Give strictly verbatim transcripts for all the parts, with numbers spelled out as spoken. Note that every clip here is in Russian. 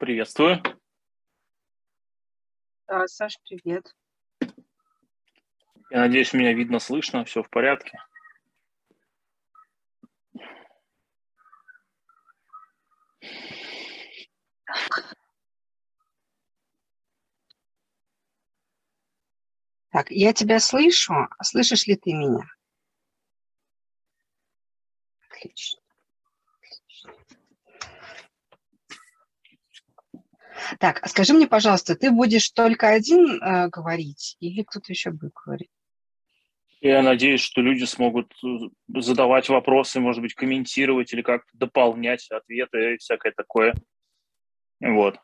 Приветствую. А, Саш, привет. Я надеюсь, меня видно, слышно, все в порядке. Так, я тебя слышу. А слышишь ли ты меня? Отлично. Так, а скажи мне, пожалуйста, ты будешь только один э, говорить или кто-то еще будет говорить? Я надеюсь, что люди смогут э, задавать вопросы, может быть, комментировать или как-то дополнять ответы и всякое такое. Вот.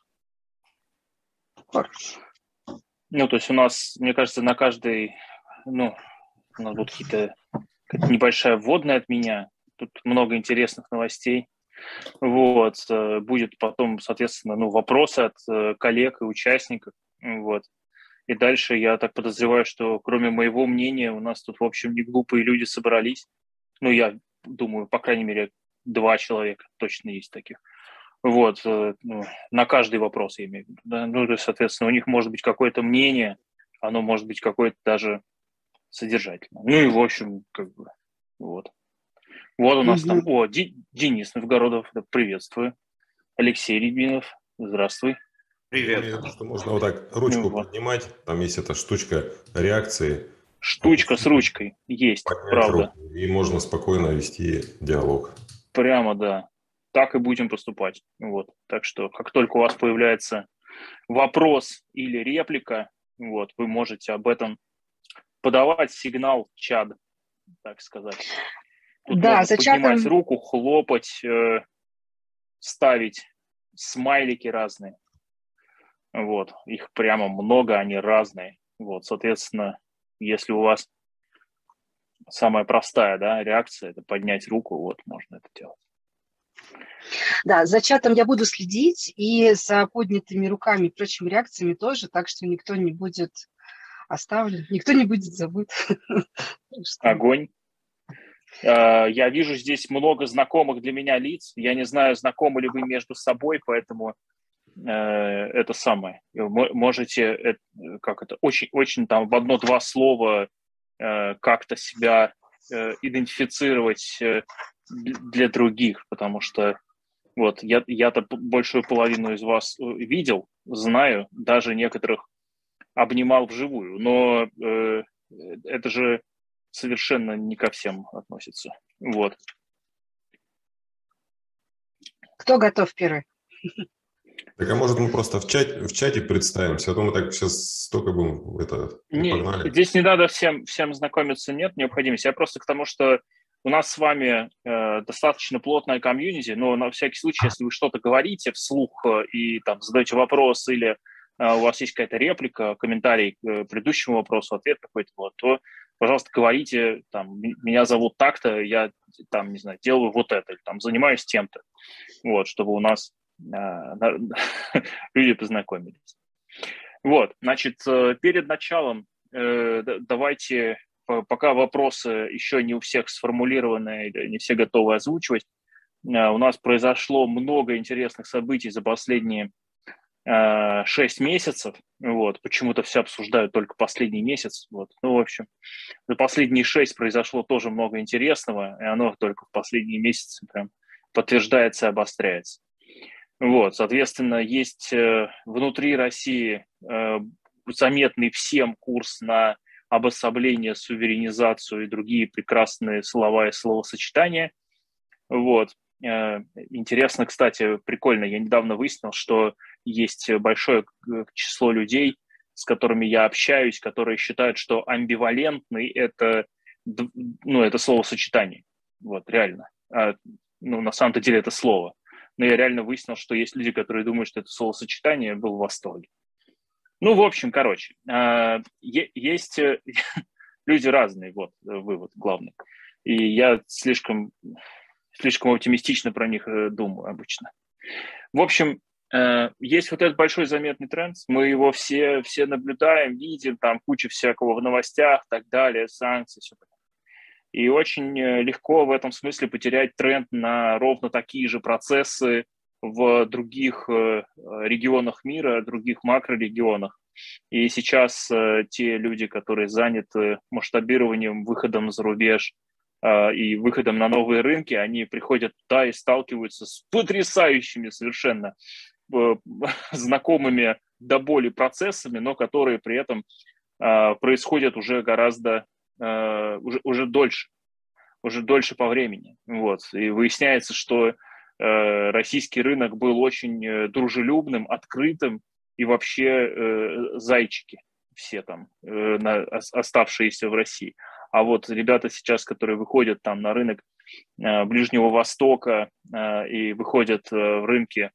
Хорошо. Ну, то есть у нас, мне кажется, на каждой, ну, у нас будут какие-то, какая-то небольшая вводная от меня. Тут много интересных новостей. Вот. э, Будет потом, соответственно, ну, вопросы от э, коллег и участников. Вот. И дальше я так подозреваю, что кроме моего мнения у нас тут, в общем, не глупые люди собрались. Ну, я думаю, по крайней мере, два человека точно есть таких. Вот, э, ну, на каждый вопрос я имею в виду. Да? Ну, то есть, соответственно, у них может быть какое-то мнение, оно может быть какое-то даже содержательное. Ну и, в общем, как бы, вот. Вот у нас там, Мгм. о, Ди- Денис Новгородов, да, приветствую. Алексей Рябинов, здравствуй. Привет. Имею в виду, что можно вот так Ну, ручку вот. поднимать, там есть эта штучка реакции, Штучка с опустить, ручкой есть, поднять правда. руку, и можно спокойно вести диалог. Прямо, да. Так и будем поступать. Вот. Так что, как только у вас появляется вопрос или реплика, вот, вы можете об этом подавать сигнал чат, так сказать. Тут Да, можно за поднимать чатом, руку, хлопать, э, ставить смайлики разные. Вот. Их прямо много, они разные. Вот, соответственно, если у вас самая простая, да, реакция – это поднять руку, вот, можно это делать. да, за чатом я буду следить и за поднятыми руками и прочими реакциями тоже, так что никто не будет оставлен, никто не будет забыт. Так что, Огонь. Э, Я вижу здесь много знакомых для меня лиц. Я не знаю, знакомы ли вы между собой, поэтому э, это самое. Вы можете, э, как это, очень, очень там в одно-два слова э, как-то себя э, идентифицировать э, для других, потому что вот я, я-то большую половину из вас э, видел, знаю, даже некоторых обнимал вживую, но э, это же совершенно не ко всем относится. Вот. кто готов первый? Так, а может мы просто в чате, в чате представимся, а то мы так сейчас столько будем, это, и Не, погнали. здесь не надо всем, всем знакомиться, нет необходимости. Я просто к тому, что у нас с вами э, достаточно плотная комьюнити, но на всякий случай, если вы что-то говорите вслух э, и там задаете вопрос или э, у вас есть какая-то реплика, комментарий к э, предыдущему вопросу, ответ какой-то, вот, то, пожалуйста, говорите, там, меня зовут так-то, я там, не знаю, делаю вот это, или там, занимаюсь тем-то, вот, чтобы у нас э, люди познакомились. Вот, значит, э, перед началом э, давайте, пока вопросы еще не у всех сформулированы, или не все готовы озвучивать, э, у нас произошло много интересных событий за последние э, шесть месяцев. Вот, почему-то все обсуждают только последний месяц. Вот. Ну, в общем, за последние шесть произошло тоже много интересного, и оно только в последние месяцы прям подтверждается и обостряется. Вот, соответственно, есть э, внутри России э, заметный всем курс на обособление, суверенизацию и другие прекрасные слова и словосочетания. Вот. Э, интересно, кстати, прикольно, я недавно выяснил, что есть большое число людей, с которыми я общаюсь, которые считают, что амбивалентный – это, ну, это словосочетание. Вот, реально. А, ну, на самом-то деле это слово. Но я реально выяснил, что есть люди, которые думают, что это словосочетание, был в восторге. Ну, в общем, короче, есть люди разные, вот вывод главный. И я слишком, слишком оптимистично про них думаю обычно. В общем, есть вот этот большой заметный тренд, мы его все, все наблюдаем, видим, там куча всякого в новостях, так далее, санкции, все такое. И очень легко в этом смысле потерять тренд на ровно такие же процессы в других регионах мира, других макрорегионах. И сейчас те люди, которые заняты масштабированием, выходом за рубеж и выходом на новые рынки, они приходят туда и сталкиваются с потрясающими совершенно знакомыми до боли процессами, но которые при этом происходят уже гораздо, уже, уже дольше, уже дольше по времени. Вот. И выясняется, что российский рынок был очень дружелюбным, открытым, и вообще зайчики все там, оставшиеся в России. А вот ребята сейчас, которые выходят там на рынок Ближнего Востока и выходят в рынки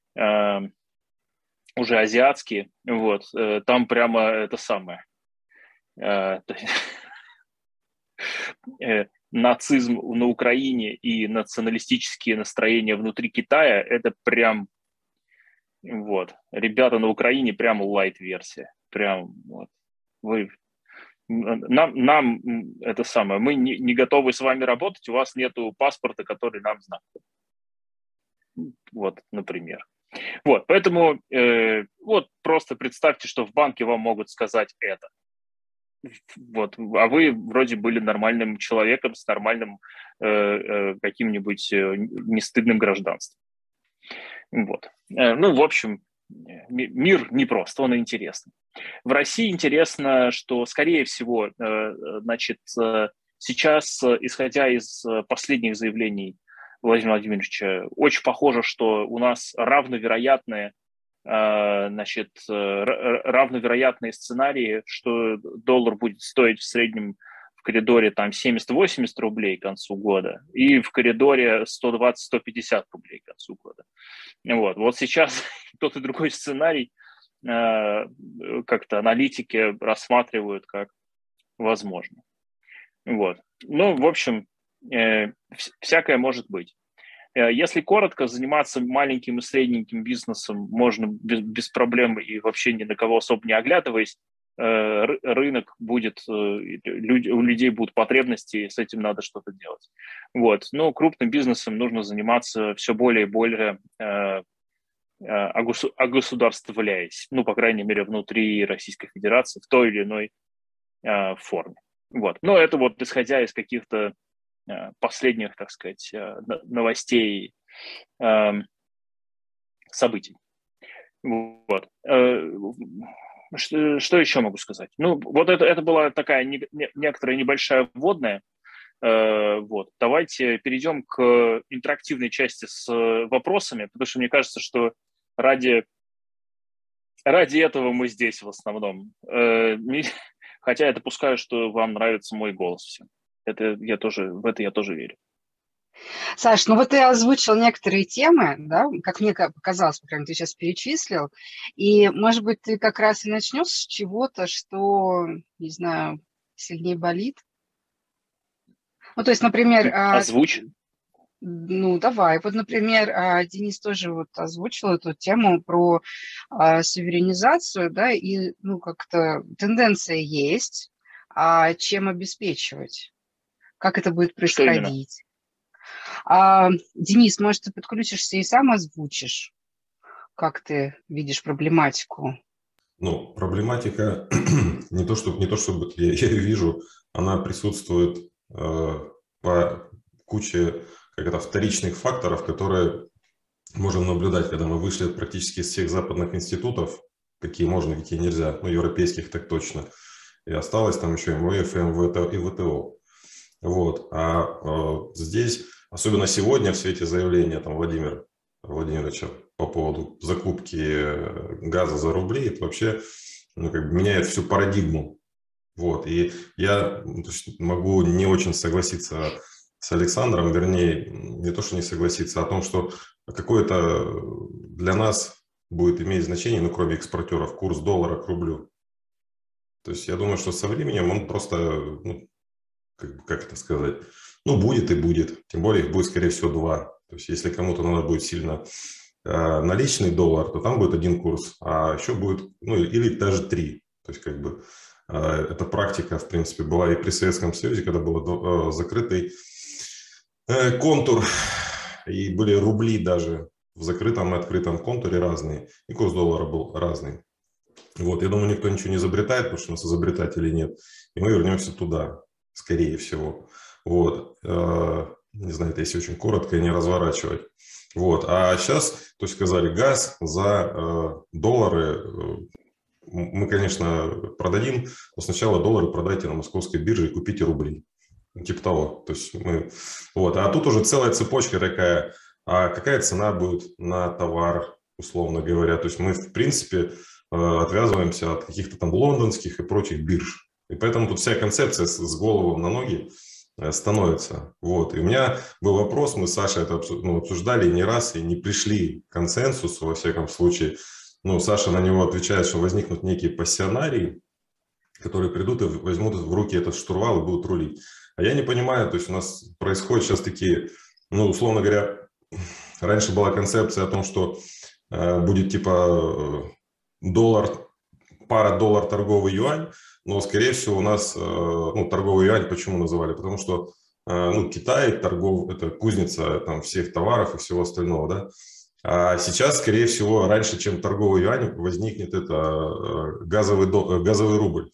уже азиатские, вот, там прямо это самое. Нацизм на Украине и националистические настроения внутри Китая – это прям, вот, ребята на Украине прям лайт-версия. Прям, вот, вы, нам, нам это самое, мы не, не готовы с вами работать, у вас нету паспорта, который нам знаком. Вот, например. Вот, поэтому э, вот просто представьте, что в банке вам могут сказать это. Вот, а вы вроде были нормальным человеком с нормальным э, э, каким-нибудь э, нестыдным гражданством. Вот. Э, ну, в общем, мир непрост, он интересный. В России интересно, что, скорее всего, э, значит, э, сейчас, исходя из последних заявлений Владимира Владимировича, очень похоже, что у нас равновероятные, значит, равновероятные сценарии, что доллар будет стоить в среднем в коридоре там семьдесят-восемьдесят рублей к концу года и в коридоре сто двадцать - сто пятьдесят рублей к концу года. Вот, вот сейчас тот и другой сценарий как-то аналитики рассматривают как возможно. Вот. Ну, в общем, всякое может быть. Если коротко, заниматься маленьким и средненьким бизнесом можно без, без проблем и вообще ни на кого особо не оглядываясь. Рынок будет, люди, у людей будут потребности, и с этим надо что-то делать. Вот. Но крупным бизнесом нужно заниматься все более и более огосударствляясь, ну, по крайней мере, внутри Российской Федерации в той или иной форме. Вот. Но это вот исходя из каких-то последних, так сказать, новостей, событий. Вот. Что, что еще могу сказать? Ну, вот это, это была такая не, не, некоторая небольшая вводная. Вот. Давайте перейдем к интерактивной части с вопросами, потому что мне кажется, что ради, ради этого мы здесь в основном. Хотя я допускаю, что вам нравится мой голос всем. Это я тоже, в это я тоже верю. Саш, ну вот ты озвучил некоторые темы, да, как мне показалось, прям ты сейчас перечислил, и, может быть, ты как раз и начнешь с чего-то, что, не знаю, сильнее болит? Ну, то есть, например... Озвучь. Ну, давай. Вот, например, Денис тоже вот озвучил эту тему про суверенизацию, да, и, ну, как-то тенденция есть, а чем обеспечивать? Как это будет происходить? А, Денис, может, ты подключишься и сам озвучишь, как ты видишь проблематику? Ну, проблематика не то, что, не то чтобы я ее вижу, она присутствует э, по куче как это, вторичных факторов, которые можем наблюдать, когда мы вышли практически из всех западных институтов, какие можно, какие нельзя, ну, европейских так точно. И осталось там еще эм вэ эф, эм вэ тэ и вэ тэ о. Вот. А э, здесь, особенно сегодня в свете заявления там, Владимира Владимировича по поводу закупки газа за рубли, это вообще ну, как бы меняет всю парадигму. Вот. И я могу не очень согласиться с Александром, вернее, не то, что не согласиться, а о том, что какое-то для нас будет иметь значение, ну, кроме экспортеров, курс доллара к рублю. То есть я думаю, что со временем он просто, ну, как, как это сказать, ну, будет и будет. Тем более их будет, скорее всего, два. То есть если кому-то надо будет сильно э, наличный доллар, то там будет один курс, а еще будет, ну, или даже три. То есть как бы э, эта практика, в принципе, была и при Советском Союзе, когда был э, закрытый э, контур, и были рубли даже в закрытом и открытом контуре разные, и курс доллара был разный. Вот, я думаю, никто ничего не изобретает, потому что у нас изобретателей нет, и мы вернемся туда, скорее всего. Вот, не знаю, это если очень коротко и не разворачивать. Вот, а сейчас, то есть сказали, газ за доллары мы, конечно, продадим, но сначала доллары продайте на московской бирже и купите рубли. Типа того. То есть мы, вот. А тут уже целая цепочка такая, а какая цена будет на товар, условно говоря. То есть мы, в принципе, отвязываемся от каких-то там лондонских и прочих бирж. И поэтому тут вся концепция с, с головы на ноги становится. Вот. И у меня был вопрос, мы с Сашей это ну, обсуждали не раз и не пришли к консенсусу, во всяком случае. Ну, Саша на него отвечает, что возникнут некие пассионарии, которые придут и возьмут в руки этот штурвал и будут рулить. А я не понимаю, то есть у нас происходят сейчас такие, ну, условно говоря, раньше была концепция о том, что э, будет типа доллар, пара доллар торговый юань, но, скорее всего, у нас, э, ну, торговый юань почему называли? Потому что, э, ну, Китай, торгов, это кузница там всех товаров и всего остального, да. А сейчас, скорее всего, раньше, чем торговый юань, возникнет это газовый, газовый рубль.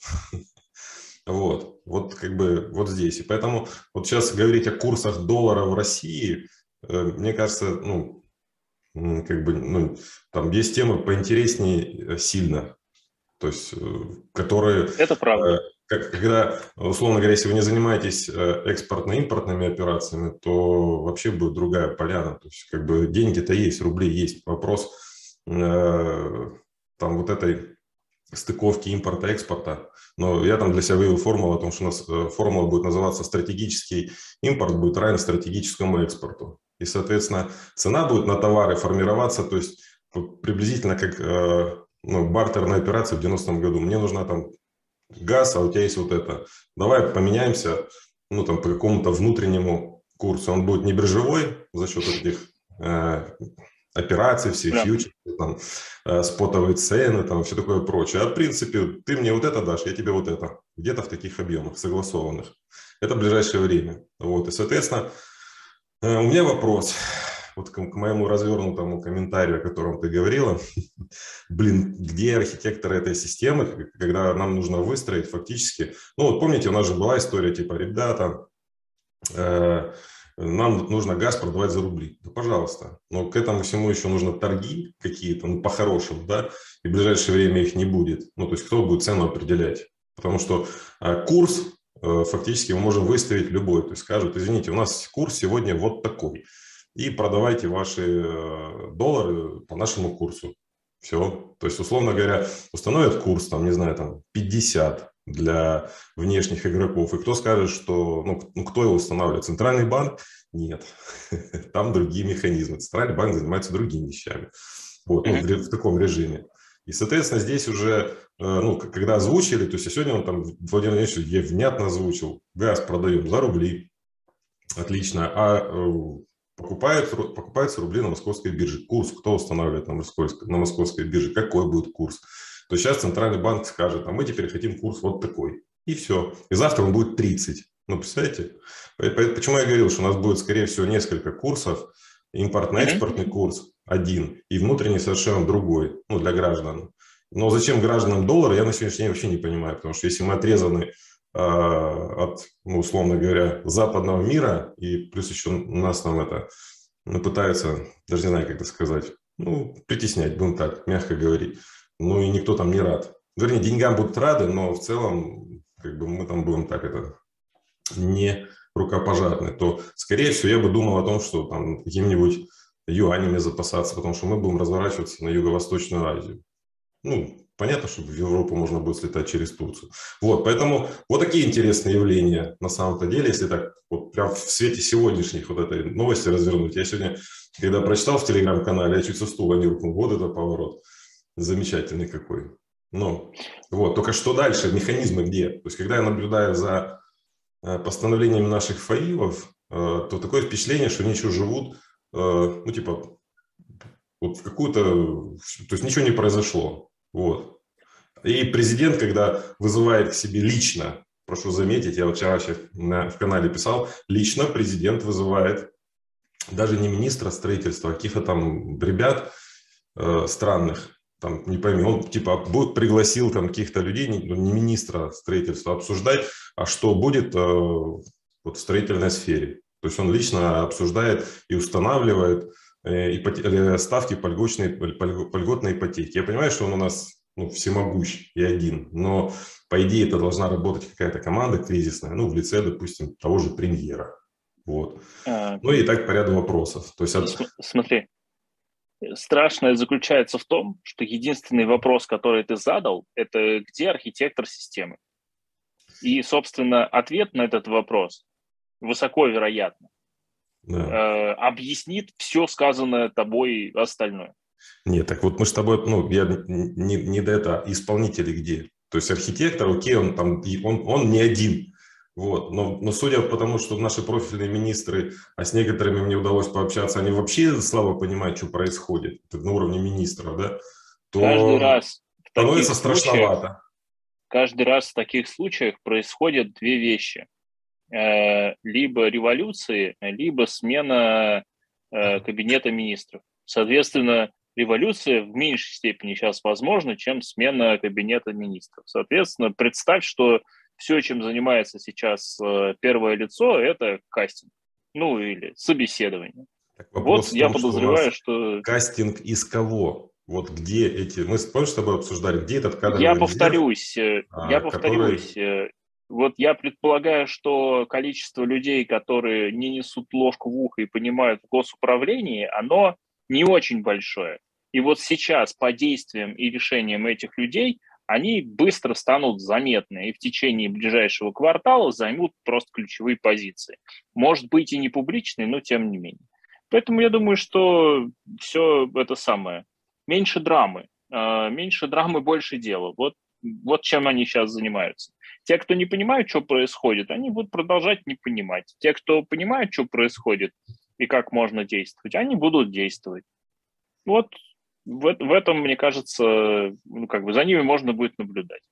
Вот, вот как бы вот здесь. И поэтому вот сейчас говорить о курсах доллара в России, мне кажется, ну, как бы, ну, там есть темы поинтереснее сильно. То есть, которые... Это правда. Когда, условно говоря, если вы не занимаетесь экспортно-импортными операциями, то вообще будет другая поляна. То есть, как бы деньги-то есть, рубли есть. Вопрос э, там вот этой стыковки импорта-экспорта. Но я там для себя вывел формулу о том, что у нас формула будет называться стратегический импорт будет равен стратегическому экспорту. И, соответственно, цена будет на товары формироваться, то есть приблизительно как э, ну, бартерная операция в девяностом году. Мне нужна там газ, а у тебя есть вот это. Давай поменяемся, ну, там, по какому-то внутреннему курсу. Он будет не биржевой за счет этих э, операций, всех да. фьючерсов, там, э, спотовые цены, там, все такое прочее. А в принципе, ты мне вот это дашь, я тебе вот это. Где-то в таких объемах согласованных. Это в ближайшее время. Вот. И, соответственно, э, у меня вопрос. Вот к, к моему развернутому комментарию, о котором ты говорила, блин, где архитекторы этой системы, когда нам нужно выстроить фактически, ну вот помните, у нас же была история типа, ребята, э, нам нужно газ продавать за рубли, да пожалуйста, но к этому всему еще нужно торги какие-то, ну по-хорошему, да, и в ближайшее время их не будет, ну то есть кто будет цену определять, потому что э, курс э, фактически мы можем выставить любой, то есть скажут, извините, у нас курс сегодня вот такой. И продавайте ваши доллары по нашему курсу. Все. То есть, условно говоря, установят курс, там, не знаю, там пятьдесят для внешних игроков. И кто скажет, что... Ну, ну кто его устанавливает? Центральный банк? Нет. Там другие механизмы. Центральный банк занимается другими вещами. Вот, ну, в, в таком режиме. И, соответственно, здесь уже, ну, когда озвучили, то есть сегодня он там, Владимир Владимирович, внятно озвучил, газ продаем за рубли. Отлично. А... Покупаются, покупаются рубли на московской бирже. Курс кто устанавливает на московской, на московской бирже? Какой будет курс? То есть сейчас Центральный банк скажет, а мы теперь хотим курс вот такой. И все. И завтра он будет тридцать. Ну, представляете? Почему я говорил, что у нас будет, скорее всего, несколько курсов. Импортно-экспортный курс один и внутренний совершенно другой. Ну, для граждан. Но зачем гражданам доллар, я на сегодняшний день вообще не понимаю. Потому что если мы отрезаны от, ну, условно говоря, западного мира, и плюс еще нас там это ну, пытаются, даже не знаю, как это сказать, ну, притеснять, будем так, мягко говорить. Ну, и никто там не рад. Вернее, деньгам будут рады, но в целом, как бы мы там будем так это, не рукопожатны, то, скорее всего, я бы думал о том, что там какими-нибудь юанями запасаться, потому что мы будем разворачиваться на Юго-Восточную Азию. Ну, понятно, что в Европу можно будет слетать через Турцию. Вот, поэтому вот такие интересные явления на самом-то деле, если так вот прям в свете сегодняшних вот этой новости развернуть. Я сегодня, когда прочитал в телеграм-канале, я чуть со стула не рухнул. Вот это поворот. Замечательный какой. Ну, вот, только что дальше? Механизмы где? То есть, когда я наблюдаю за постановлениями наших ФАИВов, то такое впечатление, что они еще живут, ну, типа, вот в какую-то... То есть, ничего не произошло. Вот. И президент, когда вызывает к себе лично, прошу заметить, я вот вчера вообще на, в канале писал, лично президент вызывает даже не министра строительства, а каких-то там ребят э, странных, там, не пойми, он типа будет, пригласил там каких-то людей, не, не министра строительства, обсуждать, а что будет э, вот, в строительной сфере. То есть он лично обсуждает и устанавливает э, ипоте- ставки по льготной, по льготной ипотеке. Я понимаю, что он у нас ну, всемогущ и один, но по идее это должна работать какая-то команда кризисная, ну в лице, допустим, того же премьера. Вот. А, Ну и так по ряду вопросов. То есть от... Смотри, страшное заключается в том, что единственный вопрос, который ты задал, это где архитектор системы. И, собственно, ответ на этот вопрос высоко вероятно Да. э, объяснит все сказанное тобой остальное. Нет, так вот мы с тобой, ну, я не, не до этого, исполнители где? То есть архитектор, окей, он там, он, он не один. Вот. Но, но судя по тому, что наши профильные министры, а с некоторыми мне удалось пообщаться, они вообще слабо понимают, что происходит на уровне министров, да, то Каждый раз в таких становится случаях, страшновато. Каждый раз в таких случаях происходят две вещи. Либо революции, либо смена кабинета министров. Соответственно, революция в меньшей степени сейчас возможна, чем смена кабинета министров. Соответственно, представь, что все, чем занимается сейчас первое лицо, это кастинг. Ну, или собеседование. Вот в я том, подозреваю, что, что... Кастинг из кого? Вот где эти... Мы помнишь, с тобой обсуждали, где этот кадровый я резерв? Повторюсь, а, я повторюсь. Который... Вот я предполагаю, что количество людей, которые не несут ложку в ухо и понимают в госуправлении, оно не очень большое. И вот сейчас по действиям и решениям этих людей они быстро станут заметны и в течение ближайшего квартала займут просто ключевые позиции. Может быть и не публичные, но тем не менее. Поэтому я думаю, что все это самое. Меньше драмы. Меньше драмы, больше дела. Вот, вот чем они сейчас занимаются. Те, кто не понимают, что происходит, они будут продолжать не понимать. Те, кто понимают, что происходит и как можно действовать, они будут действовать. Вот в, в этом, мне кажется, ну, как бы за ними можно будет наблюдать.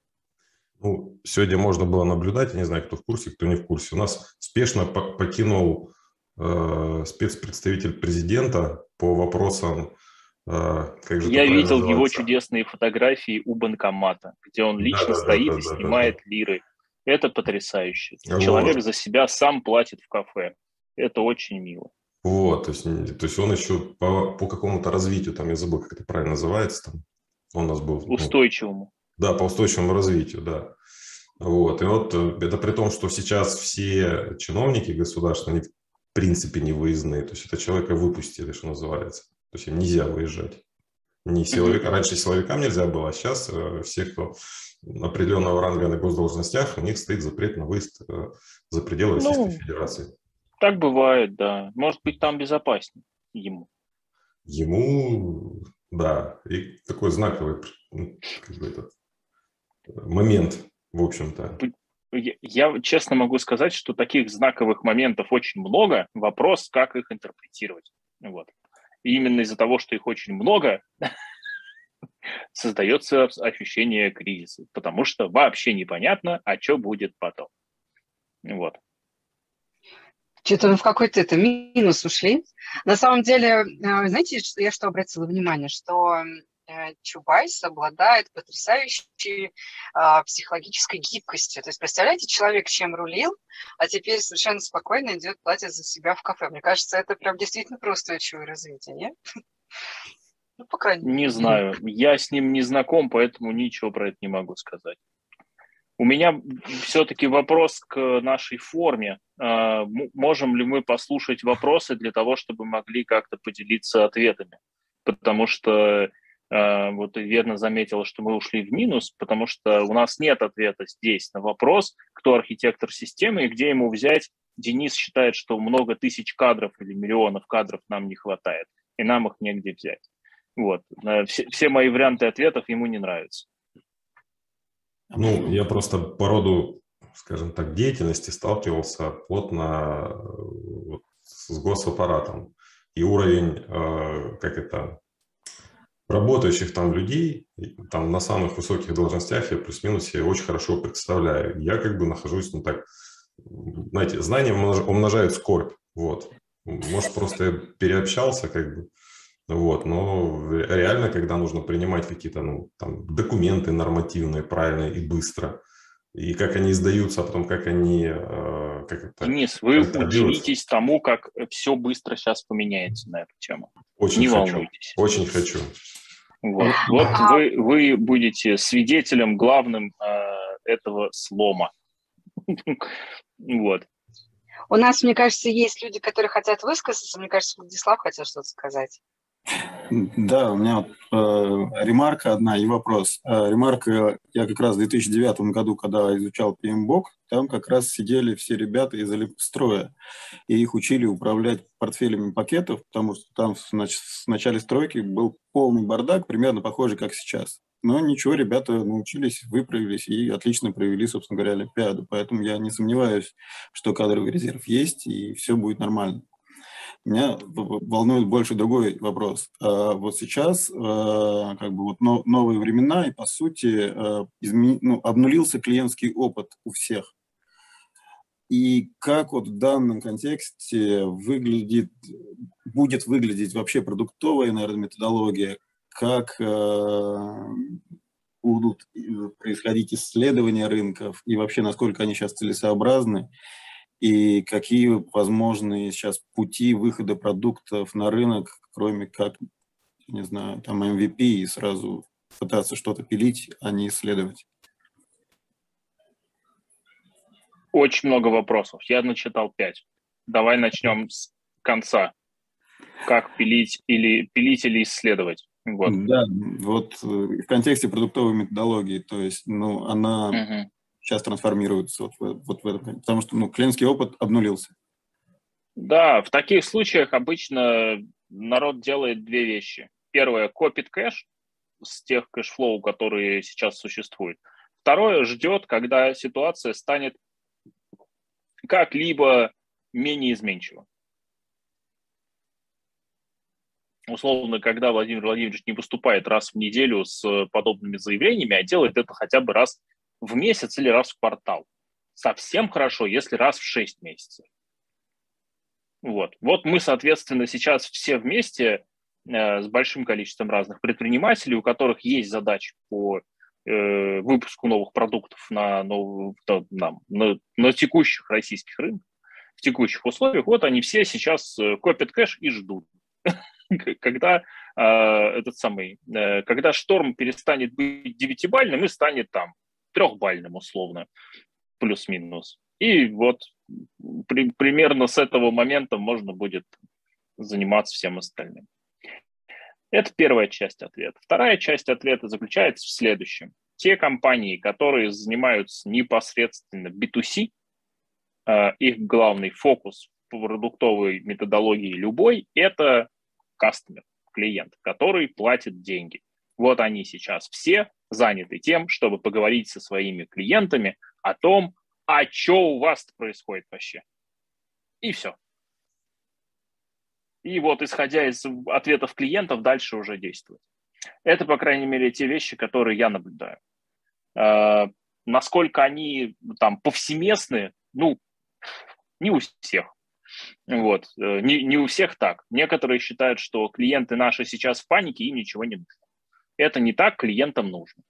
Ну, сегодня можно было наблюдать, я не знаю, кто в курсе, кто не в курсе. У нас спешно покинул э, спецпредставитель президента по вопросам, э, как же Я это видел называется? Его чудесные фотографии у банкомата, где он лично да, да, стоит да, и да, снимает да, да. лиры. Это потрясающе. Вот. Человек за себя сам платит в кафе. Это очень мило. Вот, то есть, то есть он еще по, по какому-то развитию, там я забыл, как это правильно называется, там он у нас был... Устойчивому. Ну, да, по устойчивому развитию, да. Вот, и вот это при том, что сейчас все чиновники государства, они в принципе не выездные, то есть это человека выпустили, что называется. То есть им нельзя выезжать. Не силовик, mm-hmm. Раньше силовикам нельзя было, а сейчас все, кто определенного ранга на госдолжностях, у них стоит запрет на выезд за пределы Российской ну, Федерации. Так бывает, да. Может быть, там безопаснее ему. Ему, да. И такой знаковый как бы, этот, момент, в общем-то. Я, я честно могу сказать, что таких знаковых моментов очень много. Вопрос, как их интерпретировать. Вот. И именно из-за того, что их очень много, создается ощущение кризиса. Потому что вообще непонятно, а что будет потом. Вот. Что-то мы в какой-то это минус ушли. На самом деле, знаете, я что обратила внимание, что Чубайс обладает потрясающей а, психологической гибкостью. То есть, представляете, человек чем рулил, а теперь совершенно спокойно идет, платит за себя в кафе. Мне кажется, это прям действительно про устойчивое развитие, нет? Ну, по крайней мере. Не знаю. Я с ним не знаком, поэтому ничего про это не могу сказать. У меня все-таки вопрос к нашей форме. Можем ли мы послушать вопросы для того, чтобы могли как-то поделиться ответами? Потому что вот ты верно заметила, что мы ушли в минус, потому что у нас нет ответа здесь на вопрос, кто архитектор системы и где ему взять. Денис считает, что много тысяч кадров или миллионов кадров нам не хватает, и нам их негде взять. Вот. Все, все мои варианты ответов ему не нравятся. Ну, я просто по роду, скажем так, деятельности сталкивался плотно вот, с госаппаратом. И уровень, э, как это, работающих там людей, там на самых высоких должностях я плюс-минус я очень хорошо представляю. Я как бы нахожусь, ну так, знаете, знания умножают скорбь. Вот. Может, просто я переобщался, как бы. Вот, но реально, когда нужно принимать какие-то, ну, там, документы нормативные, правильно и быстро, и как они издаются, а потом как они, э, как это, Денис, вы контролируются. удивитесь тому, как все быстро сейчас поменяется на эту тему. Очень Не хочу, волнуйтесь. очень хочу. Вот, вот вы, вы будете свидетелем главным э, этого слома. Вот. У нас, мне кажется, есть люди, которые хотят высказаться. Мне кажется, Владислав хотел что-то сказать. Да, у меня э, ремарка одна и вопрос. Э, ремарка, я как раз в две тысячи девятом году, когда изучал пи эм бок, там как раз сидели все ребята из Олимпстроя, и их учили управлять портфелями пакетов, потому что там в, нач- в начале стройки был полный бардак, примерно похожий, как сейчас. Но ничего, ребята научились, выправились и отлично провели, собственно говоря, Олимпиаду. Поэтому я не сомневаюсь, что кадровый резерв есть, и все будет нормально. Меня волнует больше другой вопрос. Вот сейчас как бы вот новые времена, и по сути измен... ну, обнулился клиентский опыт у всех. И как вот в данном контексте выглядит, будет выглядеть вообще продуктовая, наверное, методология, как будут происходить исследования рынков и вообще насколько они сейчас целесообразны, и какие возможные сейчас пути выхода продуктов на рынок, кроме как, не знаю, там эм ви пи и сразу пытаться что-то пилить, а не исследовать. Очень много вопросов. Я начитал пять. Давай начнем с конца. Как пилить или пилить или исследовать? Вот. Да, вот в контексте продуктовой методологии, то есть, ну, она угу. сейчас трансформируется вот в, вот в этом, потому что, ну, клиентский опыт обнулился. Да, в таких случаях обычно народ делает две вещи. Первое, копит кэш с тех кэшфлоу, которые сейчас существуют. Второе, ждет, когда ситуация станет как-либо менее изменчива. Условно, когда Владимир Владимирович не выступает раз в неделю с подобными заявлениями, а делает это хотя бы раз в месяц или раз в квартал. Совсем хорошо, если раз в шесть месяцев. Вот. Вот мы, соответственно, сейчас все вместе э, с большим количеством разных предпринимателей, у которых есть задачи по э, выпуску новых продуктов на, нов... на, на, на текущих российских рынках, в текущих условиях, вот они все сейчас копят кэш и ждут, когда э, этот самый, э, когда шторм перестанет быть девятибальным и станет там трехбальным условно, плюс-минус. И вот при, примерно с этого момента можно будет заниматься всем остальным. Это первая часть ответа. Вторая часть ответа заключается в следующем. Те компании, которые занимаются непосредственно би ту си, э, их главный фокус по продуктовой методологии любой – это кастомер, клиент, который платит деньги. Вот они сейчас все заняты тем, чтобы поговорить со своими клиентами о том, а что у вас происходит вообще? И все. И вот, исходя из ответов клиентов, дальше уже действовать. Это, по крайней мере, те вещи, которые я наблюдаю. Э, насколько они там повсеместны, ну, не у всех. Вот. Не, не у всех так. Некоторые считают, что клиенты наши сейчас в панике, им ничего не нужно. Это не так, клиентам нужно.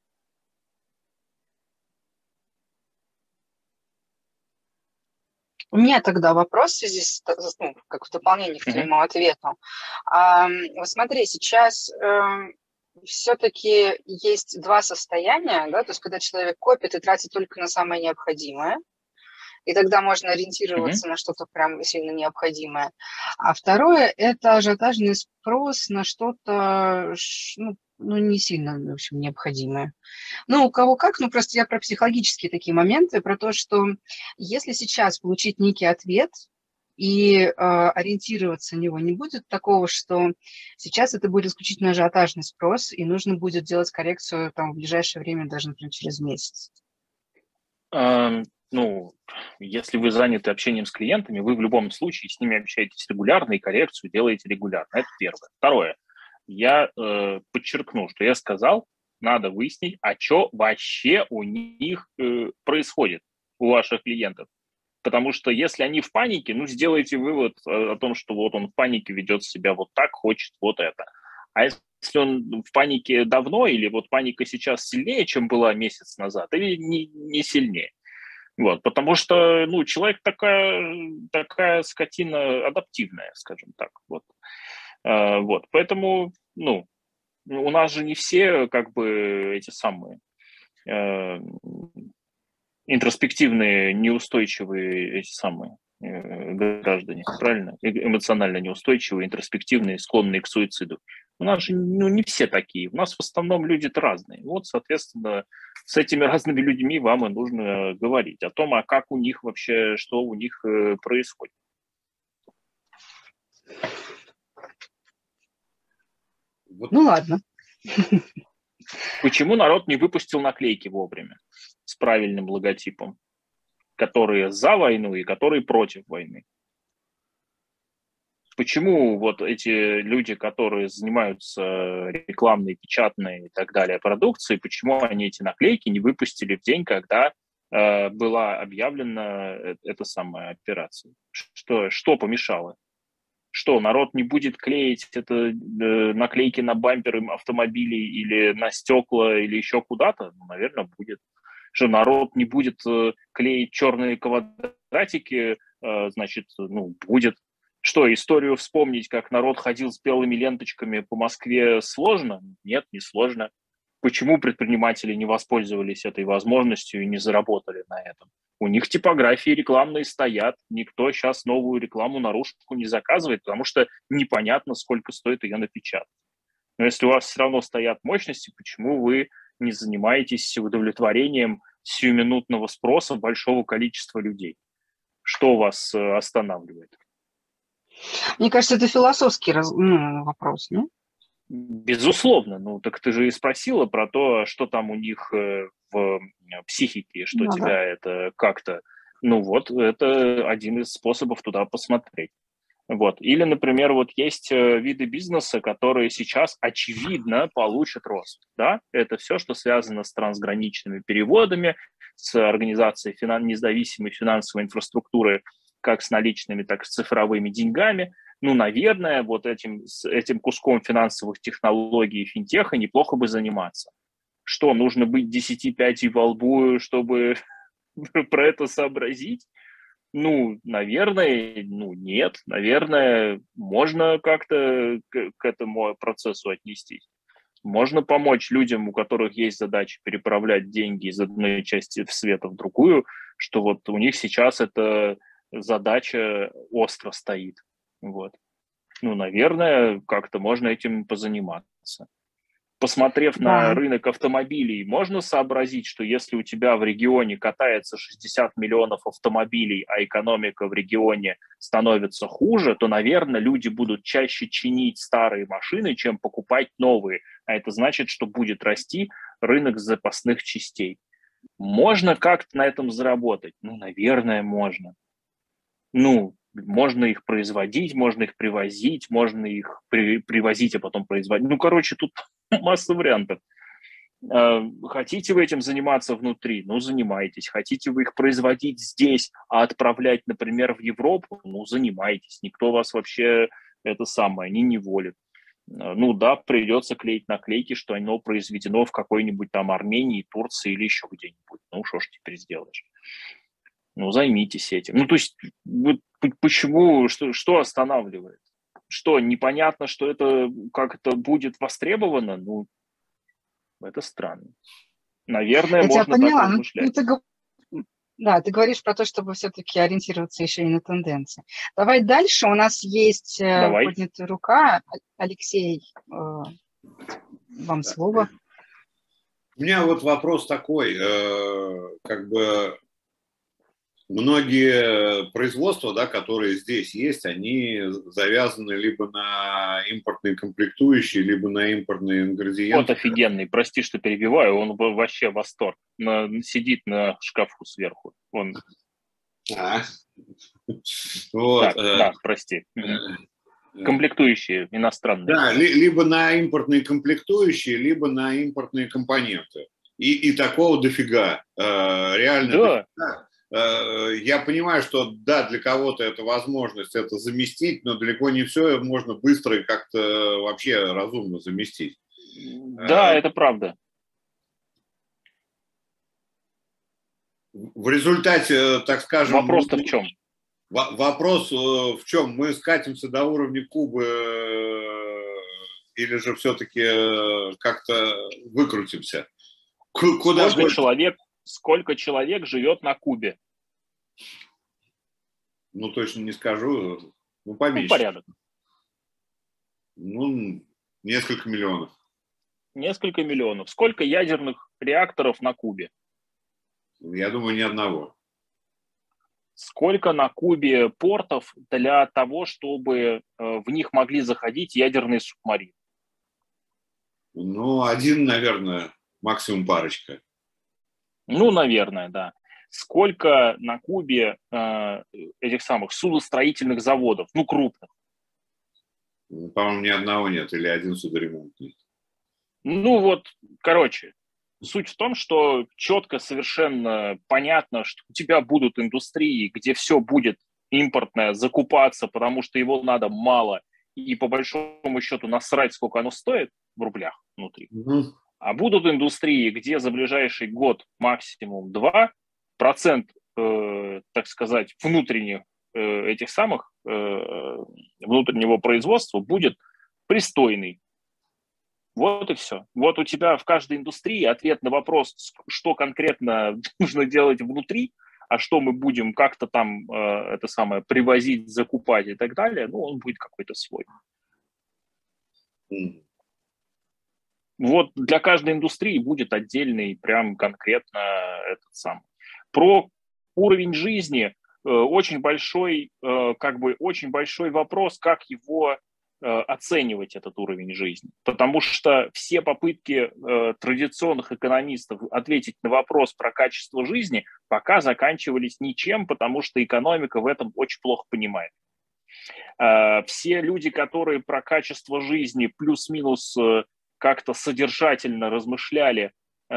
У меня тогда вопрос в связи с, ну, как в дополнение к твоему uh-huh. ответу. А, вот смотри, сейчас э, все-таки есть два состояния, да, то есть когда человек копит и тратит только на самое необходимое, и тогда можно ориентироваться uh-huh. на что-то прям сильно необходимое. А второе – это ажиотажный спрос на что-то, ну, ну, не сильно, в общем, необходимое. Ну, у кого как, ну, просто я про психологические такие моменты, про то, что если сейчас получить некий ответ и э, ориентироваться на него, не будет такого, что сейчас это будет исключительно ажиотажный спрос, и нужно будет делать коррекцию там в ближайшее время, даже, например, через месяц. Um... Ну, если вы заняты общением с клиентами, вы в любом случае с ними общаетесь регулярно и коррекцию делаете регулярно. Это первое. Второе. Я э, подчеркну, что я сказал, надо выяснить, а что вообще у них э, происходит, у ваших клиентов. Потому что если они в панике, ну, сделайте вывод о том, что вот он в панике ведет себя вот так, хочет вот это. А если он в панике давно, или вот паника сейчас сильнее, чем была месяц назад, или не, не сильнее. Вот, потому что, ну, человек такая, такая скотина адаптивная, скажем так. Вот. А, вот, поэтому, ну, у нас же не все, как бы, эти самые э, интроспективные, неустойчивые эти самые э, граждане, правильно? Э, эмоционально неустойчивые, интроспективные, склонные к суициду. У нас же, ну, не все такие. У нас в основном люди-то разные. Вот, соответственно, с этими разными людьми вам и нужно говорить о том, а как у них вообще, что у них э, происходит. Ну ладно. Почему народ не выпустил наклейки вовремя с правильным логотипом, которые за войну и которые против войны? Почему вот эти люди, которые занимаются рекламной, печатной и так далее продукцией, почему они эти наклейки не выпустили в день, когда э, была объявлена эта самая операция? Что, что помешало? Что, народ не будет клеить это, э, наклейки на бамперы автомобилей или на стекла или еще куда-то? Ну, наверное, будет. Что народ не будет э, клеить черные квадратики, э, значит, ну, будет. Что, историю вспомнить, как народ ходил с белыми ленточками по Москве, сложно? Нет, не сложно. Почему предприниматели не воспользовались этой возможностью и не заработали на этом? У них типографии рекламные стоят, никто сейчас новую рекламу наружку не заказывает, потому что непонятно, сколько стоит ее напечатать. Но если у вас все равно стоят мощности, почему вы не занимаетесь удовлетворением сиюминутного спроса большого количества людей? Что вас останавливает? Мне кажется, это философский раз... ну, вопрос, ну? Безусловно. Ну, так ты же и спросила про то, что там у них в психике, что ну, тебя да. это как-то... Ну вот, это один из способов туда посмотреть. Вот. Или, например, вот есть виды бизнеса, которые сейчас очевидно получат рост. Да? Это все, что связано с трансграничными переводами, с организацией финан... независимой финансовой инфраструктуры, как с наличными, так и с цифровыми деньгами. Ну, наверное, вот этим, этим куском финансовых технологий и финтеха неплохо бы заниматься. Что, нужно быть десяти пядей во лбу, чтобы про это сообразить? Ну, наверное, ну, нет. Наверное, можно как-то к, к этому процессу отнестись. Можно помочь людям, у которых есть задача переправлять деньги из одной части света в другую, что вот у них сейчас это... задача остро стоит. Вот. Ну, наверное, как-то можно этим позаниматься. Посмотрев да. на рынок автомобилей, можно сообразить, что если у тебя в регионе катается шестьдесят миллионов автомобилей, а экономика в регионе становится хуже, то, наверное, люди будут чаще чинить старые машины, чем покупать новые. А это значит, что будет расти рынок запасных частей. Можно как-то на этом заработать? Ну, наверное, можно. Ну, можно их производить, можно их привозить, можно их при, привозить, а потом производить. Ну, короче, тут масса вариантов. Хотите вы этим заниматься внутри? Ну, занимайтесь. Хотите вы их производить здесь, а отправлять, например, в Европу? Ну, занимайтесь. Никто вас вообще это самое не неволит. Ну, да, придется клеить наклейки, что оно произведено в какой-нибудь там Армении, Турции или еще где-нибудь. Ну, что ж теперь сделаешь? Ну, займитесь этим. Ну, то есть, вот почему, что, что останавливает? Что, непонятно, что это, как это будет востребовано? Ну, это странно. Наверное, Я можно тебя поняла. так размышлять. Ну, ты, да, ты говоришь про то, чтобы все-таки ориентироваться еще и на тенденции. Давай дальше. У нас есть Давай. поднятая рука. Алексей, э, вам слово. У меня вот вопрос такой, э, как бы... Многие производства, да, которые здесь есть, они завязаны либо на импортные комплектующие, либо на импортные ингредиенты. Вот офигенный, прости, что перебиваю, он вообще восторг. На, сидит на шкафу сверху. Он... А. Вот. Так, да, прости. Комплектующие иностранные. Да, ли, либо на импортные комплектующие, либо на импортные компоненты. И, и такого дофига. Реально да. дофига. я понимаю, что да, для кого-то это возможность это заместить, но далеко не все можно быстро и как-то вообще разумно заместить. Да, это правда. В результате, так скажем... Вопрос-то в чем? Вопрос в чем? Мы скатимся до уровня Кубы или же все-таки как-то выкрутимся? Куда сколько, человек, сколько человек живет на Кубе? Ну, точно не скажу. Ну, поменьше. Ну, порядок. Ну, несколько миллионов. Несколько миллионов. Сколько ядерных реакторов на Кубе? Я думаю, ни одного. Сколько на Кубе портов для того, чтобы в них могли заходить ядерные субмарины? Ну, один, наверное, максимум парочка. Ну, наверное, да. Сколько на Кубе э, этих самых судостроительных заводов, ну, крупных? Ну, по-моему, ни одного нет, или один судоремонтный. Ну, вот, короче, суть в том, что четко совершенно понятно, что у тебя будут индустрии, где все будет импортное, закупаться, потому что его надо мало, и по большому счету насрать, сколько оно стоит в рублях внутри. Угу. А будут индустрии, где за ближайший год максимум два процента, э, так сказать, внутренних э, этих самых э, внутреннего производства будет пристойный. Вот и все. Вот у тебя в каждой индустрии ответ на вопрос, что конкретно нужно делать внутри, а что мы будем как-то там э, это самое привозить, закупать и так далее, ну, он будет какой-то свой. Mm. Вот для каждой индустрии будет отдельный прям конкретно этот сам. Про уровень жизни э, очень большой, э, как бы очень большой вопрос, как его оценивать, этот уровень жизни. Потому что все попытки э, традиционных экономистов ответить на вопрос про качество жизни пока заканчивались ничем, потому что экономика в этом очень плохо понимает. Э, все люди, которые про качество жизни плюс-минус э, как-то содержательно размышляли э,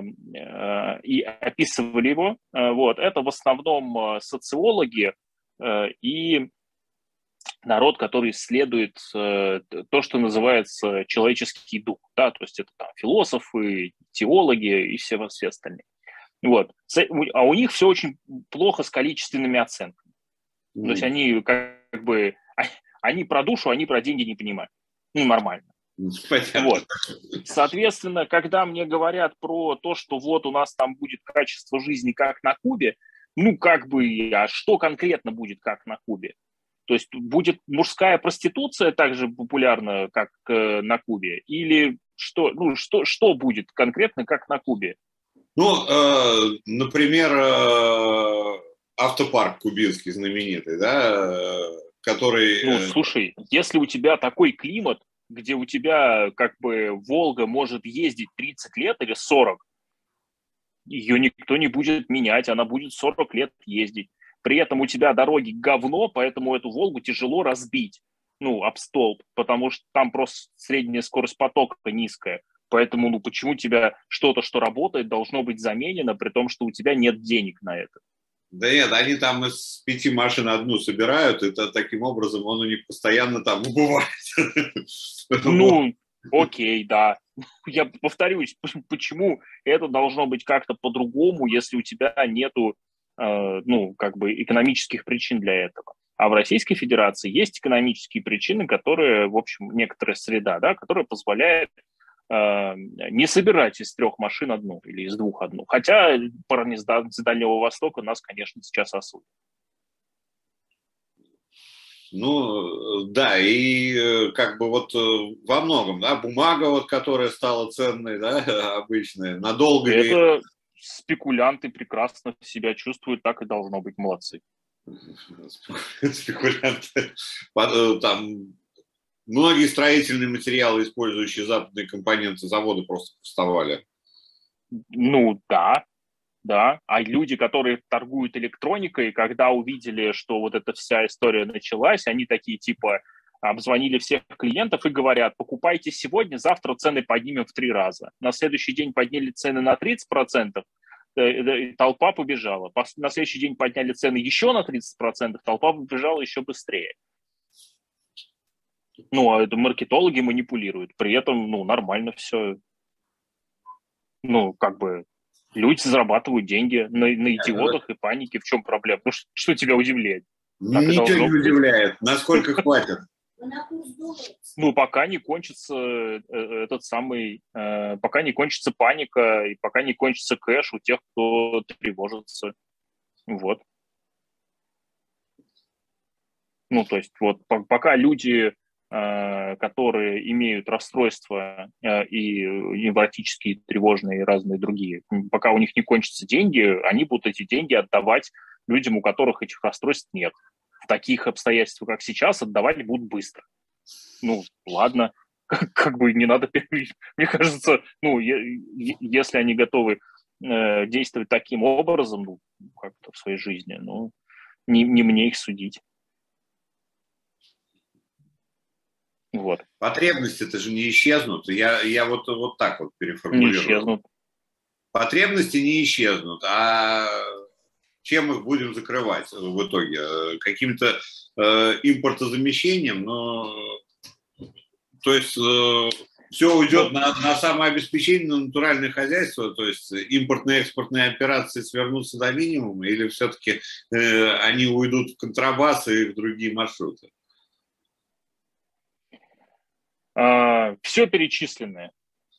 э, и описывали его, э, вот, это в основном социологи э, и народ, который исследует э, то, что называется человеческий дух, да, то есть это там философы, теологи и все, все остальные. Вот. А у них все очень плохо с количественными оценками. Mm. То есть они как бы, они про душу, они про деньги не понимают. Ну, нормально. Вот. Соответственно, когда мне говорят про то, что вот у нас там будет качество жизни как на Кубе, ну, как бы, а что конкретно будет как на Кубе? То есть будет мужская проституция так же популярна, как э, на Кубе? Или что, ну, что, что будет конкретно, как на Кубе? Ну, э, например, э, автопарк кубинский знаменитый, да, э, который... Ну, слушай, если у тебя такой климат, где у тебя как бы Волга может ездить тридцать лет или сорок, ее никто не будет менять, она будет сорок лет ездить. При этом у тебя дороги говно, поэтому эту Волгу тяжело разбить, ну, об столб, потому что там просто средняя скорость потока низкая. Поэтому, ну, почему у тебя что-то, что работает, должно быть заменено, при том, что у тебя нет денег на это? Да нет, они там из пяти машин одну собирают, и таким образом он у них постоянно там убывает. Ну, окей, да. Я повторюсь, почему это должно быть как-то по-другому, если у тебя нету ну, как бы экономических причин для этого. А в Российской Федерации есть экономические причины, которые, в общем, некоторая среда, да, которая позволяет э, не собирать из трех машин одну или из двух одну. Хотя парни с Дальнего Востока нас, конечно, сейчас осудят. Ну, да, и как бы вот во многом, да, бумага, вот, которая стала ценной, да, обычная, надолго ли... Это... Спекулянты прекрасно себя чувствуют, так и должно быть, молодцы. Спекулянты. Там многие строительные материалы, использующие западные компоненты, заводы просто вставали. Ну да, да. А люди, которые торгуют электроникой, когда увидели, что вот эта вся история началась, они такие типа обзвонили всех клиентов и говорят: покупайте сегодня, завтра цены поднимем в три раза. На следующий день подняли цены на тридцать процентов, толпа побежала. На следующий день подняли цены еще на тридцать процентов, толпа побежала еще быстрее. Ну, а это маркетологи манипулируют. При этом, ну, нормально все. Ну, как бы, люди зарабатывают деньги на, на идиотах и панике. В чем проблема? Ну, что, что тебя удивляет? Ничего не удивляет. Насколько хватит? Ну, пока не кончится этот самый, пока не кончится паника, и пока не кончится кэш у тех, кто тревожится. Вот. Ну, то есть, вот, пока люди, которые имеют расстройства и невротические, тревожные и разные другие, пока у них не кончатся деньги, они будут эти деньги отдавать людям, у которых этих расстройств нет. В таких обстоятельствах, как сейчас, отдавать будут быстро. Ну, ладно, как, как бы не надо... Мне кажется, ну, если они готовы э, действовать таким образом, ну, как-то в своей жизни, ну, не, не мне их судить. Вот. Потребности-то же не исчезнут. Я, я вот, вот так вот переформулирую. Не исчезнут. Потребности не исчезнут, а чем их будем закрывать в итоге? Каким-то э, импортозамещением, но... То есть э, все уйдет на, на самообеспечение, на натуральное хозяйство, то есть импортные экспортные операции свернутся до минимума, или все-таки э, они уйдут в контрабас и в другие маршруты? А, все перечисленное.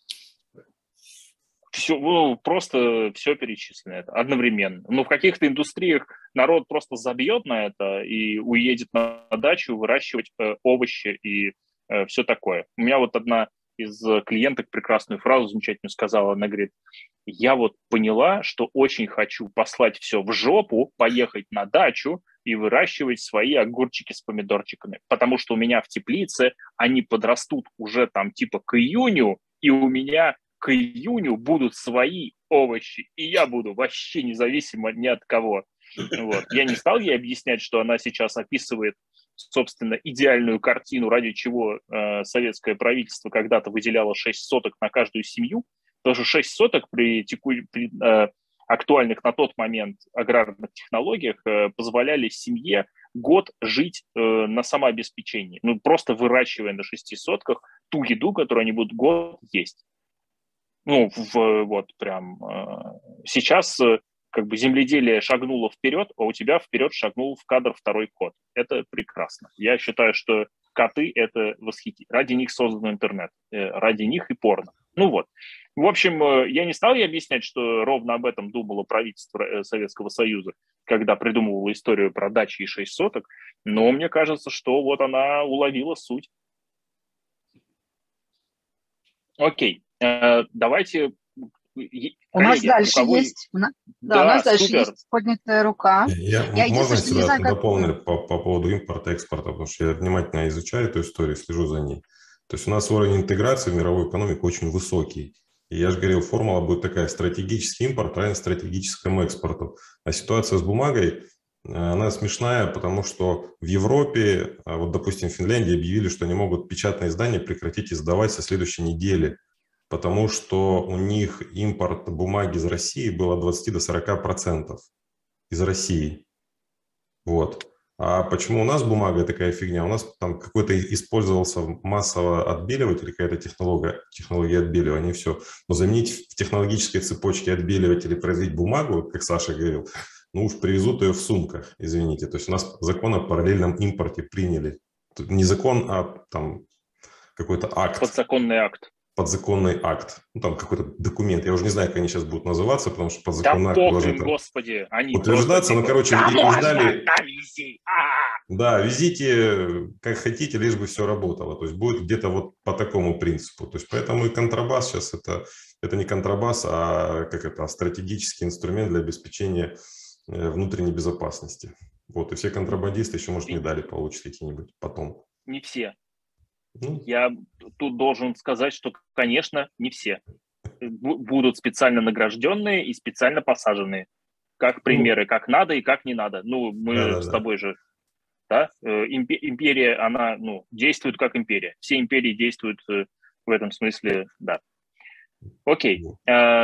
Все, ну, просто все перечисленное одновременно. Но в каких-то индустриях народ просто забьет на это и уедет на дачу выращивать э, овощи и э, все такое. У меня вот одна из клиенток прекрасную фразу замечательную сказала. Она говорит: я вот поняла, что очень хочу послать все в жопу, поехать на дачу и выращивать свои огурчики с помидорчиками, потому что у меня в теплице они подрастут уже там типа к июню, и у меня к июню будут свои овощи, и я буду вообще независимо ни от кого. Вот. Я не стал ей объяснять, что она сейчас описывает, собственно, идеальную картину, ради чего э, советское правительство когда-то выделяло шесть соток на каждую семью, потому что шесть соток при, теку... при э, актуальных на тот момент аграрных технологиях э, позволяли семье год жить э, на самообеспечении, ну, просто выращивая на шести сотках ту еду, которую они будут год есть. Ну, в, вот прям э, сейчас э, как бы земледелие шагнуло вперед, а у тебя вперед шагнул в кадр второй кот. Это прекрасно. Я считаю, что коты — это восхитительно. Ради них создан интернет, э, ради них и порно. Ну вот. В общем, э, я не стал ей объяснять, что ровно об этом думало правительство э, Советского Союза, когда придумывало историю про дачи и шесть соток, но мне кажется, что вот она уловила суть. Окей. Давайте, коллеги, у нас дальше у кого... есть, да, да, у нас дальше супер. есть поднятая рука. Я, я можно я сюда знаю, дополню как... по, по поводу импорта-экспорта, потому что я внимательно изучаю эту историю, слежу за ней. То есть у нас уровень интеграции в мировую экономику очень высокий. И я же говорил, формула будет такая: стратегический импорт равен стратегическому экспорту. А ситуация с бумагой, она смешная, потому что в Европе, вот, допустим, в Финляндии объявили, что они могут печатные издания прекратить издавать со следующей недели, потому что у них импорт бумаги из России был от двадцати до сорока процентов из России. Вот. А почему у нас бумага такая фигня? У нас там какой-то использовался массово отбеливатель, какая-то технология, технология отбеливания, и все. Но заменить в технологической цепочке отбеливатель и производить бумагу, как Саша говорил, ну уж привезут ее в сумках, извините. То есть у нас закон о параллельном импорте приняли. Тут не закон, а там какой-то акт. Подзаконный акт. Подзаконный акт, ну там какой-то документ, я уже не знаю, как они сейчас будут называться, потому что подзаконный да акт должен там, господи, они утверждаться, ну короче, да, издали, да, вези. да, везите как хотите, лишь бы все работало, то есть будет где-то вот по такому принципу, то есть поэтому и контрабас сейчас это, это не контрабас, а как это, стратегический инструмент для обеспечения внутренней безопасности, вот, и все контрабандисты еще, может, медали получат какие-нибудь потом. Не все. Ну. Я тут должен сказать, что, конечно, не все. Будут специально награжденные и специально посаженные. Как примеры, как надо и как не надо. Ну, мы да, да, с да. тобой же, да, империя, она, ну, действует как империя. Все империи действуют в этом смысле, да. Окей.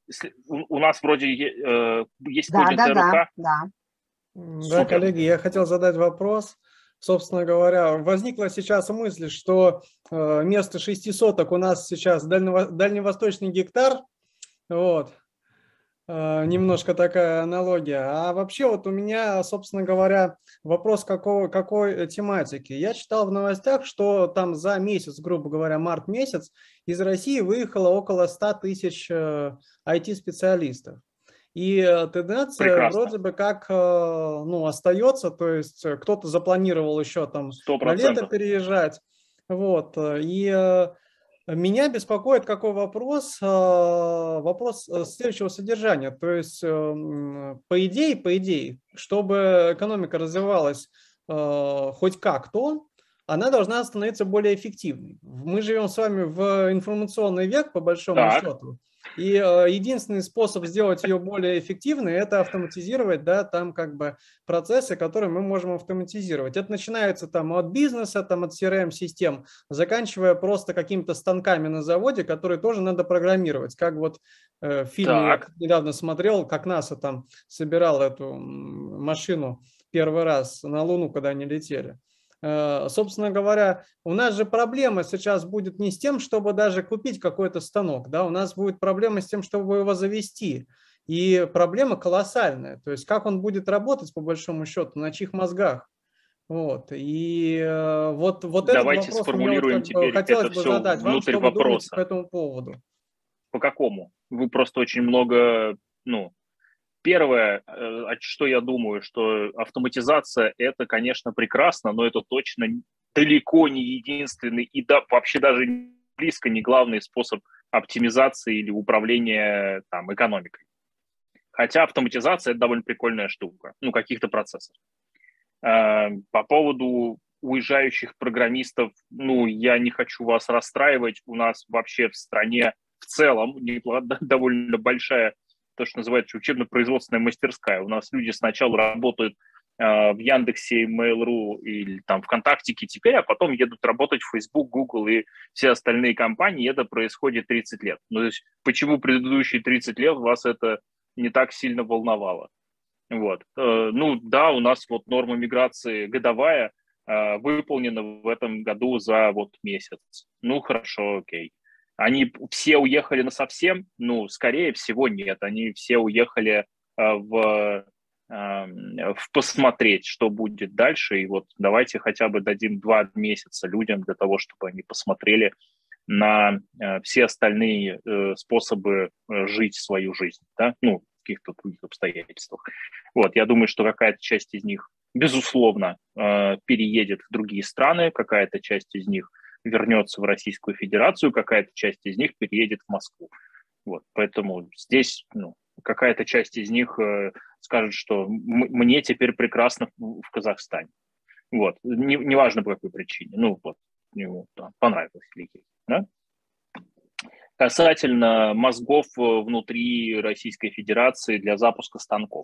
у нас вроде э, есть Да, поднятая да, рука. да, Да, Супер. коллеги, я хотел задать вопрос. Собственно говоря, возникла сейчас мысль, что э, вместо шести соток у нас сейчас дальнево- дальневосточный гектар. Вот. Э, Немножко такая аналогия. А вообще вот у меня, собственно говоря, вопрос какого, какой тематики. Я читал в новостях, что там за месяц, грубо говоря, март месяц, из России выехало около ста тысяч э, ай ти-специалистов. И тенденция Прекрасно. вроде бы как э, ну, остается, то есть э, кто-то запланировал еще там Сто на лето процентов. переезжать. Вот. э, И э, меня беспокоит какой вопрос? э, Вопрос э, следующего содержания. То есть, э, м, по идее, по идее, чтобы экономика развивалась э, хоть как-то, она должна становиться более эффективной. Мы живем с вами в информационный век, по большому Так. счету. И э, единственный способ сделать ее более эффективной – это автоматизировать, да, там как бы процессы, которые мы можем автоматизировать. Это начинается там от бизнеса, там от си ар эм-систем, заканчивая просто какими-то станками на заводе, которые тоже надо программировать. Как вот э, в фильме я Так. недавно смотрел, как НАСА там собирал эту м, машину первый раз на Луну, когда они летели. Э, Собственно говоря, у нас же проблема сейчас будет не с тем, чтобы даже купить какой-то станок, да, у нас будет проблема с тем, чтобы его завести. И проблема колоссальная. То есть как он будет работать, по большому счету, на чьих мозгах. Вот. И э, вот, вот этот Давайте вопрос мне вот сформулируем как бы теперь хотелось это бы все задать вам, внутрь что вы думаете вопроса. по этому поводу. По какому? Вы просто очень много, ну, первое, э, что я думаю, что автоматизация – это, конечно, прекрасно, но это точно далеко не единственный и да, вообще даже близко не главный способ оптимизации или управления там, экономикой. Хотя автоматизация – это довольно прикольная штука, ну, каких-то процессов. Э, По поводу уезжающих программистов, ну, я не хочу вас расстраивать, у нас вообще в стране в целом довольно большая, то, что называется, учебно-производственная мастерская. У нас люди сначала работают э, в Яндексе, Mail.ru или там ВКонтактике теперь, а потом едут работать в Facebook, Google и все остальные компании, и это происходит тридцать лет. Ну, то есть почему предыдущие тридцать лет вас это не так сильно волновало? Вот. Э, ну, да, у нас вот норма миграции годовая э, выполнена в этом году за вот месяц. Ну, хорошо, окей. Они все уехали насовсем? Ну, скорее всего, нет. Они все уехали э, в, э, в посмотреть, что будет дальше. И вот давайте хотя бы дадим два месяца людям для того, чтобы они посмотрели на э, все остальные э, способы э, жить свою жизнь, да? Ну, в каких-то других обстоятельствах. Вот, я думаю, что какая-то часть из них, безусловно, э, переедет в другие страны, какая-то часть из них вернется в Российскую Федерацию, какая-то часть из них переедет в Москву. Вот, поэтому здесь ну, какая-то часть из них э, скажет, что мне теперь прекрасно в, в Казахстане. Вот, не, неважно по какой причине. Ну вот, ему да, понравилось ли ей, да? Касательно мозгов внутри Российской Федерации для запуска станков.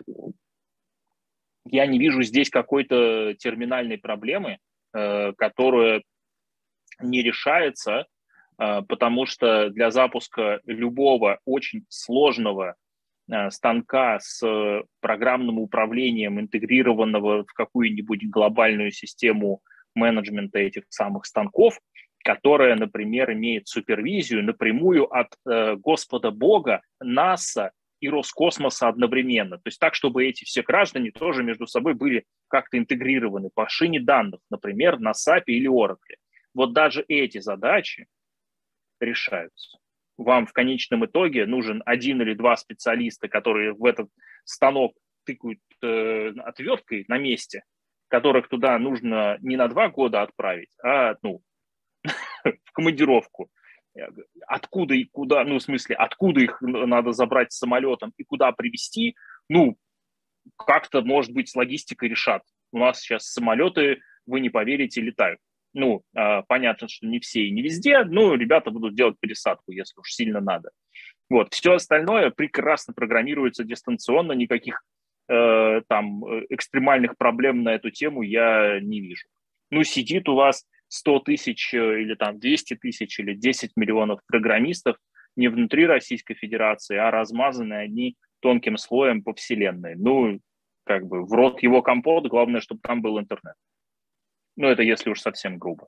Я не вижу здесь какой-то терминальной проблемы, э, которая не решается, потому что для запуска любого очень сложного станка с программным управлением, интегрированного в какую-нибудь глобальную систему менеджмента этих самых станков, которая, например, имеет супервизию напрямую от Господа Бога, НАСА и Роскосмоса одновременно. То есть так, чтобы эти все граждане тоже между собой были как-то интегрированы по шине данных, например, на сапе или Oracle. Вот даже эти задачи решаются. Вам в конечном итоге нужен один или два специалиста, которые в этот станок тыкают э, отверткой на месте, которых туда нужно не на два года отправить, а ну, в командировку. Откуда и куда, ну, в смысле, откуда их надо забрать самолетом и куда привезти, ну, как-то, может быть, с логистикой решат. У нас сейчас самолеты, вы не поверите, летают. Ну, э, понятно, что не все и не везде, но ребята будут делать пересадку, если уж сильно надо. Вот, все остальное прекрасно программируется дистанционно, никаких э, там экстремальных проблем на эту тему я не вижу. Ну, сидит у вас сто тысяч или там двести тысяч или десять миллионов программистов, не внутри Российской Федерации, а размазаны они тонким слоем по вселенной. Ну, как бы в рот его компот, главное, чтобы там был интернет. Ну, это если уж совсем грубо.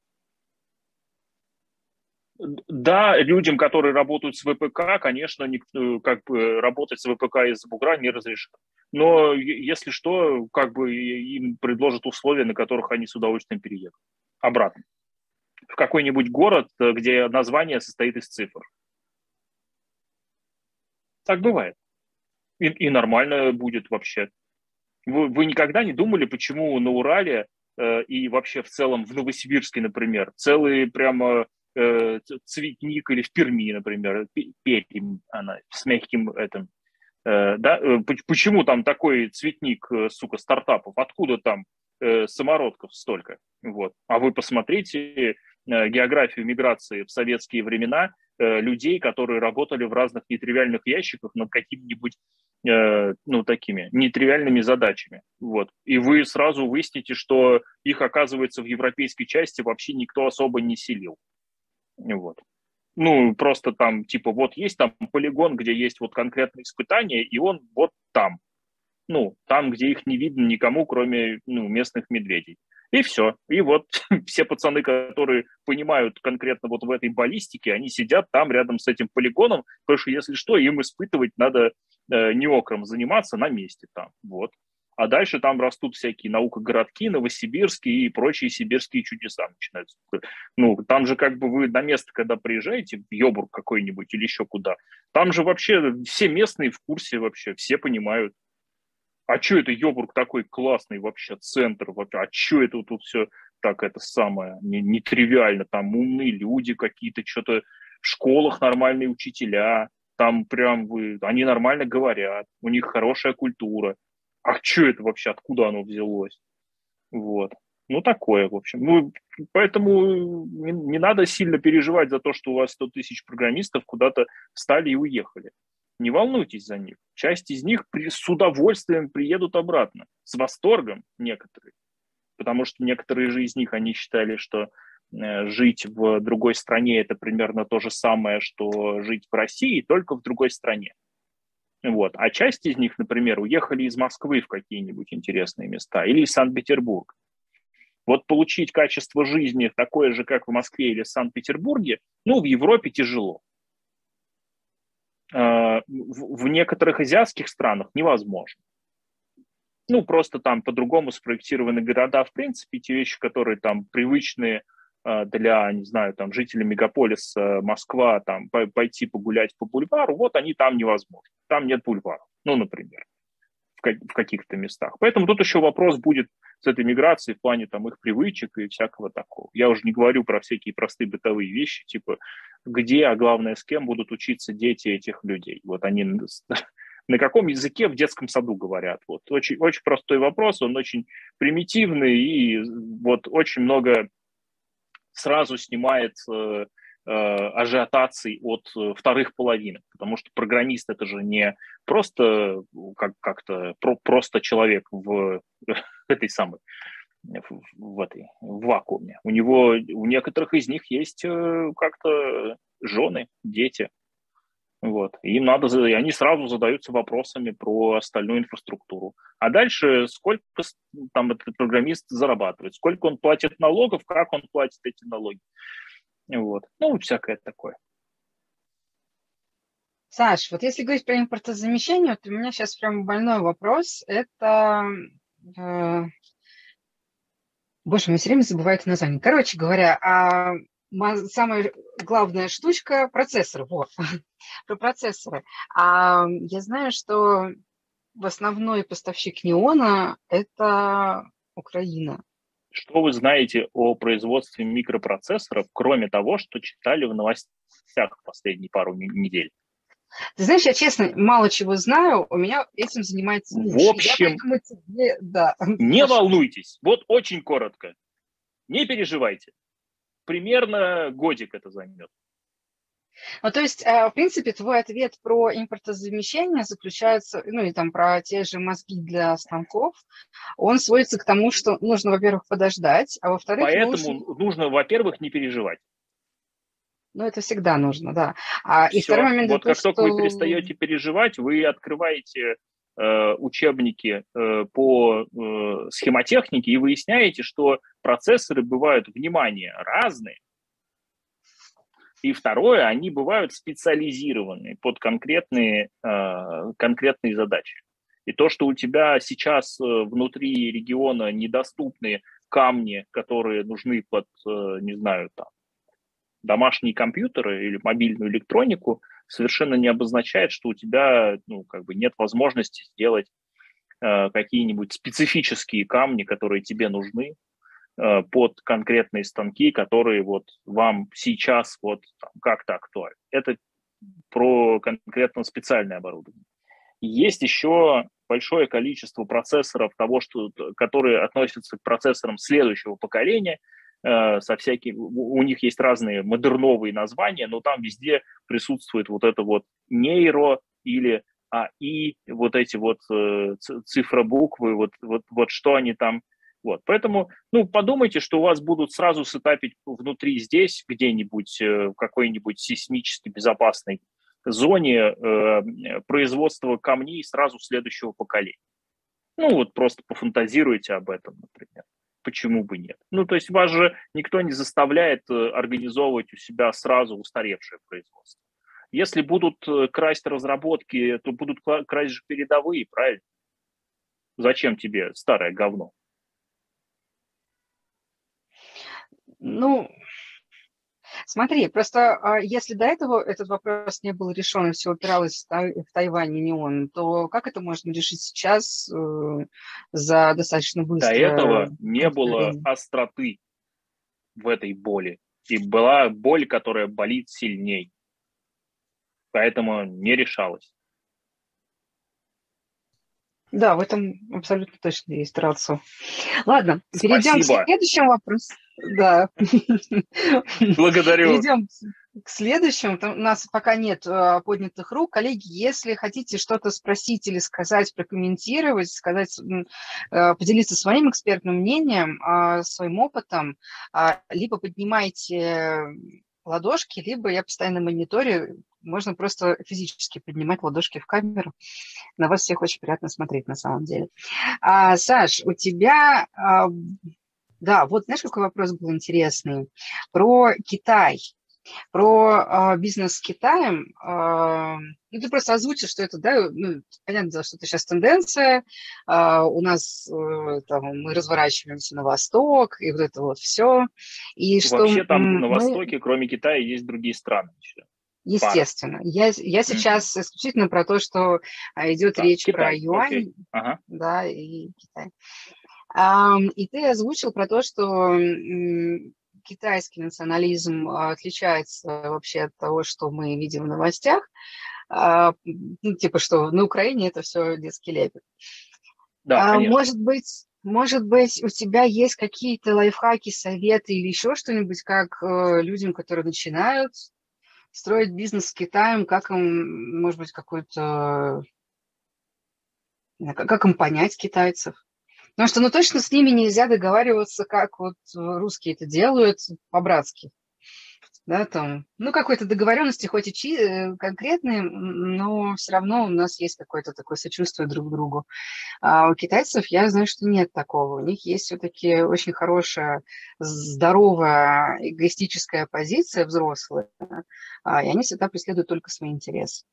Да, людям, которые работают с ВПК, конечно, как бы работать с ВПК из-за бугра не разрешат. Но если что, как бы им предложат условия, на которых они с удовольствием переедут. Обратно. В какой-нибудь город, где название состоит из цифр. Так бывает. И, и нормально будет вообще. Вы, вы никогда не думали, почему на Урале э, и вообще в целом в Новосибирске, например, целый прямо э, цветник, или в Перми, например, Пермь, она с мягким этим, э, да, э, почему там такой цветник, э, сука, стартапов, откуда там э, самородков столько, вот. А вы посмотрите э, географию миграции в советские времена, э, людей, которые работали в разных нетривиальных ящиках над какими-нибудь ну, такими нетривиальными задачами. Вот. И вы сразу выясните, что их, оказывается, в европейской части вообще никто особо не селил. Вот. Ну, просто там, типа, вот есть там полигон, где есть вот конкретные испытания, и он вот там. Ну, там, где их не видно никому, кроме, ну, местных медведей. И все. И вот все пацаны, которые понимают конкретно вот в этой баллистике, они сидят там рядом с этим полигоном, потому что, если что, им испытывать надо э, не окром заниматься на месте там. Вот. А дальше там растут всякие наукогородки, новосибирские и прочие сибирские чудеса начинаются. Ну, там же как бы вы на место, когда приезжаете, в Йобург какой-нибудь или еще куда, там же вообще все местные в курсе вообще, все понимают. А что это Йобург такой классный вообще, центр, вообще, а что это тут все так это самое, нетривиально, не там умные люди какие-то, что-то в школах нормальные учителя, там прям вы, они нормально говорят, у них хорошая культура. А что это вообще, откуда оно взялось? Вот. Ну, такое, в общем. Ну, поэтому не, не надо сильно переживать за то, что у вас сто тысяч программистов куда-то встали и уехали. Не волнуйтесь за них. Часть из них при, с удовольствием приедут обратно. С восторгом некоторые. Потому что некоторые же из них, они считали, что э, жить в другой стране – это примерно то же самое, что жить в России, только в другой стране. Вот. А часть из них, например, уехали из Москвы в какие-нибудь интересные места или из Санкт-Петербурга. Вот получить качество жизни такое же, как в Москве или в Санкт-Петербурге, ну, в Европе тяжело. В некоторых азиатских странах невозможно. Ну, просто там по-другому спроектированы города, в принципе, те вещи, которые там привычные для, не знаю, там, жителей мегаполиса Москва, там, пойти погулять по бульвару, вот они там невозможны. Там нет бульваров, ну, например, в каких-то местах. Поэтому тут еще вопрос будет с этой миграцией в плане там их привычек и всякого такого. Я уже не говорю про всякие простые бытовые вещи, типа где, а главное с кем будут учиться дети этих людей. Вот они на каком языке в детском саду говорят. Вот очень, очень простой вопрос, он очень примитивный и вот очень много сразу снимает э, э, ажиотаций от э, вторых половинок, потому что программист это же не просто как, как-то про, просто человек в этой самой в, в этой в вакууме. У него у некоторых из них есть э, как-то жены, дети. Вот. И им надо, и они сразу задаются вопросами про остальную инфраструктуру. А дальше сколько там этот программист зарабатывает, сколько он платит налогов, как он платит эти налоги. Вот. Ну, всякое такое. Саш, вот если говорить про импортозамещение, вот у меня сейчас прям больной вопрос. Это... Э, боже мой, все время забываю это название. Короче говоря, а самая главная штучка – процессор. Вот. Про процессоры. А я знаю, что в основной поставщик неона – это Украина. Что вы знаете о производстве микропроцессоров, кроме того, что читали в новостях последние пару недель? Ты знаешь, я честно мало чего знаю, у меня этим занимается муж. В общем, я тебе, да. не волнуйтесь, вот очень коротко, не переживайте. Примерно годик это займет. Ну, то есть, в принципе, твой ответ про импортозамещение заключается, ну, и там про те же мозги для станков, он сводится к тому, что нужно, во-первых, подождать, а во-вторых... Поэтому нужно, нужно во-первых, не переживать. Ну, это всегда нужно, да. А, и Все. второй момент, Вот это как то, только вы что... перестаете переживать, вы открываете э, учебники э, по э, схемотехнике и выясняете, что процессоры бывают, внимание, разные. И второе, они бывают специализированные под конкретные, э, конкретные задачи. И то, что у тебя сейчас э, внутри региона недоступны камни, которые нужны под, э, не знаю, там, домашние компьютеры или мобильную электронику, совершенно не обозначает, что у тебя, ну, как бы нет возможности сделать э, какие-нибудь специфические камни, которые тебе нужны э, под конкретные станки, которые вот вам сейчас вот там, как-то актуальны. Это про конкретно специальное оборудование. Есть еще большое количество процессоров, того, что, которые относятся к процессорам следующего поколения, э, со всякими, у них есть разные модерновые названия, но там везде присутствует вот это вот нейро или эй ай, вот эти вот э, цифробуквы, вот, вот, вот что они там. Вот. Поэтому, ну, подумайте, что у вас будут сразу сетапить внутри здесь, где-нибудь, э, в какой-нибудь сейсмически безопасной зоне э, производства камней сразу следующего поколения. Ну, вот просто пофантазируйте об этом, например. Почему бы нет? Ну, то есть вас же никто не заставляет организовывать у себя сразу устаревшее производство. Если будут красть разработки, то будут красть же передовые, правильно? Зачем тебе старое говно? Ну, смотри, просто если до этого этот вопрос не был решен и все упиралось в Тайвань и не он, то как это можно решить сейчас э, за достаточно быстро? До этого не было остроты в этой боли. И была боль, которая болит сильней. Поэтому не решалось. Да, в этом абсолютно точно есть рацию. Ладно, Спасибо. Перейдем к следующему вопросу. Да. Благодарю. Перейдем к следующему. Там у нас пока нет а, поднятых рук. Коллеги, если хотите что-то спросить или сказать, прокомментировать, сказать, а, поделиться своим экспертным мнением, а, своим опытом, а, либо поднимайте ладошки, либо я постоянно мониторю. Можно просто физически поднимать ладошки в камеру. На вас всех очень приятно смотреть, на самом деле. А, Саш, у тебя... А, да, вот знаешь, какой вопрос был интересный? Про Китай. Про а, бизнес с Китаем. А, ну, ты просто озвучил, что это, да, ну, понятно, что это сейчас тенденция. А, у нас а, там, мы разворачиваемся на восток, и вот это вот все. И что вообще там мы... на Востоке, кроме Китая, есть другие страны еще. Естественно. Я, я сейчас mm-hmm. исключительно про то, что идет да, речь Китай. Про юань, okay. ага. Да, и Китай. А, и ты озвучил про то, что м, китайский национализм отличается вообще от того, что мы видим в новостях. А, ну, типа, что на Украине это все детский лепет. Да, а, может быть, может быть, у тебя есть какие-то лайфхаки, советы или еще что-нибудь, как э, людям, которые начинают строить бизнес с Китаем, как им, может быть, какой-то... Как им понять китайцев? Потому что, ну, точно с ними нельзя договариваться, как вот русские это делают, по-братски. Да, там, ну, какой-то договоренности, хоть и чи- конкретные, но все равно у нас есть какое-то такое сочувствие друг к другу. А у китайцев я знаю, что нет такого. У них есть все-таки очень хорошая, здоровая, эгоистическая позиция взрослая, и они всегда преследуют только свои интересы.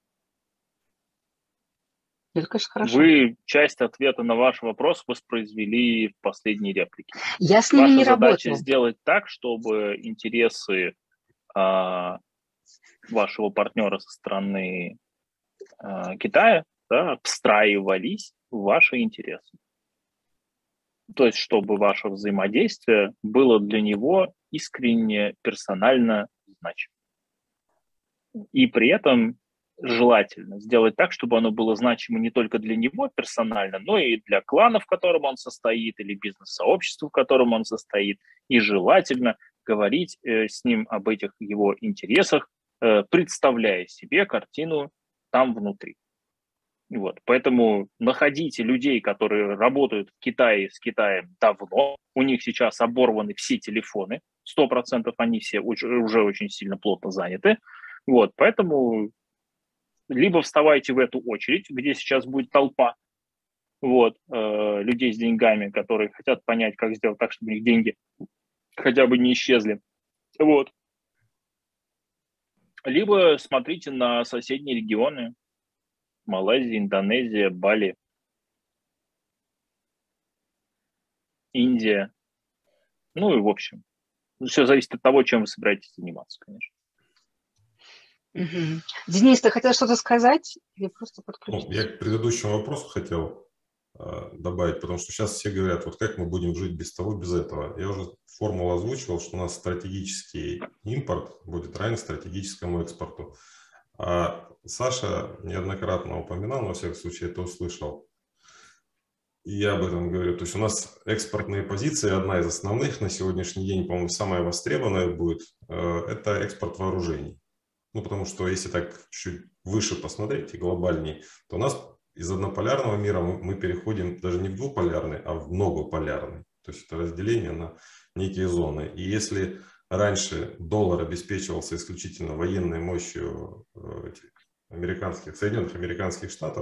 Это, конечно, хорошо. Вы часть ответа на ваш вопрос воспроизвели в последней реплике. Я с ними Ваша не задача работаю. сделать так, чтобы интересы а, вашего партнера со стороны а, Китая, да, встраивались в ваши интересы. То есть, чтобы ваше взаимодействие было для него искренне, персонально значимо. И при этом желательно сделать так, чтобы оно было значимо не только для него персонально, но и для клана, в котором он состоит, или бизнес-сообщества, в котором он состоит. И желательно говорить э, с ним об этих его интересах, э, представляя себе картину там внутри. Вот. Поэтому находите людей, которые работают в Китае с Китаем давно. У них сейчас оборваны все телефоны сто процентов они все уже очень сильно плотно заняты. Вот, поэтому либо вставайте в эту очередь, где сейчас будет толпа вот, э, людей с деньгами, которые хотят понять, как сделать так, чтобы у них деньги хотя бы не исчезли. Вот. Либо смотрите на соседние регионы. Малайзия, Индонезия, Бали, Индия. Ну и в общем. Все зависит от того, чем вы собираетесь заниматься, конечно. Угу. Денис, ты хотел что-то сказать? Или просто подключиться? Ну, я к предыдущему вопросу хотел э, добавить, потому что сейчас все говорят, вот как мы будем жить без того, без этого. Я уже формулу озвучивал, что у нас стратегический импорт будет равен стратегическому экспорту. А Саша неоднократно упоминал, но во всяком случае это услышал. И я об этом говорю. То есть у нас экспортные позиции, одна из основных на сегодняшний день, по-моему, самая востребованная будет, э, это экспорт вооружений. Ну, потому что если так чуть выше посмотреть и глобальней, то у нас из однополярного мира мы переходим даже не в двуполярный, а в многополярный. То есть это разделение на некие зоны. И если раньше доллар обеспечивался исключительно военной мощью этих американских, Соединенных Американских Штатов,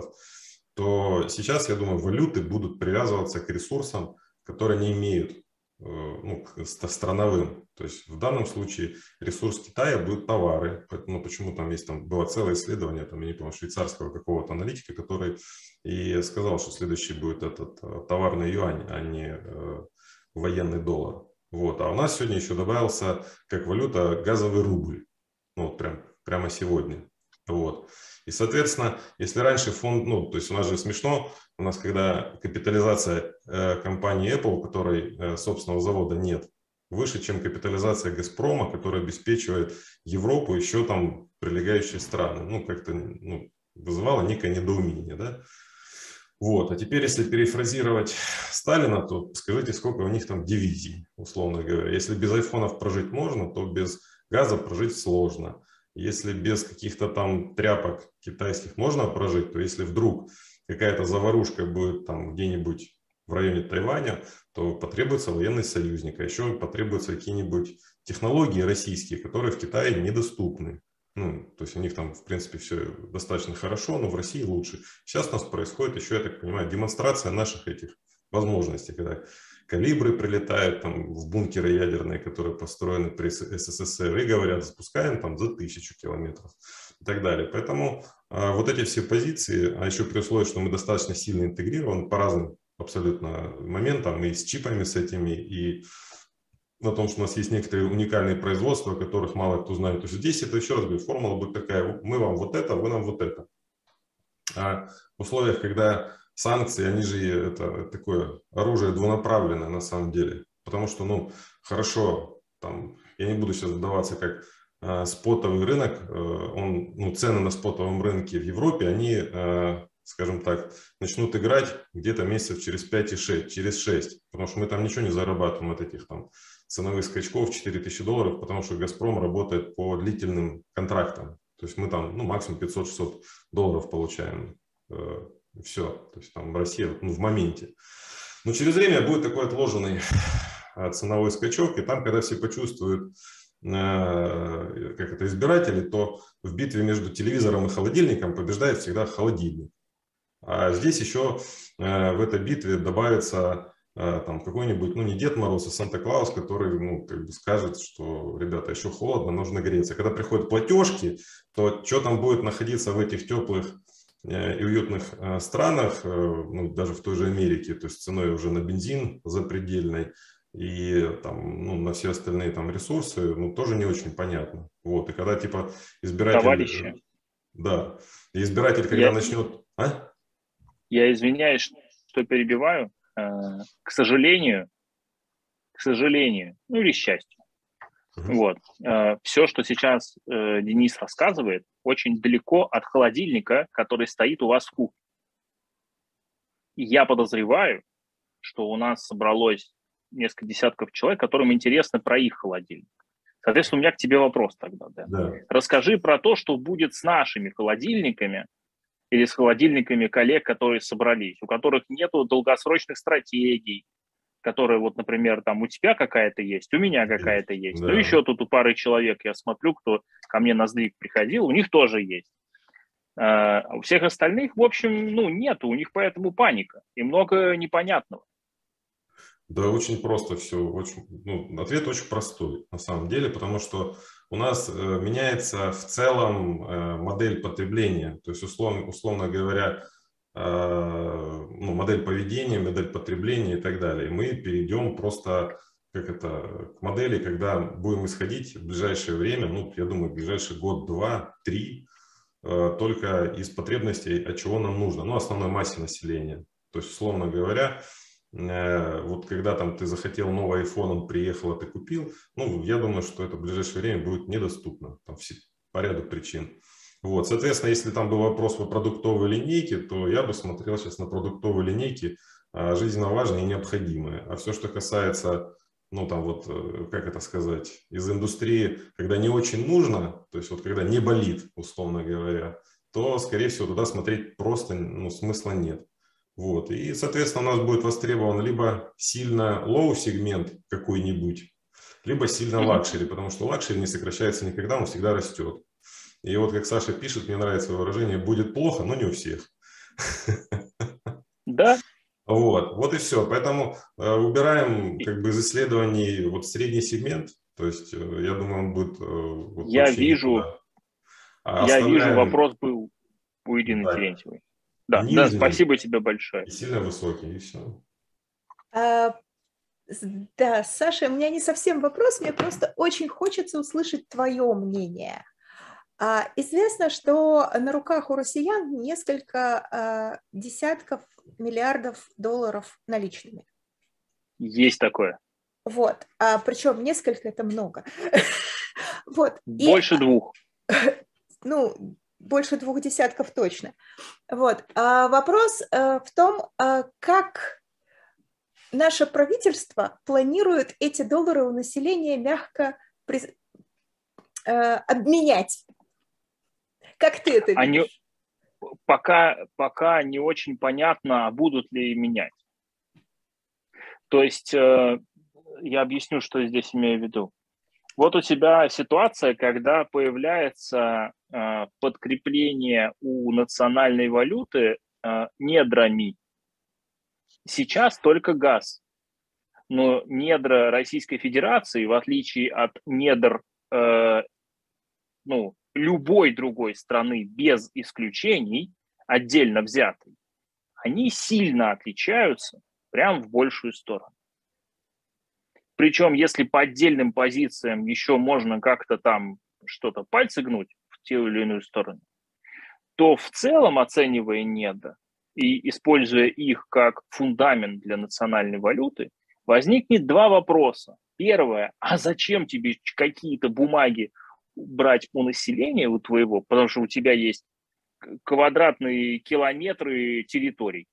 то сейчас, я думаю, валюты будут привязываться к ресурсам, которые не имеют, ну, к страновым. То есть в данном случае ресурс Китая будут товары. Ну, почему там есть, там было целое исследование, там, я не помню, швейцарского какого-то аналитика, который и сказал, что следующий будет этот товарный юань, а не э, военный доллар. Вот. А у нас сегодня еще добавился как валюта газовый рубль. Ну, вот прям, прямо сегодня. Вот. И, соответственно, если раньше фонд, ну, то есть у нас же смешно, у нас когда капитализация э, компании Apple, у которой э, собственного завода нет, выше, чем капитализация Газпрома, которая обеспечивает Европу, еще там прилегающие страны. Ну, как-то ну, вызывало некое недоумение, да? Вот. А теперь, если перефразировать Сталина, то скажите, сколько у них там дивизий, условно говоря. Если без айфонов прожить можно, то без газа прожить сложно. Если без каких-то там тряпок китайских можно прожить, то если вдруг какая-то заварушка будет там где-нибудь в районе Тайваня, то потребуется военный союзник, а еще потребуются какие-нибудь технологии российские, которые в Китае недоступны. Ну, то есть у них там, в принципе, все достаточно хорошо, но в России лучше. Сейчас у нас происходит еще, я так понимаю, демонстрация наших этих возможностей, когда калибры прилетают там в бункеры ядерные, которые построены при СССР, и говорят, запускаем там за тысячу километров и так далее. Поэтому а, вот эти все позиции, а еще при условии, что мы достаточно сильно интегрированы по разным абсолютно моментам, и с чипами с этими, и на том, что у нас есть некоторые уникальные производства, о которых мало кто знает. То есть здесь это, еще раз говорю, формула будет такая, мы вам вот это, вы нам вот это. А в условиях, когда санкции, они же это такое оружие двунаправленное на самом деле. Потому что, ну, хорошо, там, я не буду сейчас вдаваться, как э, спотовый рынок, э, он, ну, цены на спотовом рынке в Европе, они, э, скажем так, начнут играть где-то месяцев через пять и шесть, через шесть. Потому что мы там ничего не зарабатываем от этих там ценовых скачков четыре тысячи долларов, потому что «Газпром» работает по длительным контрактам. То есть мы там, ну, максимум пятьсот-шестьсот долларов получаем. Э, Все, то есть там Россия, ну, в моменте. Но через время будет такой отложенный ценовой скачок, и там, когда все почувствуют, э, как это, избиратели, то в битве между телевизором и холодильником побеждает всегда холодильник. А здесь еще э, в этой битве добавится э, там какой-нибудь, ну, не Дед Мороз, а Санта-Клаус, который, ну, как бы скажет, что, ребята, еще холодно, нужно греться. Когда приходят платежки, то что там будет находиться в этих теплых и уютных странах, ну, даже в той же Америке, то есть ценой уже на бензин запредельной и там, ну, на все остальные там ресурсы, ну, тоже не очень понятно. Вот, и когда типа избиратель... Товарищи. Да, и избиратель, когда я, начнет... А? Я извиняюсь, что перебиваю. К сожалению, к сожалению, ну или счастью, uh-huh. вот, все, что сейчас Денис рассказывает, очень далеко от холодильника, который стоит у вас в кухне. И я подозреваю, что у нас собралось несколько десятков человек, которым интересно про их холодильник. Соответственно, у меня к тебе вопрос тогда. Да? Да. Расскажи про то, что будет с нашими холодильниками или с холодильниками коллег, которые собрались, у которых нет долгосрочных стратегий, которая вот, например, там у тебя какая-то есть, у меня какая-то есть, Да. ну еще тут у пары человек, я смотрю, кто ко мне на сдвиг приходил, у них тоже есть. А у всех остальных, в общем, ну, нету, у них поэтому паника и много непонятного. Да, очень просто все. Очень, ну, ответ очень простой на самом деле, потому что у нас э, меняется в целом э, модель потребления. То есть, условно, условно говоря, э, ну, модель поведения, модель потребления и так далее. Мы перейдем просто как это, к модели, когда будем исходить в ближайшее время, ну, я думаю, в ближайший год, два, три, э, только из потребностей, от чего нам нужно, ну, основной массе населения. То есть, условно говоря, вот когда там ты захотел новый iPhone, он приехал, а ты купил, ну, я думаю, что это в ближайшее время будет недоступно, там все, по ряду причин. Вот, соответственно, если там был вопрос по продуктовой линейке, то я бы смотрел сейчас на продуктовые линейки жизненно важные и необходимые. А все, что касается, ну, там вот, как это сказать, из индустрии, когда не очень нужно, то есть вот когда не болит, условно говоря, то, скорее всего, туда смотреть просто, ну, смысла нет. Вот. И, соответственно, у нас будет востребован либо сильно лоу-сегмент какой-нибудь, либо сильно лакшери, потому что лакшери не сокращается никогда, он всегда растет. И вот, как Саша пишет, мне нравится выражение, будет плохо, но не у всех. Да. Вот, вот и все. Поэтому э, убираем как бы из исследований вот средний сегмент, то есть э, я думаю, он будет э, вот, я вообще вижу, никуда. А я оставляем... вижу, вопрос был у Ирины да. Терентьевой. Да, Нижний, да, спасибо тебе большое. И сильно высокий, и все. А, да, Саша, у меня не совсем вопрос, мне просто очень хочется услышать твое мнение. А, известно, что на руках у россиян несколько а, десятков миллиардов долларов наличными. Есть такое. Вот, а, причем несколько – это много. Вот. Больше и, двух. Ну, больше двух десятков точно. Вот. А вопрос а, в том, а, как наше правительство планирует эти доллары у населения мягко при... а, обменять. Как ты это видишь? Они... Пока, пока не очень понятно, будут ли менять. То есть э, я объясню, что я здесь имею в виду. Вот у тебя ситуация, когда появляется э, подкрепление у национальной валюты э, недрами. Сейчас только газ. Но недра Российской Федерации, в отличие от недр э, ну, любой другой страны без исключений, отдельно взятой, они сильно отличаются прямо в большую сторону. Причем, если по отдельным позициям еще можно как-то там что-то пальцы гнуть в ту или иную сторону, то в целом, оценивая недра и используя их как фундамент для национальной валюты, возникнет два вопроса. Первое, а зачем тебе какие-то бумаги брать у населения, у твоего, потому что у тебя есть квадратные километры территорий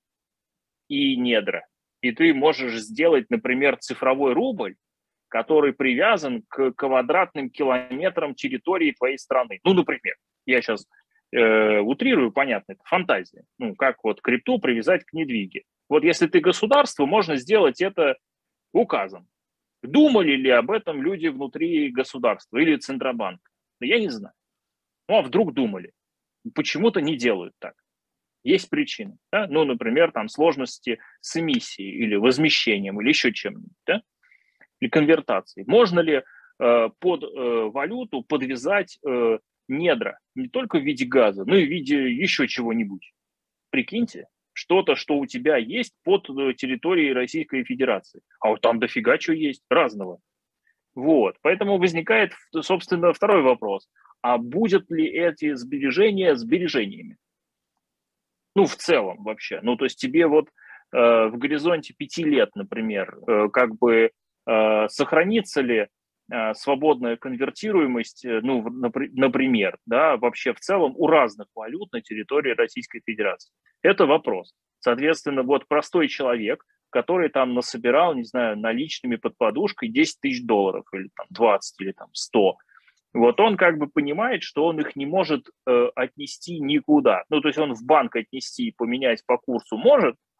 и недра. И ты можешь сделать, например, цифровой рубль, который привязан к квадратным километрам территории твоей страны. Ну, например, я сейчас э, утрирую, понятно, это фантазия. Ну, как вот крипту привязать к недвиге. Вот если ты государство, можно сделать это указом. Думали ли об этом люди внутри государства или Центробанка? Я не знаю. Ну, а вдруг думали? Почему-то не делают так. Есть причины. Да? Ну, например, там сложности с эмиссией или возмещением или еще чем-нибудь. Да? Или конвертацией. Можно ли э, под э, валюту подвязать э, недра не только в виде газа, но и в виде еще чего-нибудь? Прикиньте, что-то, что у тебя есть под территорией Российской Федерации. А вот там дофига чего есть, разного. Вот. Поэтому возникает, собственно, второй вопрос. А будут ли эти сбережения сбережениями? Ну, в целом вообще. Ну, то есть тебе вот э, в горизонте пяти лет, например, э, как бы э, сохранится ли э, свободная конвертируемость, э, ну, напр- например, да, вообще в целом у разных валют на территории Российской Федерации? Это вопрос. Соответственно, вот простой человек, который там насобирал, не знаю, наличными под подушкой десять тысяч долларов или там двадцать или там сто, вот он как бы понимает, что он их не может э, отнести никуда. Ну, то есть он в банк отнести и поменять по курсу может,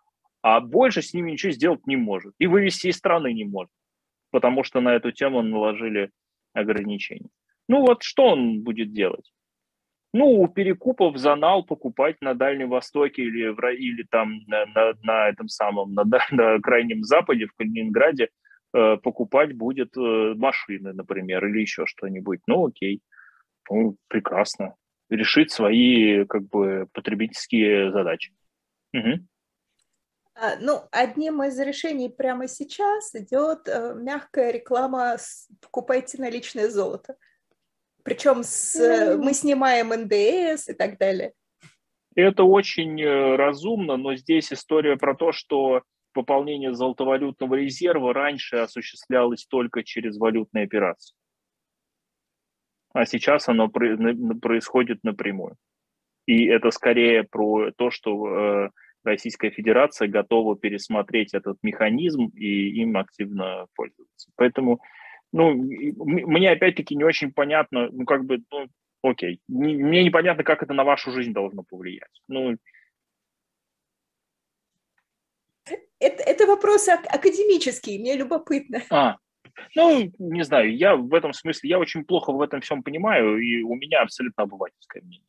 а больше с ними ничего сделать не может. И вывести из страны не может, потому что на эту тему наложили ограничения. Ну вот что он будет делать? Ну, у перекупов за нал покупать на Дальнем Востоке или, в, или там на, на, на этом самом, на, на Крайнем Западе, в Калининграде, э, покупать будет э, машины, например, или еще что-нибудь. Ну, окей, ну, прекрасно. Решить свои, как бы, потребительские задачи. Угу. А, ну, одним из решений прямо сейчас идет э, мягкая реклама с, «покупайте наличное золото». Причем с, мы снимаем эн дэ эс и так далее. Это очень разумно, но здесь история про то, что пополнение золотовалютного резерва раньше осуществлялось только через валютные операции. А сейчас оно происходит напрямую. И это скорее про то, что Российская Федерация готова пересмотреть этот механизм и им активно пользоваться. Поэтому ну, мне опять-таки не очень понятно, ну, как бы, ну, окей, не, мне непонятно, как это на вашу жизнь должно повлиять. Ну, это, это вопрос академический, мне любопытно. А, ну, не знаю, я в этом смысле, я очень плохо в этом всем понимаю, и у меня абсолютно обывательское мнение.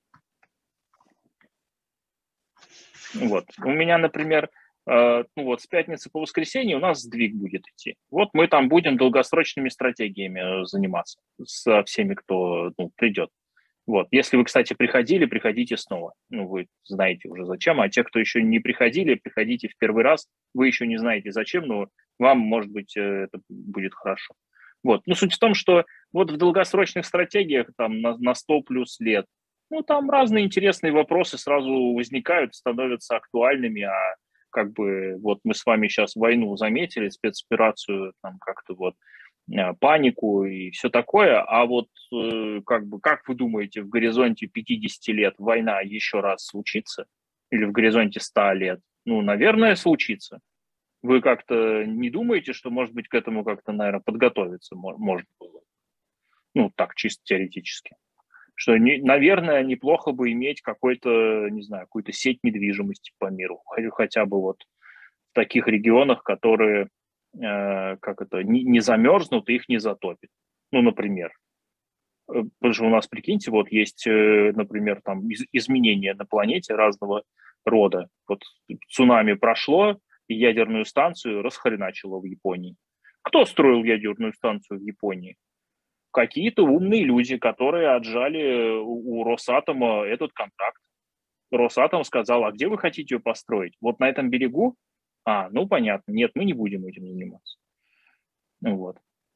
Вот, у меня, например, ну вот с пятницы по воскресенье у нас сдвиг будет идти. Вот мы там будем долгосрочными стратегиями заниматься со всеми, кто ну, придет. Вот. Если вы, кстати, приходили, приходите снова. Ну, вы знаете уже зачем. А те, кто еще не приходили, приходите в первый раз. Вы еще не знаете зачем, но вам, может быть, это будет хорошо. Вот. Ну, суть в том, что вот в долгосрочных стратегиях там на, на сто плюс лет, ну, там разные интересные вопросы сразу возникают, становятся актуальными, а как бы вот мы с вами сейчас войну заметили, спецоперацию, там как-то вот панику и все такое, а вот как бы как вы думаете, в горизонте пятидесяти лет война еще раз случится? Или в горизонте ста лет? Ну, наверное, случится. Вы как-то не думаете, что, может быть, к этому как-то, наверное, подготовиться можно было? Ну, так, чисто теоретически. Что, не, наверное, неплохо бы иметь какой-то, не знаю, какую-то сеть недвижимости по миру, хотя бы вот в таких регионах, которые, э, как это, не, не замерзнут и их не затопит. Ну, например. Потому что у нас, прикиньте, вот есть, э, например, там из, изменения на планете разного рода. Вот цунами прошло, и ядерную станцию расхреначило в Японии. Кто строил ядерную станцию в Японии? Какие-то умные люди, которые отжали у Росатома этот контракт. Росатом сказал, а где вы хотите ее построить? Вот на этом берегу? А, ну понятно, нет, мы не будем этим заниматься. Вот.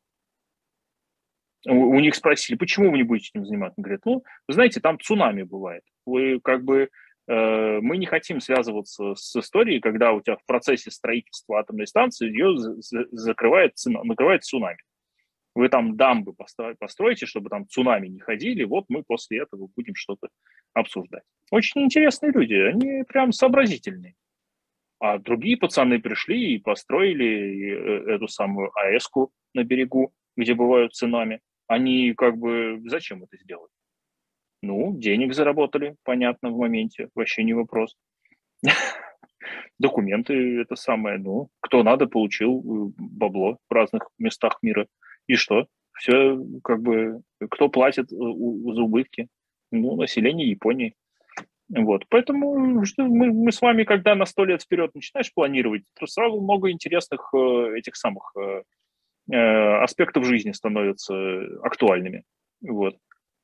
У, у них спросили, почему вы не будете этим заниматься? Он говорит, ну, вы знаете, там цунами бывает. Вы как бы, э, мы не хотим связываться с историей, когда у тебя в процессе строительства атомной станции ее за- закрывает, накрывает цунами. Вы там дамбы построите, чтобы там цунами не ходили, вот мы после этого будем что-то обсуждать. Очень интересные люди, они прям сообразительные. А другие пацаны пришли и построили эту самую АЭСку на берегу, где бывают цунами. Они как бы зачем это сделали? Ну, денег заработали, понятно, в моменте, вообще не вопрос. Документы это самое, ну, кто надо, получил бабло в разных местах мира. И что? Все, как бы, кто платит за убытки? Ну, население Японии. Вот. Поэтому что мы, мы с вами, когда на сто лет вперед начинаешь планировать, то сразу много интересных э, этих самых э, аспектов жизни становятся актуальными. Вот.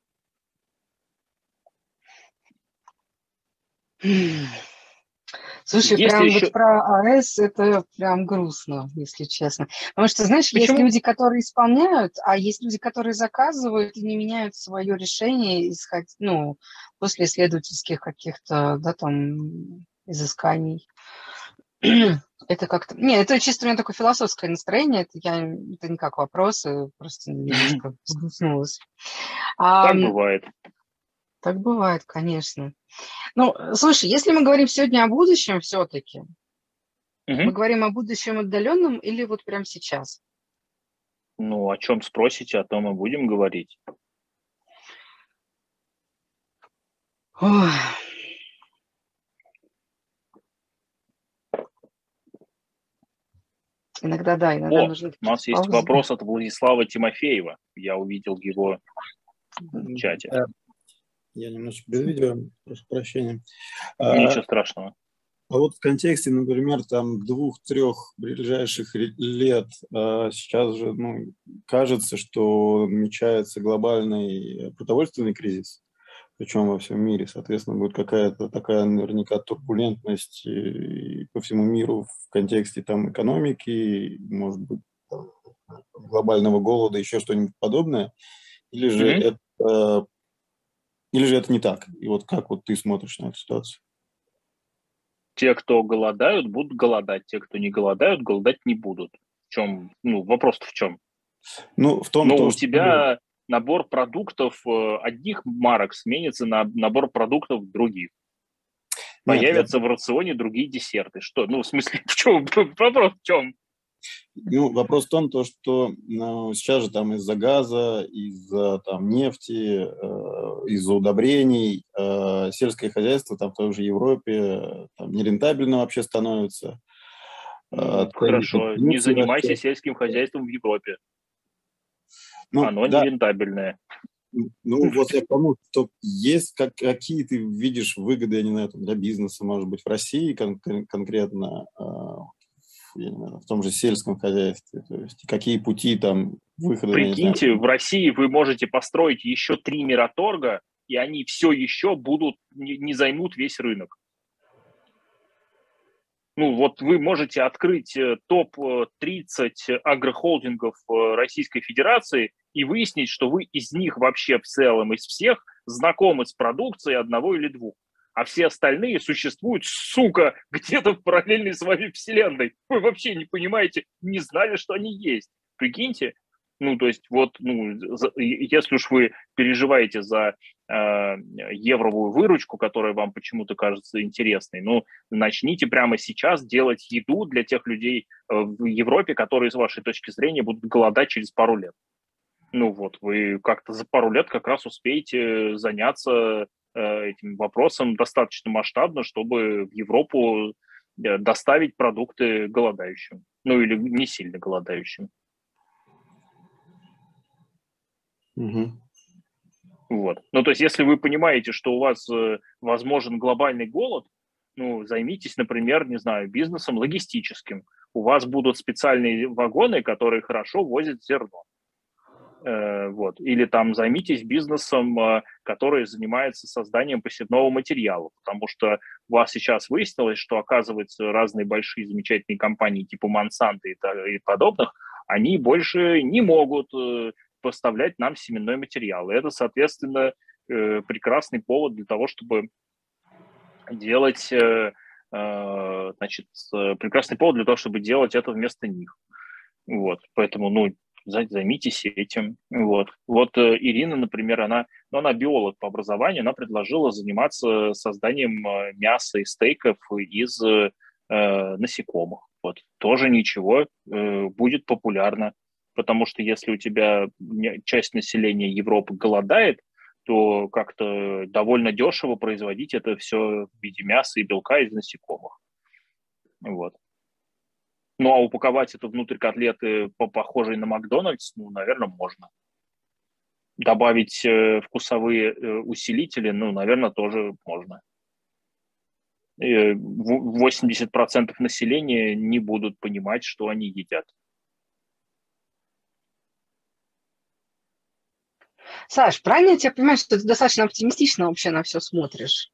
Слушай, Есть прям еще... вот про АЭС это прям грустно, если честно. Потому что, знаешь, Почему? есть люди, которые исполняют, а есть люди, которые заказывают и не меняют свое решение, исход... ну, после исследовательских каких-то, да, там, изысканий. Это как-то... Не, это чисто у меня такое философское настроение, это, я... это не как вопрос, просто немножко взгрустнулась. Так бывает. Так бывает, конечно. Ну, слушай, если мы говорим сегодня о будущем все-таки, угу. мы говорим о будущем отдаленном или вот прямо сейчас? Ну, о чем спросите, о том и будем говорить. Ой. Иногда, да, иногда О, нужно... у нас есть вопрос от Владислава Тимофеева. Я увидел его в чате. Да. Я немножечко без видео, прошу прощения. Ничего страшного. А вот в контексте, например, там двух-трех ближайших лет сейчас же, ну, кажется, что намечается глобальный продовольственный кризис, причем во всем мире. Соответственно, будет какая-то такая наверняка турбулентность и по всему миру в контексте там экономики, может быть, там, глобального голода, еще что-нибудь подобное. Или же, mm-hmm. это, или же это не так? И вот как вот ты смотришь на эту ситуацию? Те, кто голодают, будут голодать. Те, кто не голодают, голодать не будут. В чем, ну, вопрос-то в чем? Ну, в том, Но то, у что... тебя набор продуктов одних марок сменится на набор продуктов других. Появятся Нет, я... в рационе другие десерты. Что? Ну, в смысле, в чем? Вопрос в чем? Ну, вопрос в том, то, что ну, сейчас же там из-за газа, из-за там нефти, э, из-за удобрений э, сельское хозяйство там в той же Европе там, нерентабельно вообще становится. Ну, хорошо, не занимайся растет. Сельским хозяйством в Европе. Ну, Оно да. нерентабельное. Ну, вот я помню, что есть как, какие ты видишь выгоды, я не знаю, для бизнеса, может быть, в России кон- конкретно, э, я не знаю, в том же сельском хозяйстве, то есть какие пути там выхода. Прикиньте, в России вы можете построить еще три мираторга, и они все еще будут, не, не займут весь рынок. Ну, вот вы можете открыть топ тридцать агрохолдингов Российской Федерации и выяснить, что вы из них вообще в целом, из всех, знакомы с продукцией одного или двух. А все остальные существуют, сука, где-то в параллельной с вами вселенной. Вы вообще не понимаете, не знали, что они есть. Прикиньте. Ну, то есть, вот, ну, если уж вы переживаете за э, евровую выручку, которая вам почему-то кажется интересной, ну, начните прямо сейчас делать еду для тех людей э, в Европе, которые, с вашей точки зрения, будут голодать через пару лет. Ну, вот, вы как-то за пару лет как раз успеете заняться э, этим вопросом достаточно масштабно, чтобы в Европу э, доставить продукты голодающим. Ну, или не сильно голодающим. Угу. Вот. Ну, то есть, если вы понимаете, что у вас э, возможен глобальный голод, ну, займитесь, например, не знаю, бизнесом логистическим. У вас будут специальные вагоны, которые хорошо возят зерно. Э, вот. Или там займитесь бизнесом, э, который занимается созданием посевного материала, потому что у вас сейчас выяснилось, что, оказывается, разные большие замечательные компании типа Monsanto и, и подобных, они больше не могут э, поставлять нам семенной материал. И это, соответственно, э, прекрасный повод для того, чтобы делать, э, э, значит, э, прекрасный повод для того, чтобы делать это вместо них. Вот, поэтому, ну, займитесь этим. Вот, вот э, Ирина, например, она, ну, она биолог по образованию, она предложила заниматься созданием э, мяса и стейков из э, насекомых. Вот, тоже ничего, э, будет популярно. Потому что если у тебя часть населения Европы голодает, то как-то довольно дешево производить это все в виде мяса и белка из насекомых. Вот. Ну, а упаковать это внутрь котлеты, похожей на Макдональдс, ну, наверное, можно. Добавить э, вкусовые э, усилители, ну, наверное, тоже можно. И восемьдесят процентов населения не будут понимать, что они едят. Саш, правильно я тебя понимаю, что ты достаточно оптимистично вообще на все смотришь?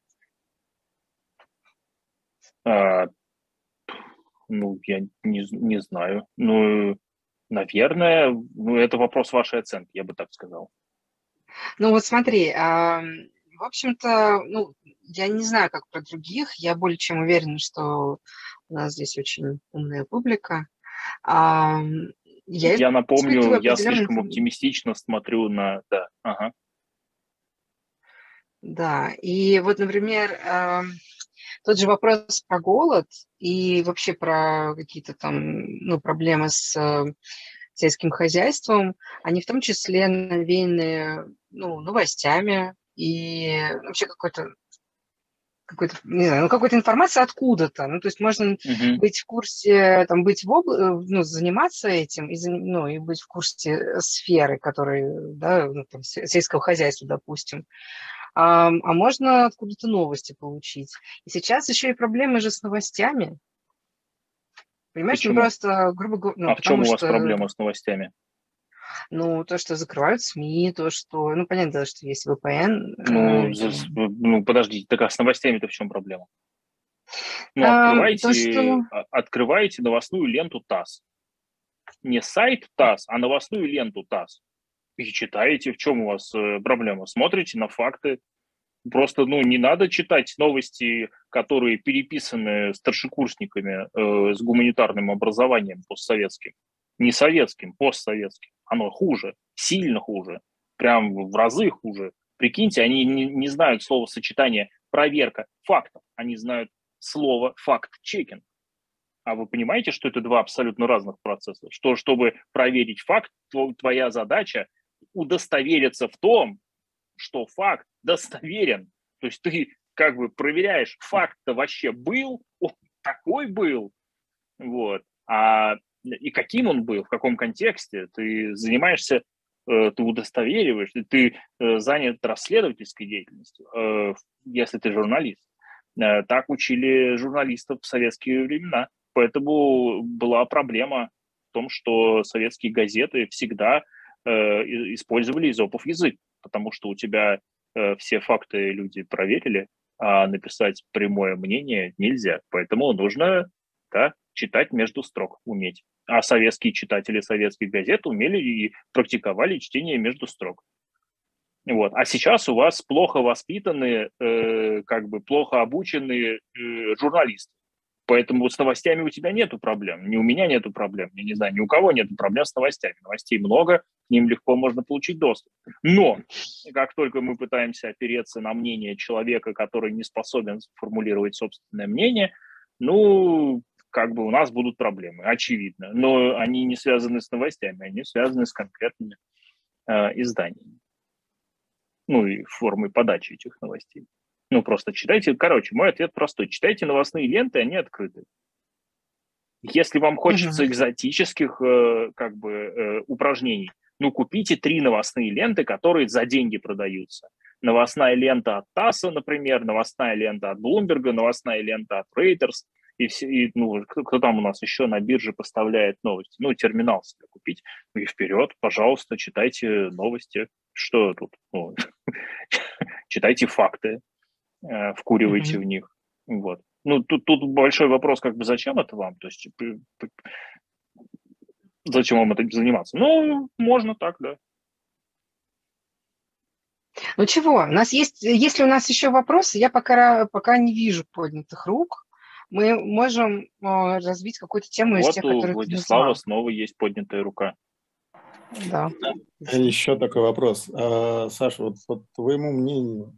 А, ну, я не, не знаю. Ну, наверное, ну, это вопрос вашей оценки, я бы так сказал. Ну, вот смотри, а, в общем-то, ну, я не знаю, как про других, я более чем уверена, что у нас здесь очень умная публика. А, Я, я напомню, я слишком оптимистично смотрю на... Да, ага. Да, и вот, например, э, тот же вопрос про голод и вообще про какие-то там, ну, проблемы с э, сельским хозяйством, они в том числе навеяны, ну, новостями и вообще какой-то какой-то, не знаю, ну, какой-то информации откуда-то. Ну, то есть можно uh-huh. быть в курсе, там, быть в обла... ну, заниматься этим, и, ну, и быть в курсе сферы, которые, да, ну, там, сельского хозяйства, допустим. А, а можно откуда-то новости получить. И сейчас еще и проблемы же с новостями. Понимаешь, Почему? ну просто, грубо говоря... Ну, а в чем у вас что... проблема с новостями? Ну, то, что закрывают СМИ, то, что... Ну, понятно, что есть вэ пэ эн. Ну, э, за, ну подождите, так а с новостями-то в чем проблема? Ну, а, открывайте, то, что... открывайте новостную ленту ТАСС. Не сайт ТАСС, а новостную ленту ТАСС. И читаете, в чем у вас проблема. Смотрите на факты. Просто, ну, не надо читать новости, которые переписаны старшекурсниками э, с гуманитарным образованием постсоветским. Не советским, постсоветским. Оно хуже, сильно хуже, прям в разы хуже. Прикиньте, они не, не знают словосочетания проверка фактов, они знают слово факт-чекинг. А вы понимаете, что это два абсолютно разных процесса? Что, чтобы проверить факт, твоя задача удостовериться в том, что факт достоверен. То есть ты как бы проверяешь, факт-то вообще был, он такой был, вот. А и каким он был, в каком контексте, ты занимаешься, ты удостовериваешь, ты занят расследовательской деятельностью, если ты журналист. Так учили журналистов в советские времена. Поэтому была проблема в том, что советские газеты всегда использовали эзопов язык, потому что у тебя все факты люди проверили, а написать прямое мнение нельзя. Поэтому нужно, да, читать между строк, уметь. А советские читатели советских газет умели и практиковали чтение между строк. Вот. А сейчас у вас плохо воспитанные, э, как бы плохо обученные э, журналисты. Поэтому с новостями у тебя нету проблем. Ни у меня нету проблем. Я не знаю, ни у кого нету проблем с новостями. Новостей много, к ним легко можно получить доступ. Но как только мы пытаемся опереться на мнение человека, который не способен сформулировать собственное мнение, ну, как бы у нас будут проблемы, очевидно. Но они не связаны с новостями, они связаны с конкретными э, изданиями. Ну, и формой подачи этих новостей. Ну, просто читайте. Короче, мой ответ простой. Читайте новостные ленты, они открыты. Если вам хочется uh-huh. экзотических э, как бы, э, упражнений, ну, купите три новостные ленты, которые за деньги продаются. Новостная лента от ТАССа, например, новостная лента от Bloomberg, новостная лента от Reuters. И, все, и ну, кто, кто там у нас еще на бирже поставляет новости? Ну, терминал себе купить. И вперед, пожалуйста, читайте новости. Что тут? Ну, читайте факты. Вкуривайте mm-hmm. в них. Вот. Ну, тут, тут большой вопрос, как бы, зачем это вам? То есть, зачем вам этим заниматься? Ну, можно так, да. Ну чего, у нас есть, если у нас еще вопросы, я пока, пока не вижу поднятых рук, мы можем о, развить какую-то тему вот из тех, которые у Владислава снова есть поднятая рука. Да. Еще такой вопрос. Саша, вот по твоему мнению,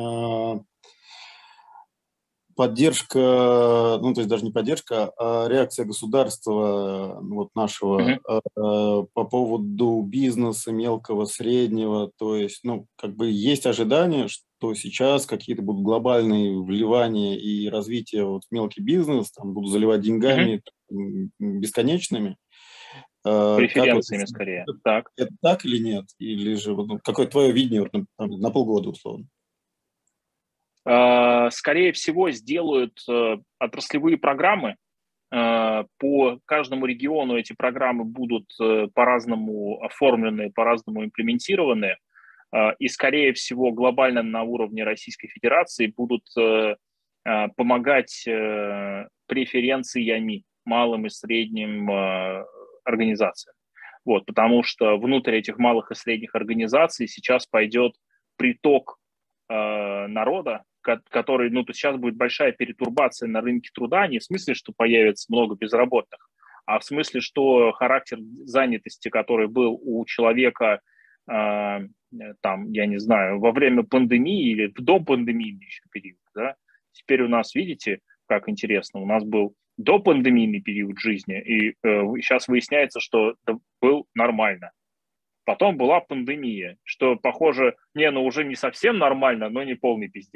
поддержка, ну, то есть даже не поддержка, а реакция государства вот нашего uh-huh. по поводу бизнеса мелкого, среднего, то есть, ну, как бы есть ожидание, что сейчас какие-то будут глобальные вливания и развитие вот в мелкий бизнес, там будут заливать деньгами uh-huh. бесконечными. Преференциями вот, скорее. Это, так. это так или нет? Или же, ну, какое твое видение вот, на, на полгода условно? Скорее всего, сделают отраслевые программы. По каждому региону эти программы будут по-разному оформлены, по-разному имплементированы. И, скорее всего, глобально на уровне Российской Федерации будут помогать преференциями малым и средним организациям. Вот, потому что внутрь этих малых и средних организаций сейчас пойдет приток народа, который, ну, то сейчас будет большая перетурбация на рынке труда, не в смысле, что появится много безработных, а в смысле, что характер занятости, который был у человека, э, там, я не знаю, во время пандемии или в допандемийный еще период, да, теперь у нас, видите, как интересно, у нас был допандемийный период жизни, и э, сейчас выясняется, что это был нормально. Потом была пандемия, что, похоже, не, ну уже не совсем нормально, но не полный пиздец.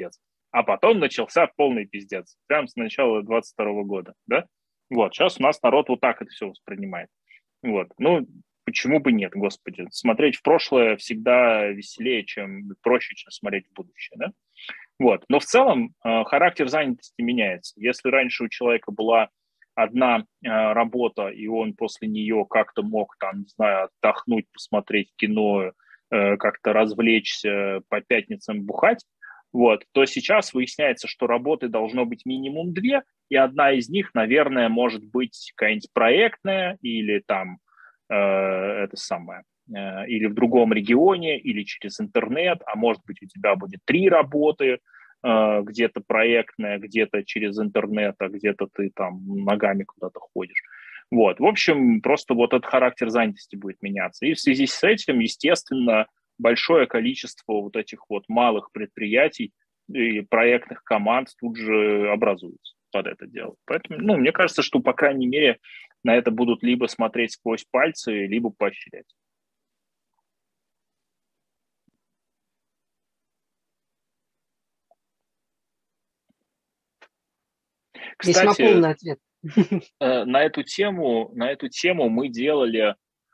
А потом начался полный пиздец, прямо с начала двадцать второго года, да? Вот, сейчас у нас народ вот так это все воспринимает. Вот, ну, почему бы нет, господи? Смотреть в прошлое всегда веселее, чем проще, чем смотреть в будущее, да? Вот, но в целом э, характер занятости меняется. Если раньше у человека была одна э, работа, и он после нее как-то мог, там, не знаю, отдохнуть, посмотреть кино, э, как-то развлечься, по пятницам бухать, вот, то сейчас выясняется, что работы должно быть минимум две, и одна из них, наверное, может быть какая-нибудь проектная или там э, это самое, э, или в другом регионе, или через интернет, а может быть у тебя будет три работы, э, где-то проектная, где-то через интернет, а где-то ты там ногами куда-то ходишь. Вот, в общем, просто вот этот характер занятости будет меняться. И в связи с этим, естественно, большое количество вот этих вот малых предприятий и проектных команд тут же образуется под это дело. Поэтому, ну, мне кажется, что, по крайней мере, на это будут либо смотреть сквозь пальцы, либо поощрять. Кстати, весьма полный ответ. На эту тему, на эту тему мы делали,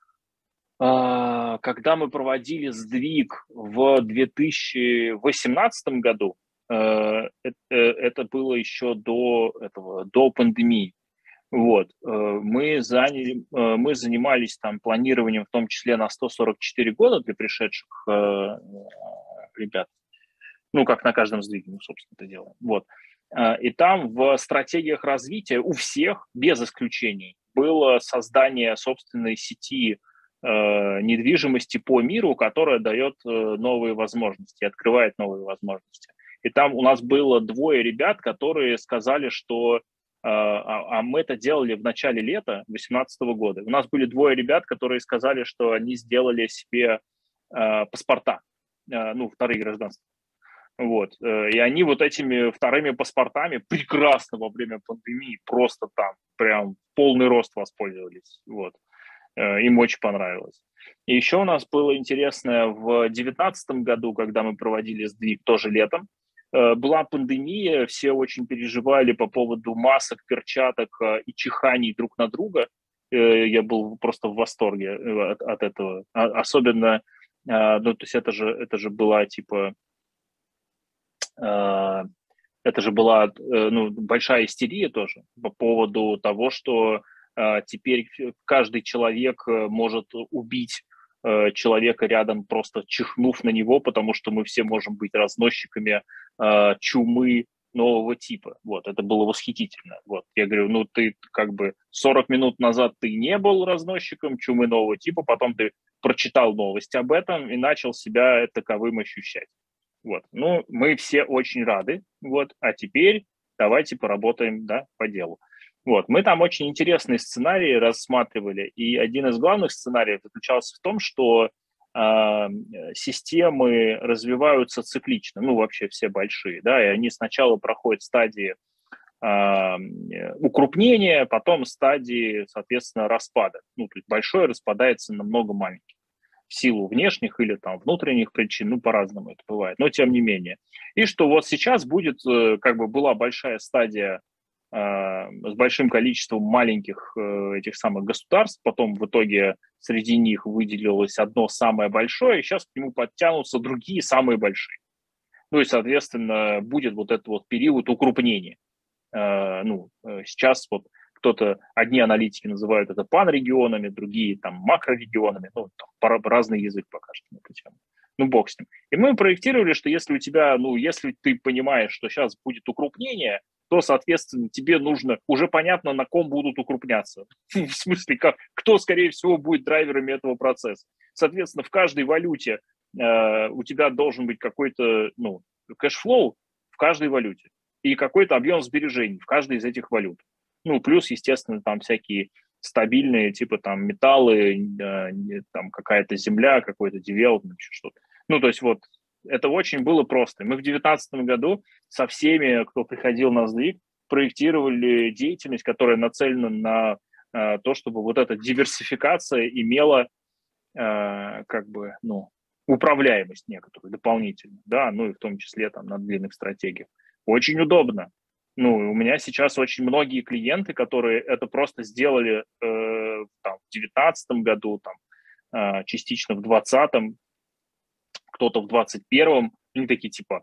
когда мы проводили сдвиг в две тысячи восемнадцатом году, это было еще до этого, до пандемии. Вот, мы, заняли, мы занимались там планированием, в том числе на сто сорок четыре года для пришедших ребят. Ну, как на каждом сдвиге, мы, собственно, это делаем. Вот. И там в стратегиях развития у всех, без исключений, было создание собственной сети э, недвижимости по миру, которая дает э, новые возможности, открывает новые возможности. И там у нас было двое ребят, которые сказали, что... Э, а, а мы это делали в начале лета две тысячи восемнадцатого года. У нас были двое ребят, которые сказали, что они сделали себе э, паспорта, э, ну, вторые гражданства. Вот. И они вот этими вторыми паспортами прекрасно во время пандемии просто там прям полный рост воспользовались. Вот. Им очень понравилось. И еще у нас было интересное в две тысячи девятнадцатом году, когда мы проводили сдвиг тоже летом, была пандемия, все очень переживали по поводу масок, перчаток и чиханий друг на друга. Я был просто в восторге от, от этого. Особенно, ну, то есть это же, это же была типа... Это же была ну, большая истерия тоже по поводу того, что э, теперь каждый человек может убить э, человека рядом, просто чихнув на него, потому что мы все можем быть разносчиками э, чумы нового типа. Вот, это было восхитительно. Вот, я говорю, ну ты как бы сорок минут назад ты не был разносчиком чумы нового типа, потом ты прочитал новость об этом и начал себя таковым ощущать. Вот. Ну, мы все очень рады, вот, а теперь давайте поработаем, да, по делу. Вот. Мы там очень интересные сценарии рассматривали, и один из главных сценариев заключался в том, что э, системы развиваются циклично, ну, вообще все большие, да, и они сначала проходят стадии э, укрупнения, потом стадии, соответственно, распада. Ну, то есть большое распадается на много маленьких. В силу внешних или там внутренних причин, ну, по-разному это бывает, но тем не менее. И что вот сейчас будет, как бы была большая стадия э, с большим количеством маленьких э, этих самых государств, потом в итоге среди них выделилось одно самое большое, и сейчас к нему подтянутся другие самые большие. Ну и, соответственно, будет вот этот вот период укрупнения. Э, ну, сейчас вот кто-то, одни аналитики называют это панрегионами, другие там макрорегионами, ну, там, разный язык покажет на эту тему. Ну, бог с ним. И мы проектировали, что если у тебя, ну, если ты понимаешь, что сейчас будет укрупнение, то, соответственно, тебе нужно, уже понятно, на ком будут укрупняться. В смысле, как, кто, скорее всего, будет драйверами этого процесса. Соответственно, в каждой валюте э, у тебя должен быть какой-то, ну, кэшфлоу в каждой валюте и какой-то объем сбережений в каждой из этих валют. Ну, плюс, естественно, там всякие стабильные, типа там металлы, э, там какая-то земля, какой-то девелопмент, что-то. Ну, то есть вот это очень было просто. Мы в две тысячи девятнадцатом году со всеми, кто приходил на сдвиг, проектировали деятельность, которая нацелена на э, то, чтобы вот эта диверсификация имела э, как бы, ну, управляемость некоторую дополнительную, да, ну и в том числе там на длинных стратегиях. Очень удобно. Ну, у меня сейчас очень многие клиенты, которые это просто сделали э, там, в девятнадцатом году, там, э, частично в двадцатом, кто-то в двадцать первом, они такие типа,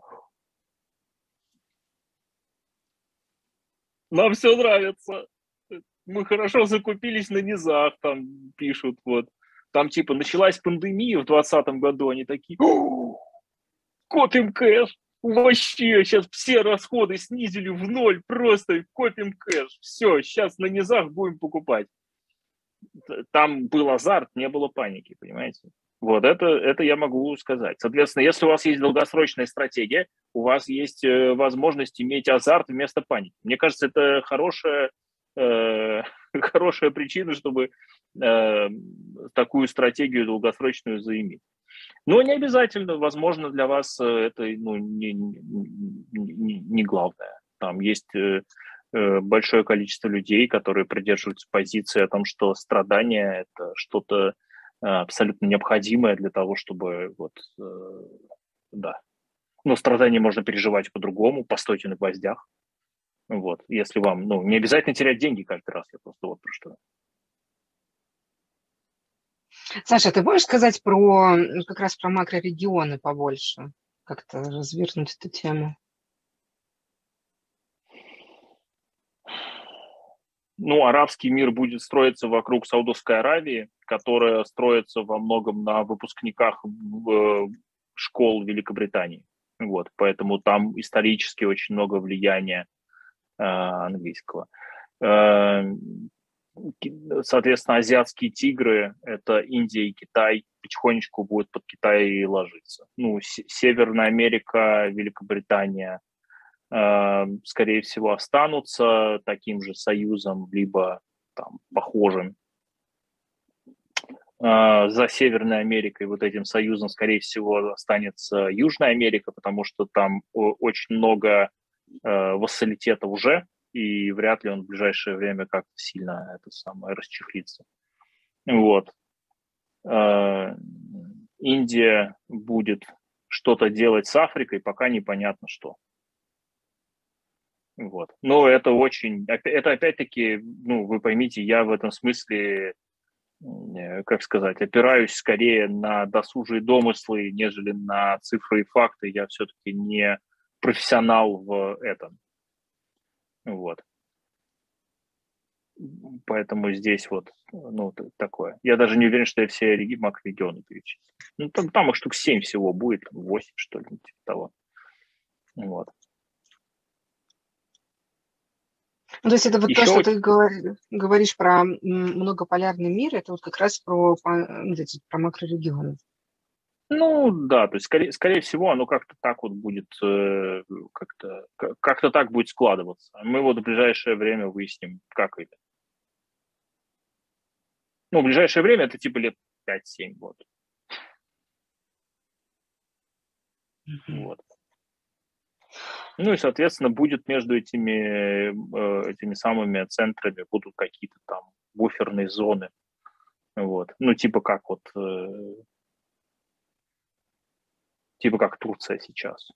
нам все нравится, мы хорошо закупились на низах, там пишут, вот. Там типа началась пандемия в двадцатом году, они такие, копим кэш, вообще, сейчас все расходы снизили в ноль, просто копим кэш, все, сейчас на низах будем покупать. Там был азарт, не было паники, понимаете? Вот это, это я могу сказать. Соответственно, если у вас есть долгосрочная стратегия, у вас есть э, возможность иметь азарт вместо паники. Мне кажется, это хорошая, э, хорошая причина, чтобы э, такую стратегию долгосрочную заиметь. Но не обязательно, возможно, для вас это ну, не, не, не главное. Там есть э, большое количество людей, которые придерживаются позиции о том, что страдание – это что-то абсолютно необходимое для того, чтобы вот, э, да. Но страдания можно переживать по-другому, постойте на гвоздях. Вот. Если вам, ну, не обязательно терять деньги каждый раз, я просто вот про что. Саша, ты можешь сказать про как раз про макрорегионы побольше? Как-то развернуть эту тему? Ну, арабский мир будет строиться вокруг Саудовской Аравии, которая строится во многом на выпускниках школ Великобритании. Вот, поэтому там исторически очень много влияния э, английского. Э, соответственно, азиатские тигры – это Индия и Китай, потихонечку будут под Китай ложиться. Ну, с- Северная Америка, Великобритания – скорее всего, останутся таким же союзом, либо там, похожим. За Северной Америкой вот этим союзом, скорее всего, останется Южная Америка, потому что там очень много вассалитета уже, и вряд ли он в ближайшее время как-то сильно это самое расчехлится. Вот. Индия будет что-то делать с Африкой, пока непонятно что. Вот. Но это очень, это опять-таки, ну, вы поймите, я в этом смысле, как сказать, опираюсь скорее на досужие домыслы, нежели на цифры и факты. Я все-таки не профессионал в этом. Вот. Поэтому здесь вот, ну, такое. Я даже не уверен, что я все макрорегионы перечислил. Ну, там, там их штук семь всего будет, восемь, что ли, типа того. Вот. Ну, то есть это вот Еще то, что очень... ты говоришь, говоришь про многополярный мир, это вот как раз про, про макрорегионы. Ну, да, то есть, скорее, скорее всего, оно как-то так вот будет, э, как-то, как-то так будет складываться. Мы вот в ближайшее время выясним, как это. Ну, в ближайшее время это типа лет пять-семь вот. Mm-hmm. Вот. Ну и, соответственно, будет между этими, этими самыми центрами будут какие-то там буферные зоны. Вот. Ну, типа как вот, типа как Турция сейчас,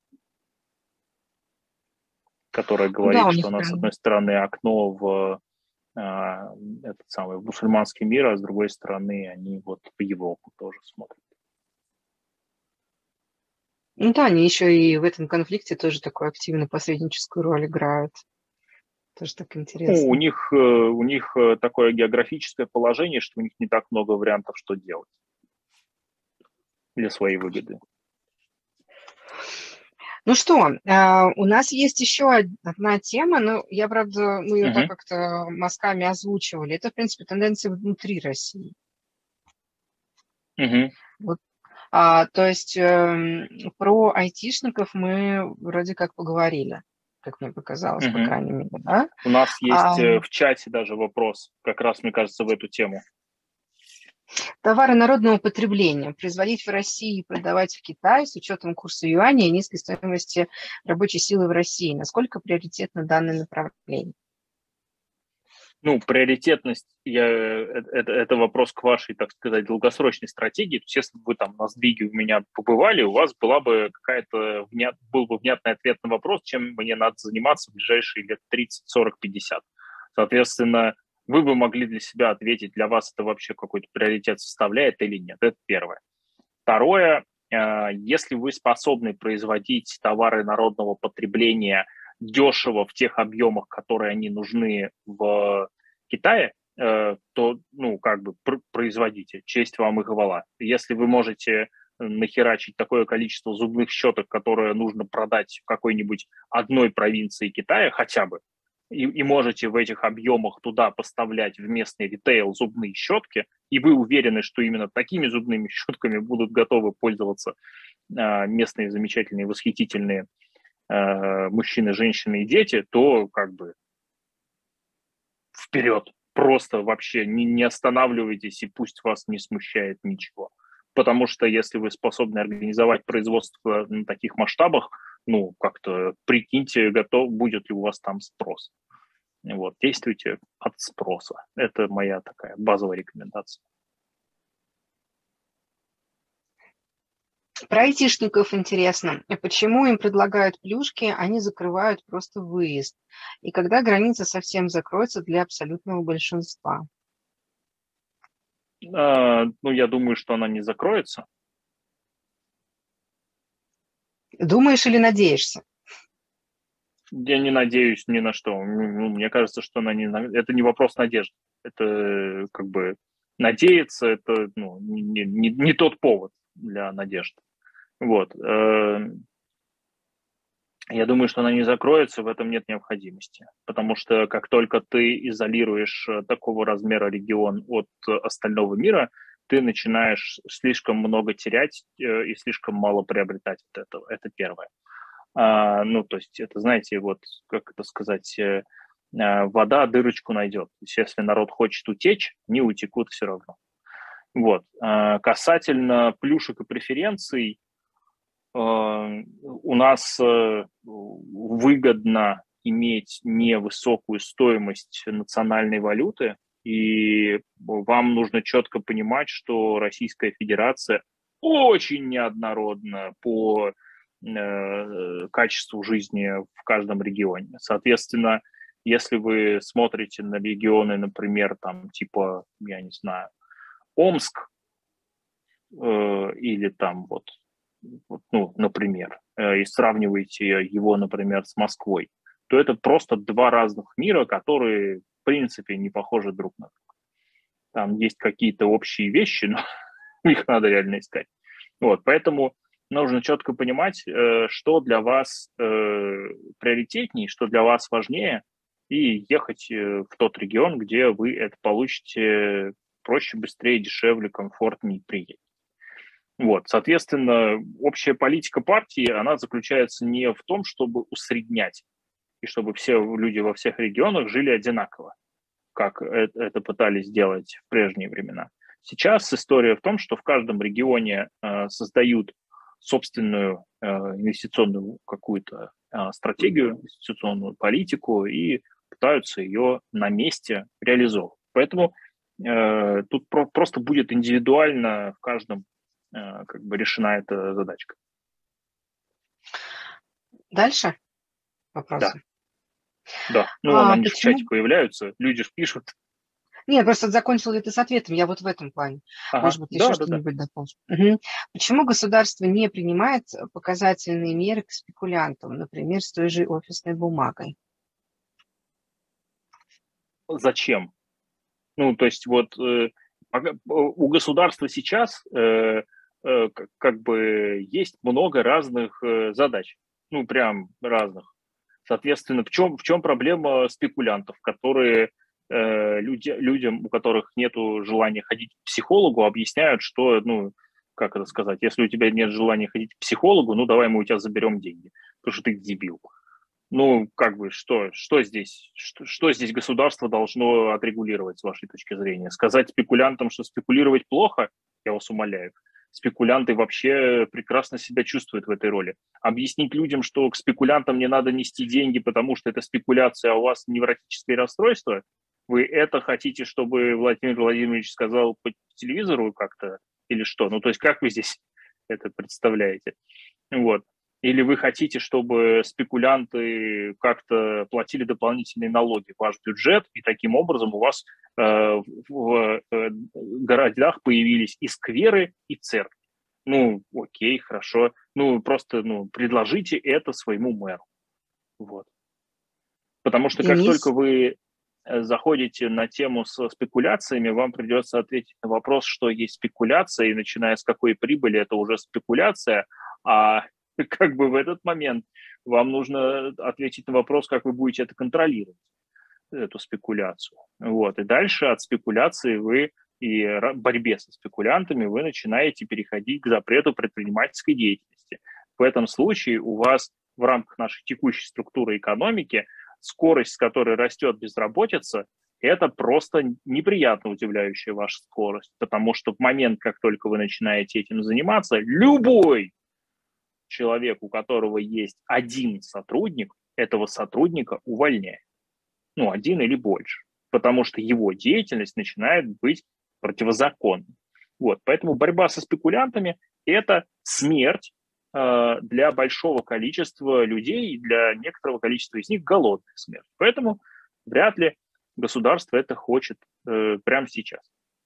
которая говорит, да, что она, с одной стороны, окно в а, этот самый в мусульманский мир, а с другой стороны, они вот в Европу тоже смотрят. Ну да, они еще и в этом конфликте тоже такую активную посредническую роль играют. Тоже так интересно. Ну, у них, у них такое географическое положение, что у них не так много вариантов, что делать для своей выгоды. Ну что, у нас есть еще одна тема, но я, правда, мы ее uh-huh. так как-то мазками озвучивали. Это, в принципе, тенденции внутри России. Uh-huh. Вот. А, то есть э, про айтишников мы вроде как поговорили, как мне показалось, uh-huh. по крайней мере. Да? У нас есть а, в чате даже вопрос, как раз, мне кажется, в эту тему. Товары народного потребления производить в России и продавать в Китае с учетом курса юаня и низкой стоимости рабочей силы в России. Насколько приоритетно данное направление? Ну, приоритетность, я, это, это вопрос к вашей, так сказать, долгосрочной стратегии. То есть, если бы вы там на сдвиге у меня побывали, у вас была бы какая-то, внят, был бы внятный ответ на вопрос, чем мне надо заниматься в ближайшие лет тридцать, сорок, пятьдесят. Соответственно, вы бы могли для себя ответить, для вас это вообще какой-то приоритет составляет или нет. Это первое. Второе, если вы способны производить товары народного потребления дешево в тех объемах, которые они нужны в Китае, то, ну, как бы производите. Честь вам и хвала. Если вы можете нахерачить такое количество зубных щеток, которое нужно продать в какой-нибудь одной провинции Китая хотя бы, и, и можете в этих объемах туда поставлять в местный ритейл зубные щетки, и вы уверены, что именно такими зубными щетками будут готовы пользоваться э, местные замечательные, восхитительные э, мужчины, женщины и дети, то как бы вперед. Просто вообще не, не останавливайтесь, и пусть вас не смущает ничего. Потому что если вы способны организовать производство на таких масштабах, ну, как-то прикиньте, готов, будет ли у вас там спрос. Вот, действуйте от спроса. Это моя такая базовая рекомендация. Про айтишников интересно. Почему им предлагают плюшки, они закрывают просто выезд? И когда граница совсем закроется для абсолютного большинства? А, ну, я думаю, что она не закроется. Думаешь или надеешься? Я не надеюсь ни на что. Ну, мне кажется, что она не... это не вопрос надежды. Это как бы надеяться, это ну, не, не, не тот повод для надежды. Вот. Я думаю, что она не закроется, в этом нет необходимости. Потому что как только ты изолируешь такого размера регион от остального мира, ты начинаешь слишком много терять и слишком мало приобретать от этого. Это первое. А, ну, то есть это, знаете, вот, как это сказать, э, э, вода дырочку найдет. То есть если народ хочет утечь, не утекут все равно. Вот. А, касательно плюшек и преференций, э, у нас э, выгодно иметь невысокую стоимость национальной валюты, и вам нужно четко понимать, что Российская Федерация очень неоднородна по качеству жизни в каждом регионе. Соответственно, если вы смотрите на регионы, например, там типа, я не знаю, Омск э, или там вот, вот, ну, например, э, и сравниваете его, например, с Москвой, то это просто два разных мира, которые, в принципе, не похожи друг на друга. Там есть какие-то общие вещи, но их надо реально искать. Вот, поэтому нужно четко понимать, что для вас приоритетнее, что для вас важнее, и ехать в тот регион, где вы это получите проще, быстрее, дешевле, комфортнее, приятнее. Вот, соответственно, общая политика партии, она заключается не в том, чтобы усреднять, и чтобы все люди во всех регионах жили одинаково, как это пытались сделать в прежние времена. Сейчас история в том, что в каждом регионе создают собственную э, инвестиционную какую-то э, стратегию, инвестиционную политику и пытаются ее на месте реализовывать. Поэтому э, тут про- просто будет индивидуально в каждом э, как бы решена эта задачка. Дальше вопросы? Да, да. Ну, а, они почему? же в чате появляются, люди же пишут. Нет, просто закончил ли ты с ответом, я вот в этом плане. Ага. Может быть, да, еще да, что-нибудь да. дополнишь. Угу. Почему государство не принимает показательные меры к спекулянтам, например, с той же офисной бумагой? Зачем? Ну, то есть вот э, у государства сейчас э, э, как, как бы есть много разных э, задач, ну, прям разных. Соответственно, в чем, в чем проблема спекулянтов, которые э, люди, людям, у которых нет желания ходить к психологу, объясняют, что, ну, как это сказать, если у тебя нет желания ходить к психологу, ну, давай мы у тебя заберем деньги, потому что ты дебил. Ну, как бы, что, что здесь, что, что здесь государство должно отрегулировать, с вашей точки зрения? Сказать спекулянтам, что спекулировать плохо, я вас умоляю. Спекулянты вообще прекрасно себя чувствуют в этой роли. Объяснить людям, что к спекулянтам не надо нести деньги, потому что это спекуляция, а у вас невротическое расстройство, Вы это хотите, чтобы Владимир Владимирович сказал по телевизору как-то или что? Ну, то есть как вы здесь это представляете? Вот. Или вы хотите, чтобы спекулянты как-то платили дополнительные налоги в ваш бюджет, и таким образом у вас э, в э, городах появились и скверы, и церкви? Ну, окей, хорошо. Ну, просто ну, предложите это своему мэру. Вот. Потому что как Денис? только вы заходите на тему со спекуляциями, вам придется ответить на вопрос, что есть спекуляция, и начиная с какой прибыли, это уже спекуляция, а как бы в этот момент вам нужно ответить на вопрос, как вы будете это контролировать, эту спекуляцию. Вот. И дальше от спекуляции вы и борьбе со спекулянтами вы начинаете переходить к запрету предпринимательской деятельности. В этом случае у вас в рамках нашей текущей структуры экономики скорость, с которой растет безработица, это просто неприятно удивляющая ваша скорость, потому что в момент, как только вы начинаете этим заниматься, любой человек, у которого есть один сотрудник, этого сотрудника увольняет. Ну, один или больше, потому что его деятельность начинает быть противозаконной. Вот, поэтому борьба со спекулянтами – это смерть э, для большого количества людей, и для некоторого количества из них голодная смерть. Поэтому вряд ли государство это хочет э, прямо сейчас.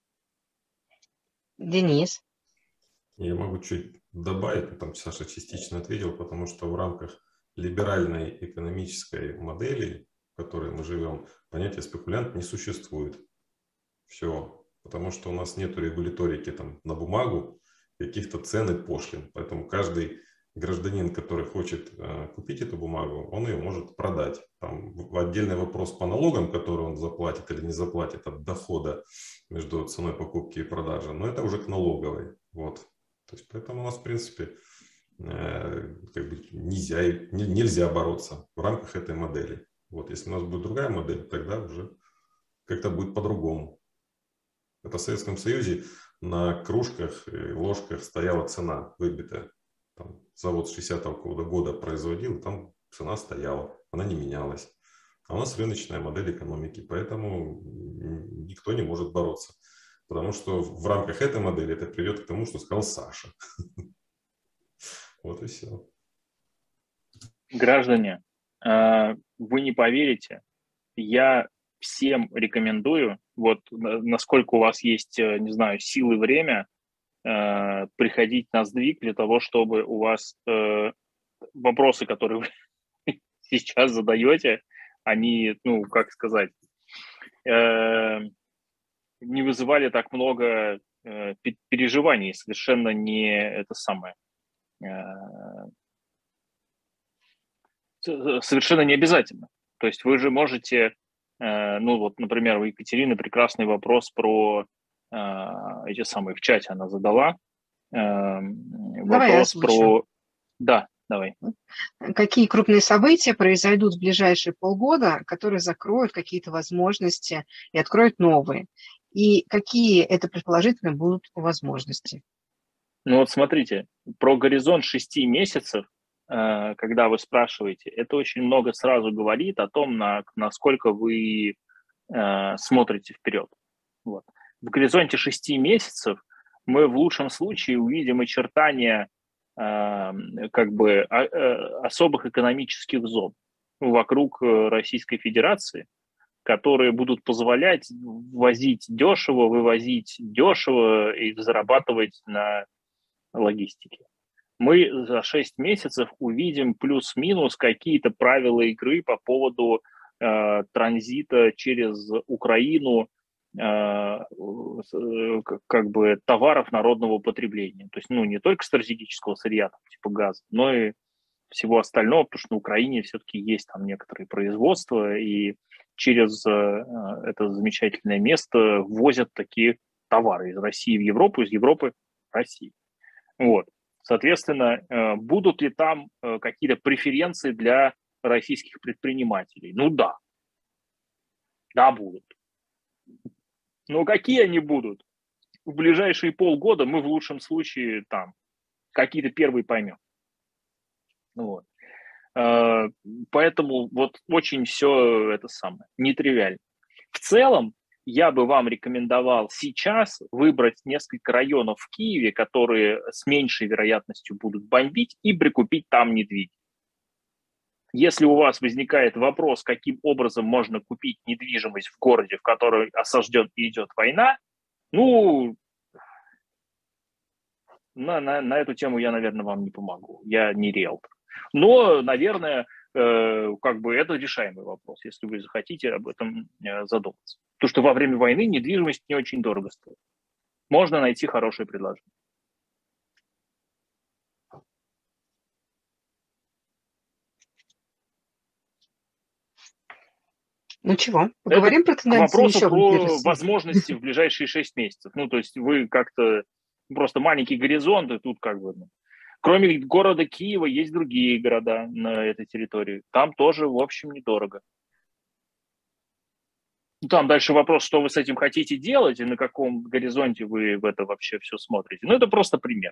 Денис? Я могу чуть добавить, там Саша частично ответил, потому что в рамках либеральной экономической модели, в которой мы живем, понятие спекулянт не существует. Все. Потому что у нас нет регуляторики там, на бумагу, каких-то цен и пошлин. Поэтому каждый гражданин, который хочет э, купить эту бумагу, он ее может продать. Там отдельный вопрос по налогам, которые он заплатит или не заплатит от дохода между ценой покупки и продажи, но это уже к налоговой. Вот. То есть, поэтому у нас, в принципе, э, как бы нельзя, не, нельзя бороться в рамках этой модели. Вот. Если у нас будет другая модель, тогда уже как-то будет по-другому. Это в Советском Союзе на кружках и ложках стояла цена выбитая. Там завод с шестидесятого года производил, там цена стояла, она не менялась. А у нас рыночная модель экономики, поэтому никто не может бороться. Потому что в рамках этой модели это приведет к тому, что сказал Саша. Вот и все. Граждане, вы не поверите, я всем рекомендую, вот насколько у вас есть, не знаю, силы и время, приходить на сдвиг для того, чтобы у вас вопросы, которые вы сейчас задаете, они, ну, как сказать, не вызывали так много э, переживаний, совершенно не это самое, э, совершенно не обязательно. То есть вы же можете, э, ну вот, например, у Екатерины прекрасный вопрос про э, эти самые, в чате она задала, э, вопрос про... Да, давай. Какие крупные события произойдут в ближайшие полгода, которые закроют какие-то возможности и откроют новые? И какие это предположительно будут возможности? Ну вот смотрите, про горизонт шести месяцев, когда вы спрашиваете, это очень много сразу говорит о том, на, насколько вы смотрите вперед. Вот. В горизонте шести месяцев мы в лучшем случае увидим очертания как бы особых экономических зон вокруг Российской Федерации, которые будут позволять ввозить дешево, вывозить дешево и зарабатывать на логистике. Мы за шесть месяцев увидим плюс-минус какие-то правила игры по поводу э, транзита через Украину э, как бы товаров народного потребления. То есть, ну, не только стратегического сырья, типа газа, но и всего остального, потому что на Украине все-таки есть там некоторые производства, и через э, это замечательное место возят такие товары из России в Европу, из Европы в Россию. Вот. Соответственно, э, будут ли там э, какие-то преференции для российских предпринимателей? Ну да. Да, будут. Но какие они будут? В ближайшие полгода мы в лучшем случае там какие-то первые поймем. Вот. Поэтому вот очень все это самое нетривиально. в целом я бы вам рекомендовал сейчас выбрать несколько районов в Киеве, которые с меньшей вероятностью будут бомбить, и прикупить там недвижимость. Если у вас возникает вопрос, каким образом можно купить недвижимость в городе, в котором осажден и идет война, ну, на, на, на эту тему я, наверное, вам не помогу. Я не риэлтор. Но, наверное, э, как бы это решаемый вопрос, если вы захотите об этом э, задуматься. Потому что во время войны недвижимость не очень дорого стоит. Можно найти хорошее предложение. Ну чего, поговорим Это про тенденции вопросу еще про возможности в ближайшие шесть месяцев. Ну, то есть вы как-то просто маленький горизонт, и тут как бы... Ну, кроме города Киева есть другие города на этой территории. Там тоже, в общем, недорого. Там дальше вопрос, что вы с этим хотите делать и на каком горизонте вы в это вообще все смотрите. Ну, это просто пример.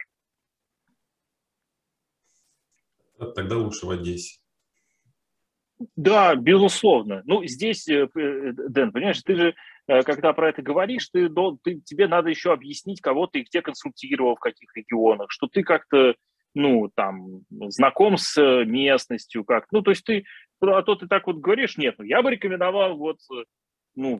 Тогда лучше в Одессе. Да, безусловно. Ну, здесь, Дэн, понимаешь, ты же, когда про это говоришь, ты, ты, тебе надо еще объяснить, кого ты и где консультировал, в каких регионах, что ты как-то, ну, там, знаком с местностью, как, ну, то есть ты, а то ты так вот говоришь, нет, ну, я бы рекомендовал вот, ну...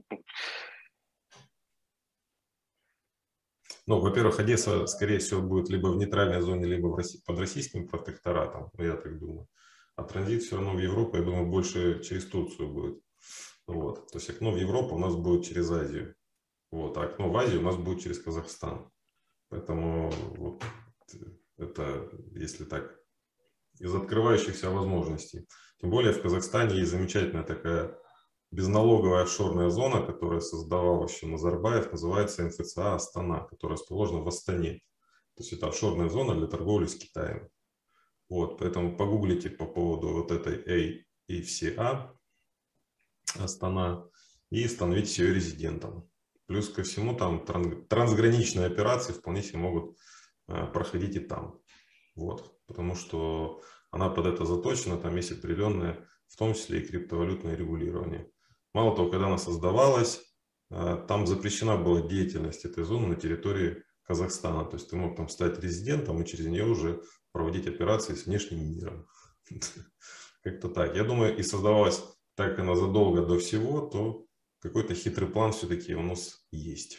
Ну, во-первых, Одесса, скорее всего, будет либо в нейтральной зоне, либо в России, под российским протекторатом, я так думаю. А транзит все равно в Европу, я думаю, больше через Турцию будет. Вот. То есть окно в Европу у нас будет через Азию. Вот. А окно в Азию у нас будет через Казахстан. Поэтому вот, это, если так, из открывающихся возможностей. Тем более в Казахстане есть замечательная такая безналоговая офшорная зона, которую создавал еще Назарбаев, называется эм эф цэ а Астана, которая расположена в Астане. То есть это офшорная зона для торговли с Китаем. Вот, поэтому погуглите по поводу вот этой эй эф си эй Астана и становитесь ее резидентом. Плюс ко всему там трансграничные операции вполне себе могут проходить и там. Вот, потому что она под это заточена, там есть определенное, в том числе и криптовалютное регулирование. Мало того, когда она создавалась, там запрещена была деятельность этой зоны на территории Казахстана. То есть ты мог там стать резидентом и через нее уже проводить операции с внешним миром. Как-то так. Я думаю, и создавалась так как она задолго до всего, то какой-то хитрый план все-таки у нас есть.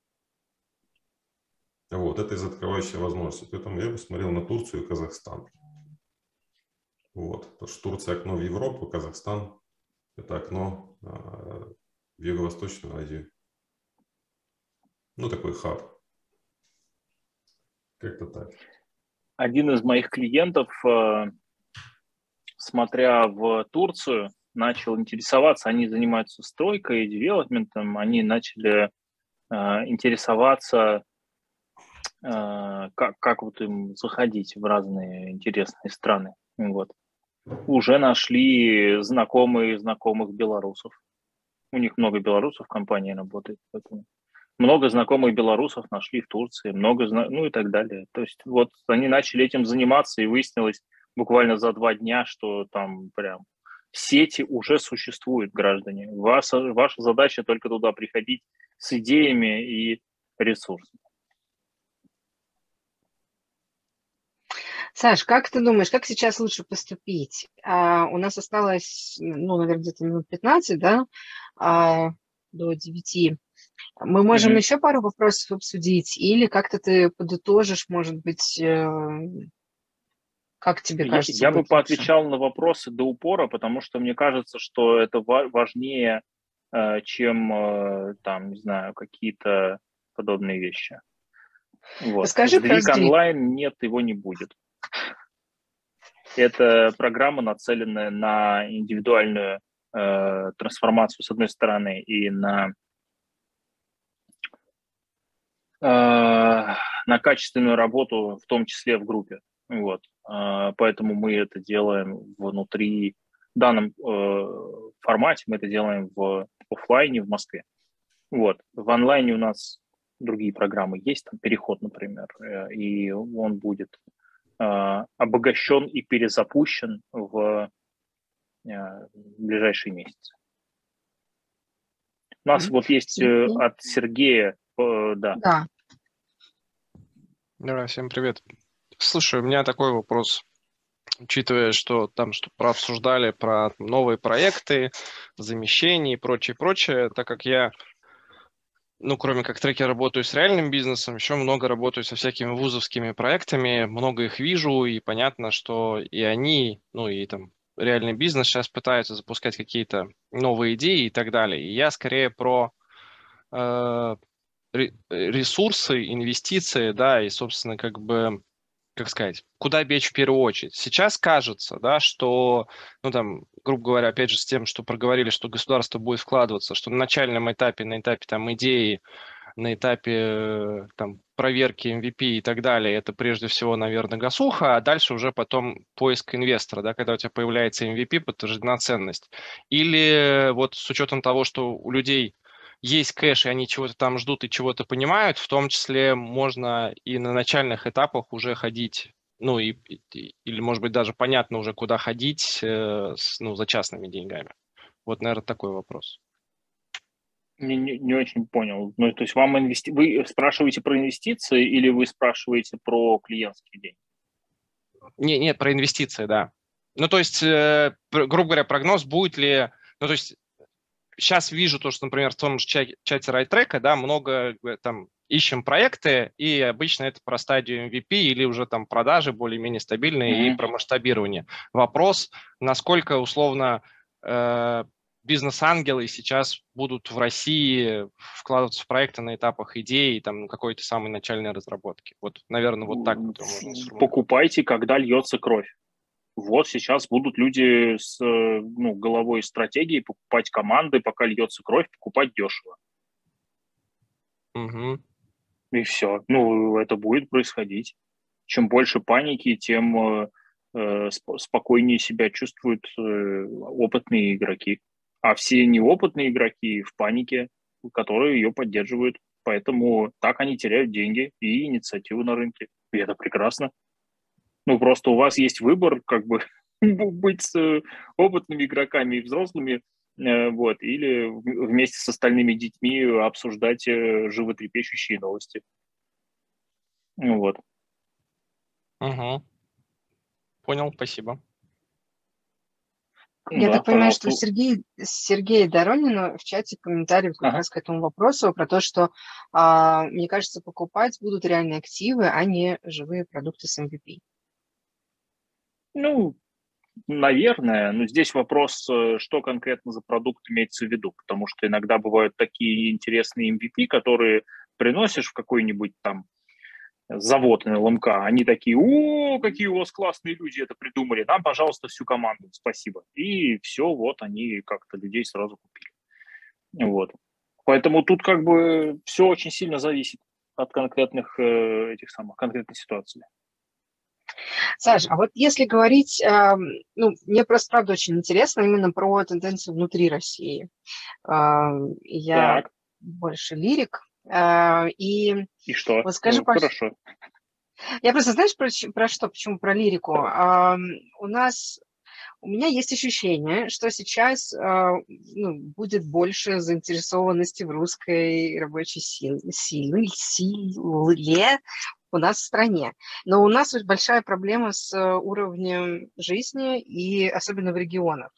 Вот, это из открывающей возможности. Поэтому я бы смотрел на Турцию и Казахстан. Вот, потому что Турция окно в Европу, Казахстан это окно в Юго-Восточную Азию. Ну, такой хаб. Как-то так. Один из моих клиентов, смотря в Турцию, начал интересоваться, они занимаются стройкой и девелопментом, они начали интересоваться, как, как вот им заходить в разные интересные страны. Вот. Уже нашли знакомые знакомых белорусов. У них много белорусов в компании работает, поэтому много знакомых белорусов нашли в Турции, много, ну и так далее. То есть вот они начали этим заниматься, и выяснилось буквально за два дня, что там прям сети уже существуют, граждане. Ваша, ваша задача только туда приходить с идеями и ресурсами. Саш, как ты думаешь, как сейчас лучше поступить? А, у нас осталось, ну, наверное, где-то минут пятнадцать, да, а, до девяти. Мы можем mm-hmm. еще пару вопросов обсудить, или как-то ты подытожишь, может быть, э, как тебе кажется? Я, я бы поотвечал на вопросы до упора, потому что мне кажется, что это важнее, э, чем, э, там, не знаю, какие-то подобные вещи. Вот. Расскажи Сдвиг про онлайн, нет, его не будет. Это программа, нацеленная на индивидуальную э, трансформацию, с одной стороны, и на, э, на качественную работу, в том числе в группе. Вот. Э, поэтому мы это делаем внутри, в данном э, формате мы это делаем в офлайне в Москве. Вот. В онлайне у нас другие программы есть, там переход, например, э, и он будет обогащен и перезапущен в ближайшие месяцы. У нас вот есть э, от Сергея, э, да. Да. Да, всем привет. Слушай, у меня такой вопрос. Учитывая, что там что прообсуждали про новые проекты, замещение и прочее, прочее, так как я, ну, кроме как трекер, работаю с реальным бизнесом, еще много работаю со всякими вузовскими проектами, много их вижу, и понятно, что и они, ну, и там реальный бизнес сейчас пытаются запускать какие-то новые идеи и так далее. И я скорее про э, ресурсы, инвестиции, да, и, собственно, как бы, как сказать, куда бечь в первую очередь. Сейчас кажется, да, что, ну, там, грубо говоря, опять же, с тем, что проговорили, что государство будет вкладываться, что на начальном этапе, на этапе, там, идеи, на этапе, там, проверки эм ви пи и так далее, это прежде всего, наверное, гасуха, а дальше уже потом поиск инвестора, да, когда у тебя появляется эм ви пи, подтверждена ценность. Или вот с учетом того, что у людей есть кэш, и они чего-то там ждут и чего-то понимают, в том числе можно и на начальных этапах уже ходить, ну, и, и, или, может быть, даже понятно уже, куда ходить, э, с, ну, за частными деньгами. Вот, наверное, такой вопрос. Не, не, не очень понял. Ну, то есть вам инвести... вы спрашиваете про инвестиции или вы спрашиваете про клиентские деньги? Не, нет, про инвестиции, да. Ну, то есть, э, грубо говоря, прогноз, будет ли... Ну, то есть, сейчас вижу то, что, например, в том же чате, чате RideTrack, да, много там ищем проекты, и обычно это про стадию эм ви пи или уже там продажи более-менее стабильные mm-hmm. и про масштабирование. Вопрос, насколько условно э, бизнес-ангелы сейчас будут в России вкладываться в проекты на этапах идеи, там, какой-то самой начальной разработки. Вот, наверное, вот так вот можно сформулировать. Покупайте, когда льется кровь. Вот сейчас будут люди с ну, головой стратегией покупать команды, пока льется кровь, покупать дешево. Угу. И все. Ну, это будет происходить. Чем больше паники, тем э, спокойнее себя чувствуют э, опытные игроки. А все неопытные игроки в панике, которые ее поддерживают. Поэтому так они теряют деньги и инициативу на рынке. И это прекрасно. Ну, просто у вас есть выбор, как бы, быть с опытными игроками и взрослыми, вот, или вместе с остальными детьми обсуждать животрепещущие новости. Вот. Угу. Понял, спасибо. Я да, так понимаю, пожалуйста. что Сергей, Сергей Доронин в чате комментариев как ага. раз к этому вопросу про то, что, а, мне кажется, покупать будут реальные активы, а не живые продукты с эм ви пи. Ну, наверное, но здесь вопрос, что конкретно за продукт имеется в виду, потому что иногда бывают такие интересные эм ви пи, которые приносишь в какой-нибудь там завод эн эл эм ка, они такие: о, какие у вас классные люди это придумали, нам, пожалуйста, всю команду, спасибо. И все, вот они как-то людей сразу купили. Вот. Поэтому тут как бы все очень сильно зависит от конкретных э, этих самых, конкретной ситуации. Саш, а вот если говорить, э, ну, мне просто, правда, очень интересно именно про тенденцию внутри России. Э, я так. больше лирик. Э, и, и что? Вот скажи, ну, хорошо. Я просто, знаешь, про, про что, почему про лирику? Э, у нас, у меня есть ощущение, что сейчас э, ну, будет больше заинтересованности в русской рабочей силе, силе, силе у нас в стране. Но у нас большая проблема с уровнем жизни, и особенно в регионах.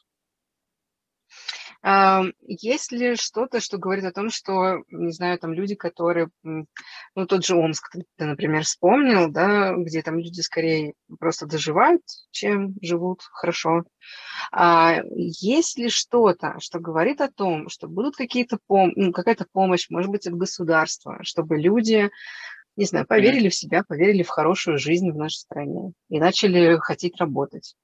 Есть ли что-то, что говорит о том, что, не знаю, там люди, которые, ну, тот же Омск, ты, например, вспомнил, да, где там люди скорее просто доживают, чем живут хорошо. Есть ли что-то, что говорит о том, что будут какие-то пом- ну, какая-то помощь, может быть, от государства, чтобы люди, не знаю, поверили mm-hmm. в себя, поверили в хорошую жизнь в нашей стране и начали хотеть работать?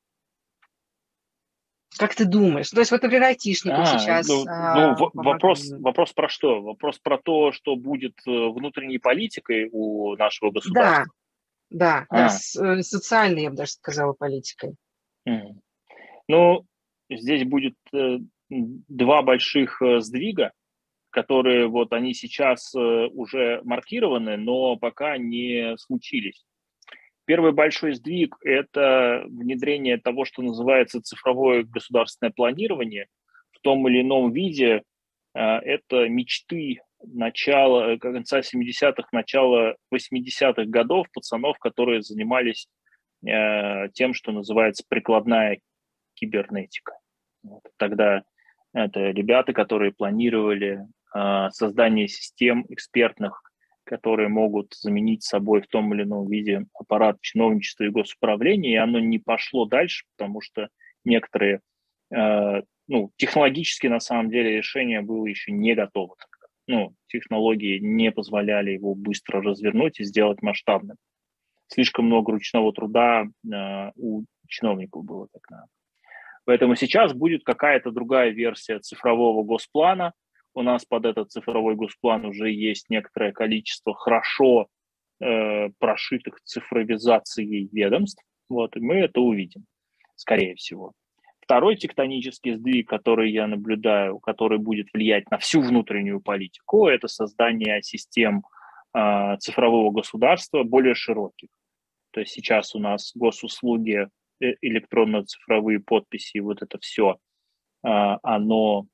Как ты думаешь? То есть вот, например, айтишникам а, сейчас ну, а, ну, вопрос, вопрос про что? Вопрос про то, что будет внутренней политикой у нашего государства? Да, да, а. да, с, социальной, я бы даже сказала, политикой. Mm. Ну, здесь будет э, два больших э, сдвига, которые вот они сейчас э, уже маркированы, но пока не случились. Первый большой сдвиг – это внедрение того, что называется цифровое государственное планирование в том или ином виде, это мечты начала, конца семидесятых, начала восьмидесятых годов пацанов, которые занимались тем, что называется прикладная кибернетика. Вот. Тогда это ребята, которые планировали создание систем экспертных, которые могут заменить собой в том или ином виде аппарат чиновничества и госуправления, и оно не пошло дальше, потому что некоторые, э, ну, технологически на самом деле решение было еще не готово. Ну, технологии не позволяли его быстро развернуть и сделать масштабным. Слишком много ручного труда э, у чиновников было так надо. Поэтому сейчас будет какая-то другая версия цифрового госплана. У нас под этот цифровой госплан уже есть некоторое количество хорошо э, прошитых цифровизацией ведомств. Вот, и мы это увидим, скорее всего. Второй тектонический сдвиг, который я наблюдаю, который будет влиять на всю внутреннюю политику, это создание систем э, цифрового государства более широких. То есть сейчас у нас госуслуги, электронно-цифровые подписи, вот это все, э, оно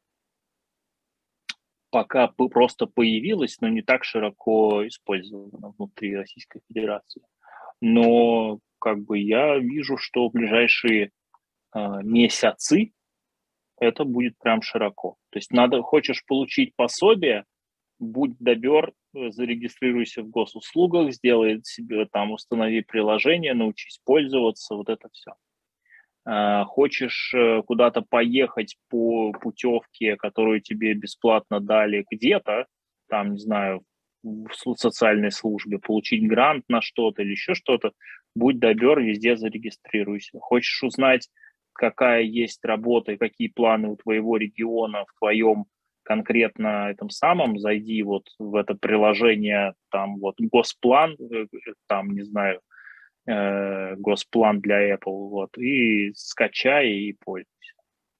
пока просто появилось, но не так широко использовано внутри Российской Федерации. Но как бы я вижу, что в ближайшие э, месяцы это будет прям широко. То есть надо, хочешь получить пособие, будь добер, зарегистрируйся в госуслугах, сделай себе там, установи приложение, научись пользоваться, вот это все. Хочешь куда-то поехать по путевке, которую тебе бесплатно дали где-то, там, не знаю, в социальной службе, получить грант на что-то или еще что-то, будь добер, везде зарегистрируйся. Хочешь узнать, какая есть работа и какие планы у твоего региона в твоем конкретно этом самом, зайди вот в это приложение, там вот госплан, там, не знаю, госплан для Apple, вот, и скачай и пользуйся.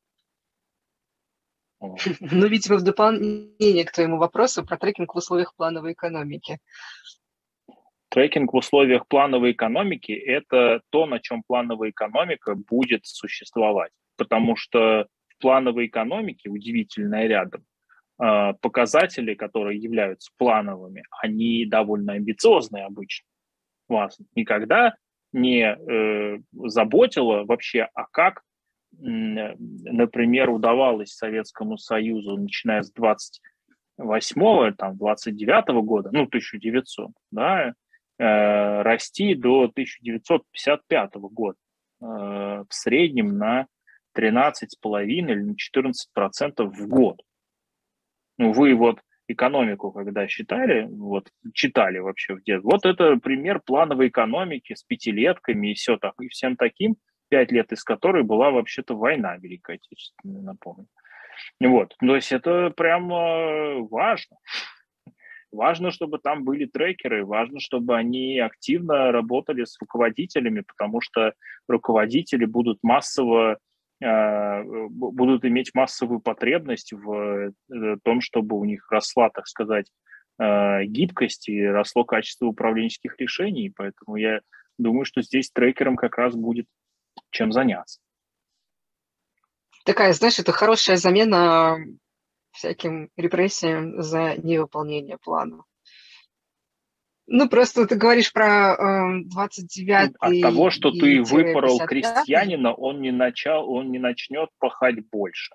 Вот. Ну, видимо, в дополнение к твоему вопросу про трекинг в условиях плановой экономики. Трекинг в условиях плановой экономики – это то, на чем плановая экономика будет существовать, потому что в плановой экономике, удивительно рядом, показатели, которые являются плановыми, они довольно амбициозные обычно. Вас никогда не э, заботило вообще, а как, э, например, удавалось Советскому Союзу, начиная с двадцать восьмого, там, двадцать девятого года, ну, тысяча девятьсот, да, э, расти до тысяча девятьсот пятьдесят пятого года э, в среднем на тринадцать с половиной или на четырнадцать процентов в год. Ну, вы вот экономику, когда считали, вот, читали вообще в детстве, вот это пример плановой экономики с пятилетками и, все так, и всем таким, пять лет из которой была вообще-то война Великая Отечественная, напомню. Вот, то есть это прям важно. Важно, чтобы там были трекеры, важно, чтобы они активно работали с руководителями, потому что руководители будут массово будут иметь массовую потребность в том, чтобы у них росла, так сказать, гибкость и росло качество управленческих решений. Поэтому я думаю, что здесь трекерам как раз будет чем заняться. Такая, знаешь, это хорошая замена всяким репрессиям за невыполнение плана. Ну, просто ты говоришь про э, двадцать девятый. От того, что ты выпорол крестьянина, он не, начал, он не начнет пахать больше.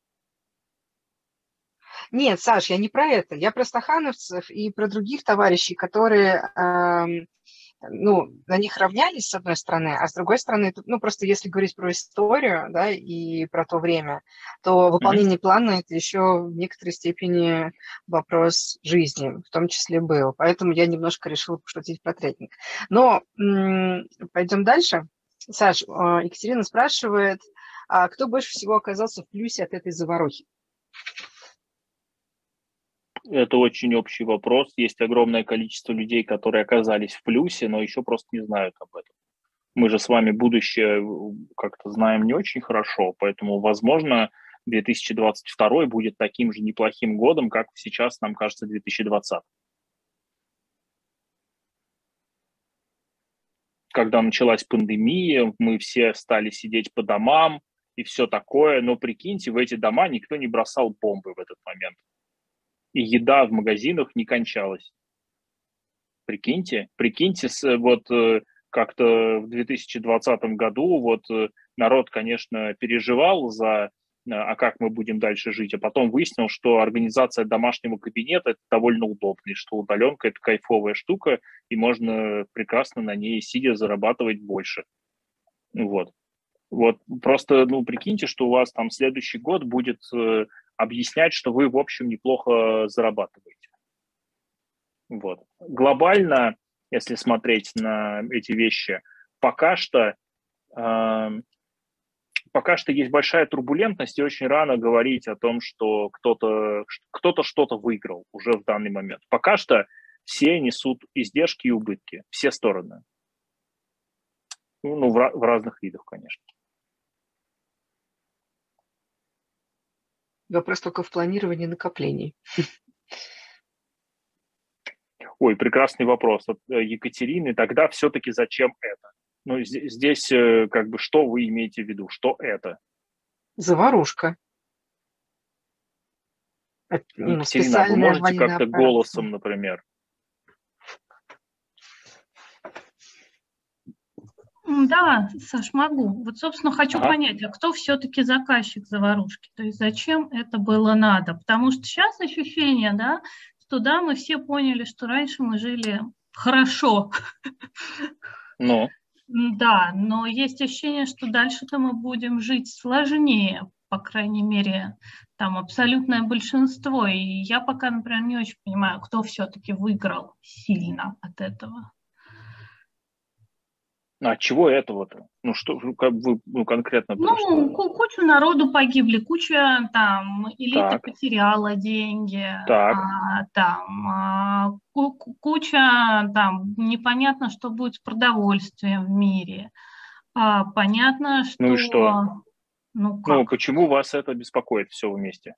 Нет, Саш, я не про это. Я про стахановцев и про других товарищей, которые, э, ну, на них равнялись, с одной стороны, а с другой стороны, ну, просто если говорить про историю, да, и про то время, то выполнение mm-hmm. плана – это еще в некоторой степени вопрос жизни, в том числе был. Поэтому я немножко решила пошутить про трекинг. Но м- пойдем дальше. Саш, э, Екатерина спрашивает, а кто больше всего оказался в плюсе от этой заварухи? Это очень общий вопрос. Есть огромное количество людей, которые оказались в плюсе, но еще просто не знают об этом. Мы же с вами будущее как-то знаем не очень хорошо, поэтому, возможно, две тысячи двадцать второй будет таким же неплохим годом, как сейчас нам кажется две тысячи двадцатый. Когда началась пандемия, мы все стали сидеть по домам, и все такое, но прикиньте, в эти дома никто не бросал бомбы в этот момент. И еда в магазинах не кончалась. Прикиньте, прикиньте, вот как-то в две тысячи двадцатом году вот народ, конечно, переживал за, а как мы будем дальше жить, а потом выяснил, что организация домашнего кабинета – это довольно удобно, и что удаленка – это кайфовая штука, и можно прекрасно на ней, сидя, зарабатывать больше. Вот. Вот просто, ну, прикиньте, что у вас там следующий год будет э, объяснять, что вы, в общем, неплохо зарабатываете. Вот. Глобально, если смотреть на эти вещи, пока что, э, пока что есть большая турбулентность, и очень рано говорить о том, что кто-то, кто-то что-то выиграл уже в данный момент. Пока что все несут издержки и убытки, все стороны. Ну, в, в разных видах, конечно. Вопрос только в планировании накоплений. Ой, прекрасный вопрос от Екатерины. Тогда все-таки зачем это? Ну, здесь как бы что вы имеете в виду? Что это? Заварушка. Это, ну, Екатерина, вы можете как-то голосом, например? Да, Саш, могу. Вот, собственно, хочу ага. понять, а кто все-таки заказчик заварушки? То есть зачем это было надо? Потому что сейчас ощущение, да, что да, мы все поняли, что раньше мы жили хорошо. Ну? Да, но есть ощущение, что дальше-то мы будем жить сложнее, по крайней мере, там абсолютное большинство. И я пока, например, не очень понимаю, кто все-таки выиграл сильно от этого. А чего этого-то? Ну, что, как вы ну, конкретно... Ну, кучу народу погибли, куча там элита так. потеряла деньги, а, там а, куча там непонятно, что будет с продовольствием в мире. А, понятно, что... Ну и что? Ну, ну, почему вас это беспокоит все вместе?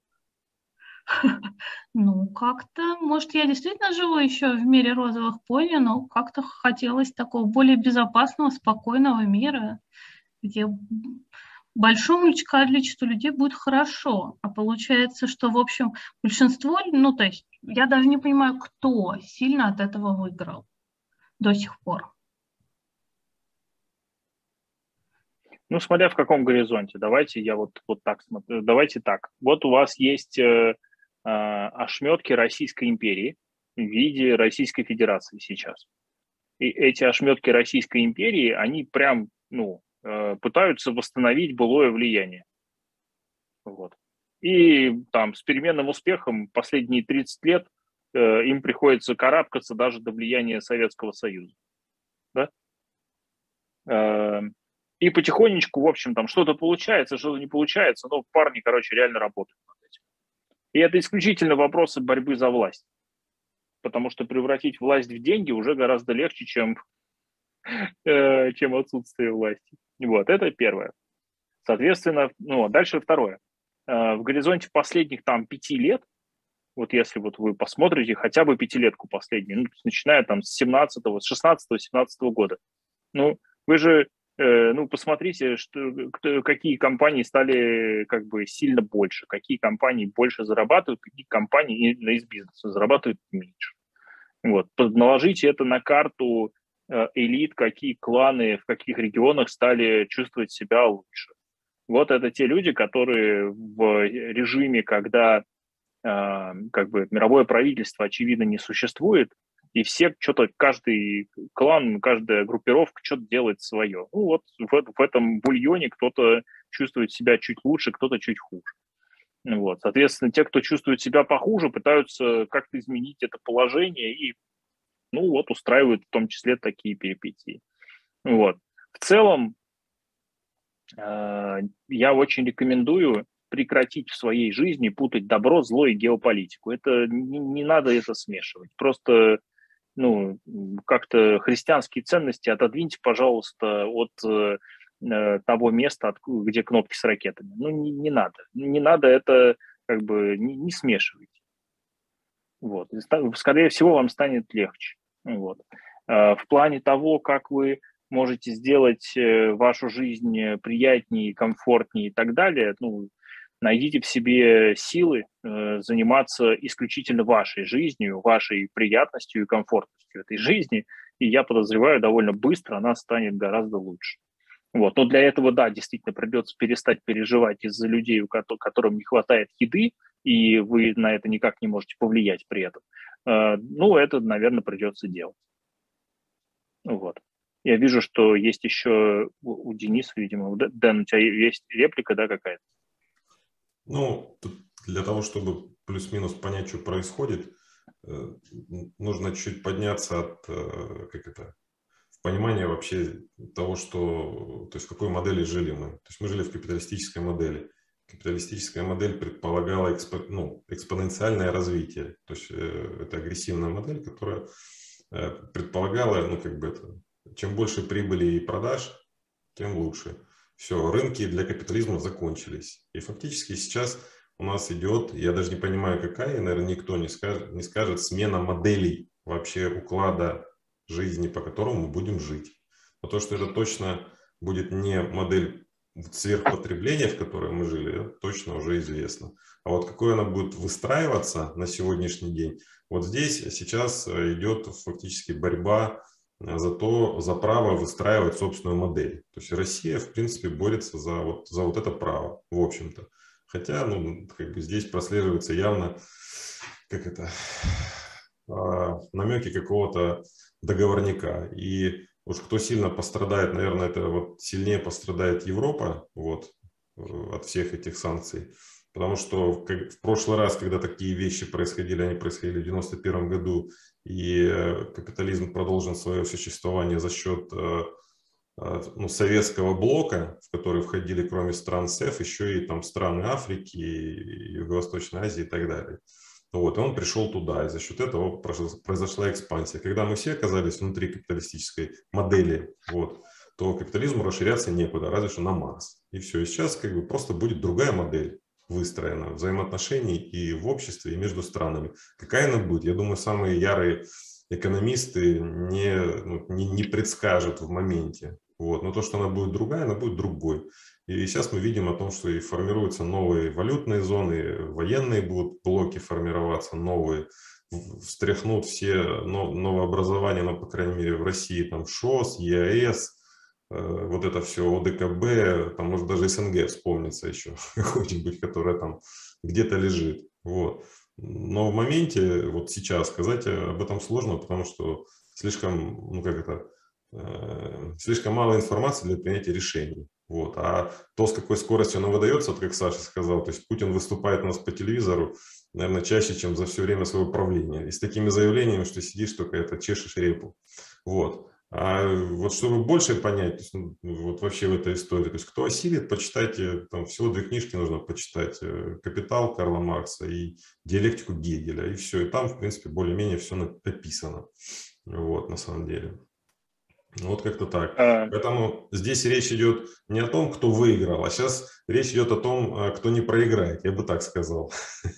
Ну, как-то, может, я действительно живу еще в мире розовых пони, но как-то хотелось такого более безопасного, спокойного мира, где большому количеству людей будет хорошо. А получается, что, в общем, большинство, ну, то есть я даже не понимаю, кто сильно от этого выиграл до сих пор. Ну, смотря в каком горизонте. Давайте я вот, вот так смотрю. Давайте так. Вот у вас есть... Э, ошметки Российской империи в виде Российской Федерации сейчас. И эти ошметки Российской империи, они прям, ну, пытаются восстановить былое влияние. Вот. И там с переменным успехом последние тридцать лет э, им приходится карабкаться даже до влияния Советского Союза. Да? Э, и потихонечку, в общем, там что-то получается, что-то не получается, но парни, короче, реально работают над этим. И это исключительно вопросы борьбы за власть. Потому что превратить власть в деньги уже гораздо легче, чем, э, чем отсутствие власти. Вот, это первое. Соответственно, ну, дальше второе. Э, в горизонте последних там пяти лет, вот если вот вы посмотрите хотя бы пятилетку последнюю, ну, начиная там с семнадцатого, с шестнадцатого-семнадцатого года, ну, вы же ну, посмотрите, что, кто, какие компании стали как бы сильно больше, какие компании больше зарабатывают, какие компании из бизнеса зарабатывают меньше. Вот. Наложите это на карту элит, какие кланы в каких регионах стали чувствовать себя лучше. Вот это те люди, которые в режиме, когда как бы мировое правительство, очевидно, не существует, и все что-то, каждый клан, каждая группировка что-то делает свое. Ну вот в, в этом бульоне кто-то чувствует себя чуть лучше, кто-то чуть хуже. Вот. Соответственно, те, кто чувствует себя похуже, пытаются как-то изменить это положение и, ну вот, устраивают в том числе такие перипетии. Вот. В целом, э, я очень рекомендую прекратить в своей жизни путать добро, зло и геополитику. Это не, не надо это смешивать. Просто ну, как-то христианские ценности отодвиньте, пожалуйста, от э, того места, от, где кнопки с ракетами. Ну, не, не надо. Не надо это как бы не, не смешивайте. Вот. Скорее всего, вам станет легче. Вот. Э, в плане того, как вы можете сделать вашу жизнь приятнее, комфортнее и так далее, ну, найдите в себе силы э, заниматься исключительно вашей жизнью, вашей приятностью и комфортностью этой жизни, и я подозреваю, довольно быстро она станет гораздо лучше. Вот. Но для этого, да, действительно придется перестать переживать из-за людей, у которых, которым не хватает еды, и вы на это никак не можете повлиять при этом. Э, ну, это, наверное, придется делать. Вот. Я вижу, что есть еще у, у Дениса, видимо, Дэн, у тебя есть реплика, да, какая-то? Ну, тут для того, чтобы плюс-минус понять, что происходит, нужно чуть подняться от, как это, в понимание вообще того, что, то есть в какой модели жили мы. То есть мы жили в капиталистической модели. Капиталистическая модель предполагала экспо, ну, экспоненциальное развитие. То есть это агрессивная модель, которая предполагала, ну, как бы это, чем больше прибыли и продаж, тем лучше. Все, рынки для капитализма закончились. И фактически сейчас у нас идет, я даже не понимаю, какая, и, наверное, никто не скажет, не скажет, смена моделей вообще уклада жизни, по которому мы будем жить. Но то, что это точно будет не модель сверхпотребления, в которой мы жили, это точно уже известно. А вот какой она будет выстраиваться на сегодняшний день, вот здесь сейчас идет фактически борьба за то, за право выстраивать собственную модель. То есть Россия, в принципе, борется за вот, за вот это право, в общем-то. Хотя, ну, как бы здесь прослеживается явно, как это, намеки какого-то договорника. И уж кто сильно пострадает, наверное, это вот сильнее пострадает Европа, вот, от всех этих санкций. Потому что как в прошлый раз, когда такие вещи происходили, они происходили в девяносто первом году, и капитализм продолжил свое существование за счет ну, советского блока, в который входили, кроме стран СЭФ, еще и там страны Африки, Юго-Восточной Азии и так далее. Вот, и он пришел туда, и за счет этого произошла экспансия. Когда мы все оказались внутри капиталистической модели, вот, то капитализму расширяться некуда, разве что на Марс. И все, и сейчас как бы просто будет другая модель выстроена взаимоотношений и в обществе, и между странами. Какая она будет? Я думаю, самые ярые экономисты не, ну, не, не предскажут в моменте. Вот. Но то, что она будет другая, она будет другой. И сейчас мы видим о том, что и формируются новые валютные зоны, военные будут блоки формироваться, новые, встряхнут все новообразования, ну, по крайней мере, в России, там ШОС, ЕАЭС, вот это все, ОДКБ, там может даже СНГ вспомнится еще, какой-нибудь, которая там где-то лежит. Вот. Но в моменте, вот сейчас сказать об этом сложно, потому что слишком, ну как это, э, слишком мало информации для принятия решений. Вот. А то, с какой скоростью оно выдается, вот как Саша сказал, то есть Путин выступает у нас по телевизору, наверное, чаще, чем за все время своего правления. И с такими заявлениями, что сидишь только это чешешь репу. Вот. А вот чтобы больше понять, то есть, ну, вот вообще в этой истории, то есть кто осилит, почитайте, там всего две книжки нужно почитать, «Капитал» Карла Маркса и «Диалектику» Гегеля, и все, и там, в принципе, более-менее все написано, вот, на самом деле. Вот как-то так. А... Поэтому здесь речь идет не о том, кто выиграл, а сейчас речь идет о том, кто не проиграет, я бы так сказал.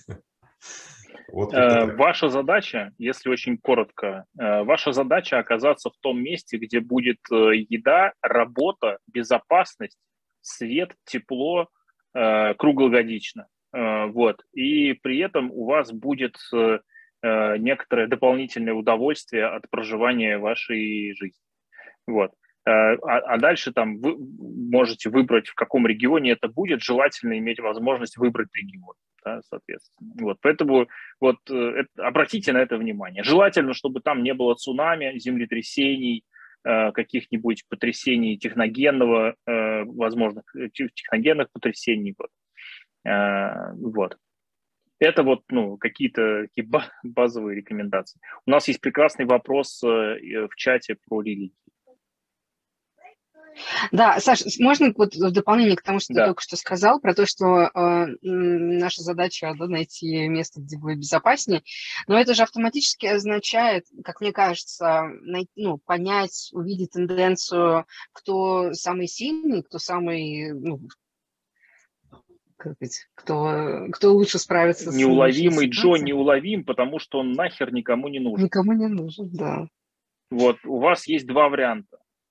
Вот ваша задача, если очень коротко, ваша задача оказаться в том месте, где будет еда, работа, безопасность, свет, тепло круглогодично. Вот. И при этом у вас будет некоторое дополнительное удовольствие от проживания вашей жизни. Вот. А, а дальше там вы можете выбрать, в каком регионе это будет, желательно иметь возможность выбрать регион, да, соответственно. Вот, поэтому вот, это, обратите на это внимание. Желательно, чтобы там не было цунами, землетрясений, каких-нибудь потрясений техногенного, возможных техногенных потрясений. Вот. Вот. Это вот, ну, какие-то такие базовые рекомендации. У нас есть прекрасный вопрос в чате про религию. Да, Саша, можно вот в дополнение к тому, что да. ты только что сказал, про то, что э, наша задача, да, найти место, где будет безопаснее, но это же автоматически означает, как мне кажется, най- ну, понять, увидеть тенденцию, кто самый сильный, кто самый, ну, как сказать, кто, кто лучше справится с... Неуловимый Джо неуловим, потому что он нахер никому не нужен. Никому не нужен, да. Вот, у вас есть два варианта.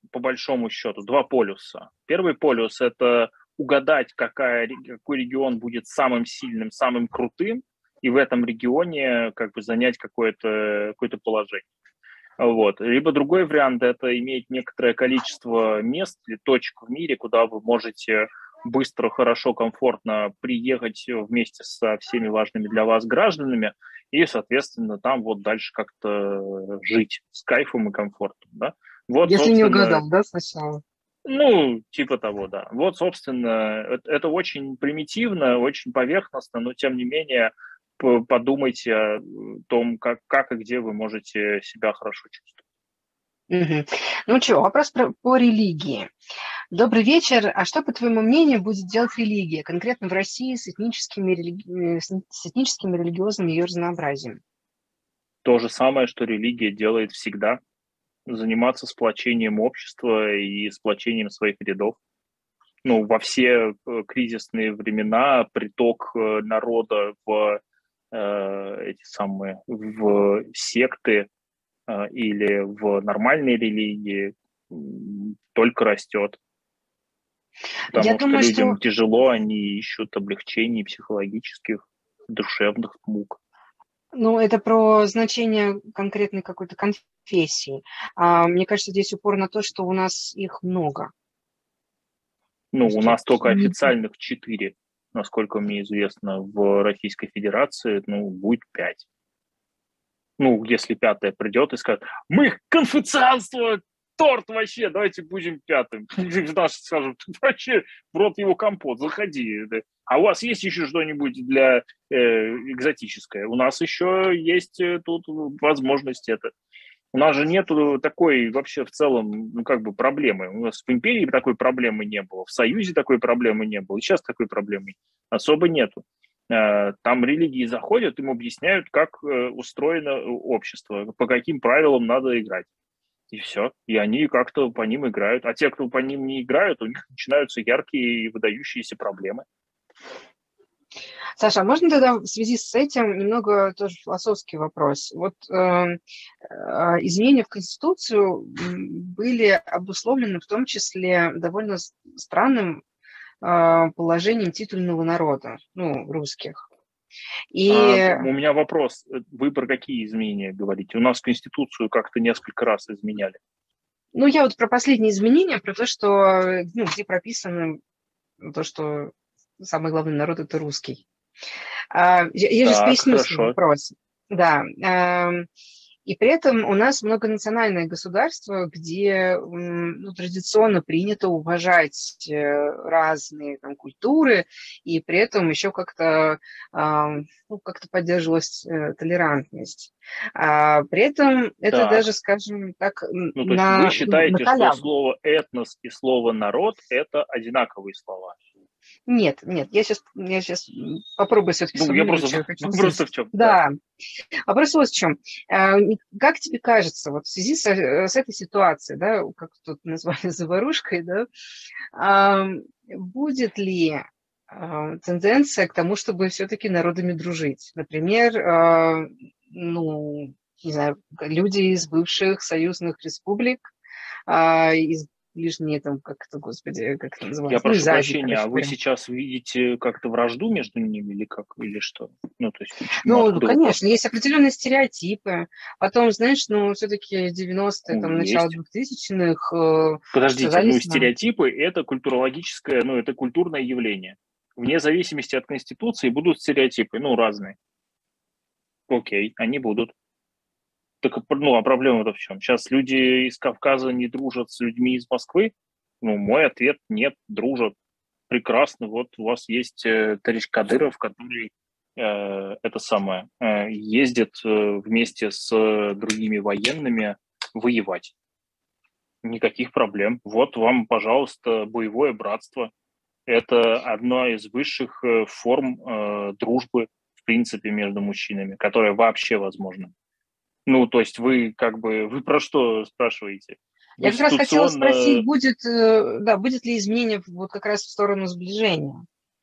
по большому счету, два полюса. Первый полюс – это угадать, какая, какой регион будет самым сильным, самым крутым, и в этом регионе как бы занять какое-то, какое-то положение. Вот. Либо другой вариант – это иметь некоторое количество мест или точек в мире, куда вы можете быстро, хорошо, комфортно приехать вместе со всеми важными для вас гражданами и, соответственно, там вот дальше как-то жить с кайфом и комфортом. Да? Вот, Если не угадал, да, сначала? Ну, типа того, да. Вот, собственно, это, это очень примитивно, очень поверхностно, но, тем не менее, подумайте о том, как, как и где вы можете себя хорошо чувствовать. Угу. Ну что, вопрос про, по религии. Добрый вечер. А что, по твоему мнению, будет делать религия, конкретно в России, с этническими, религи... с этническим и религиозным ее разнообразием? То же самое, что религия делает всегда. Заниматься сплочением общества и сплочением своих рядов. Ну, во все кризисные времена приток народа в э, эти самые в секты э, или в нормальные религии только растет. Потому Я что думаю, людям что... тяжело, они ищут облегчений психологических, душевных мук. Ну, это про значение конкретной какой-то конфессии. А, мне кажется, здесь упор на то, что у нас их много. Ну, То у нас тут... только официальных четыре, насколько мне известно, в Российской Федерации, ну, будет пять. Ну, если пятая придет и скажет, мы конфуцианство, торт вообще, давайте будем пятым. Наши скажут, вообще в рот его компот, заходи. А у вас есть еще что-нибудь для э, экзотическое? У нас еще есть тут возможность это. У нас же нету такой вообще в целом, ну, как бы проблемы. У нас в империи такой проблемы не было, в Союзе такой проблемы не было, и сейчас такой проблемы особо нету. Там религии заходят, им объясняют, как устроено общество, по каким правилам надо играть. И все. И они как-то по ним играют. А те, кто по ним не играют, у них начинаются яркие и выдающиеся проблемы. Саша, а можно тогда в связи с этим немного тоже философский вопрос? Вот э, э, изменения в Конституцию были обусловлены в том числе довольно странным э, положением титульного народа, ну, русских. И... А, у меня вопрос. Вы про какие изменения говорите? У нас Конституцию как-то несколько раз изменяли. Ну, я вот про последние изменения, про то, что, ну, где прописано то, что самый главный народ – это русский. Я, я так, же поясню хорошо. свой вопрос. Да. И при этом у нас многонациональное государство, где, ну, традиционно принято уважать разные там культуры, и при этом еще как-то, ну, как-то поддерживалась толерантность. А при этом это так. даже, скажем так, ну, на, то есть вы считаете, на что слово «этнос» и слово «народ» – это одинаковые слова? Нет, нет, я сейчас, я сейчас попробую все-таки ну, я просто, что я хочу просто в чем. Да. да. Вопрос вот в чем. Как тебе кажется, вот в связи с, с этой ситуацией, да, как тут назвали заварушкой, да, будет ли тенденция к тому, чтобы все-таки народами дружить? Например, ну, не знаю, люди из бывших союзных республик, из ближние там, как это, господи, как это называется? Я прошу ну, прощения, Азии, а вы сейчас видите как-то вражду между ними или как, или что? Ну, то есть, ну, конечно, есть определенные стереотипы. Потом, знаешь, ну, все-таки девяностые, ну, там, начало двухтысячных. Э, Подождите, ну, стереотипы – это культурологическое, ну, это культурное явление. Вне зависимости от Конституции будут стереотипы, ну, разные. Окей, они будут. Так, ну, а проблема-то в чем? Сейчас люди из Кавказа не дружат с людьми из Москвы? Ну, мой ответ – нет, дружат. Прекрасно. Вот у вас есть э, товарищ Кадыров, который э, это самое, э, ездит э, вместе с э, другими военными воевать. Никаких проблем. Вот вам, пожалуйста, боевое братство. Это одна из высших э, форм э, дружбы, в принципе, между мужчинами, которая вообще возможна. Ну, то есть вы как бы, вы про что спрашиваете? Я как раз хотела спросить, будет, да, будет ли изменение вот как раз в сторону сближения?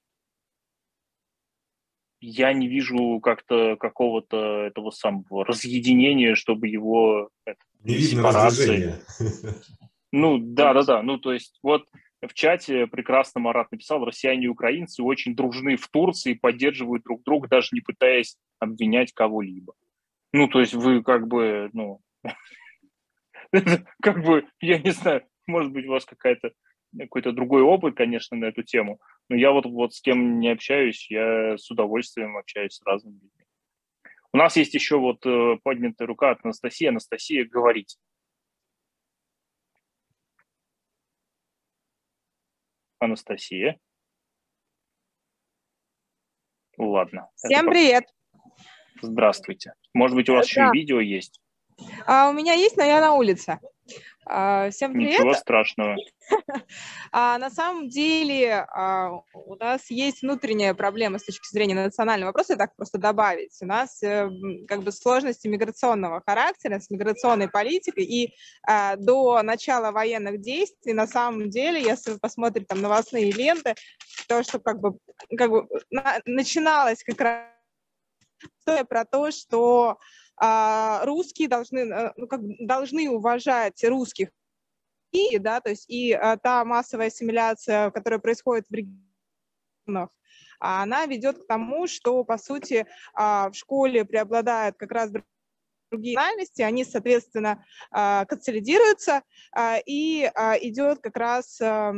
Я не вижу как-то какого-то этого самого разъединения, чтобы его... Это, не видно разложения. Ну, да-да-да, ну, то есть вот в чате прекрасно Марат написал, россияне и украинцы очень дружны в Турции, поддерживают друг друга, даже не пытаясь обвинять кого-либо. Ну, то есть вы как бы, ну, как бы, я не знаю, может быть, у вас какая-то какой-то другой опыт, конечно, на эту тему, но я вот, вот с кем не общаюсь, я с удовольствием общаюсь с разными людьми. У нас есть еще вот поднятая рука от Анастасии. Анастасия, говорите. Анастасия. Ладно. Всем привет. Здравствуйте. Может быть, у вас да. еще и видео есть? А, у меня есть, но я на улице. А, всем привет. Ничего страшного. А, на самом деле а, у нас есть внутренняя проблема с точки зрения национального вопроса, так просто добавить. У нас э, как бы сложности миграционного характера с миграционной политикой, и а, до начала военных действий на самом деле, если вы посмотрите там новостные ленты, то, что как бы, как бы на, начиналось как раз про то, что а, русские должны, ну, как, должны уважать русских, и, да, то есть и а, та массовая ассимиляция, которая происходит в регионах, она ведет к тому, что, по сути, а, в школе преобладают как раз другие национальности, они, соответственно, а, консолидируются, а, и а, идет как раз, а,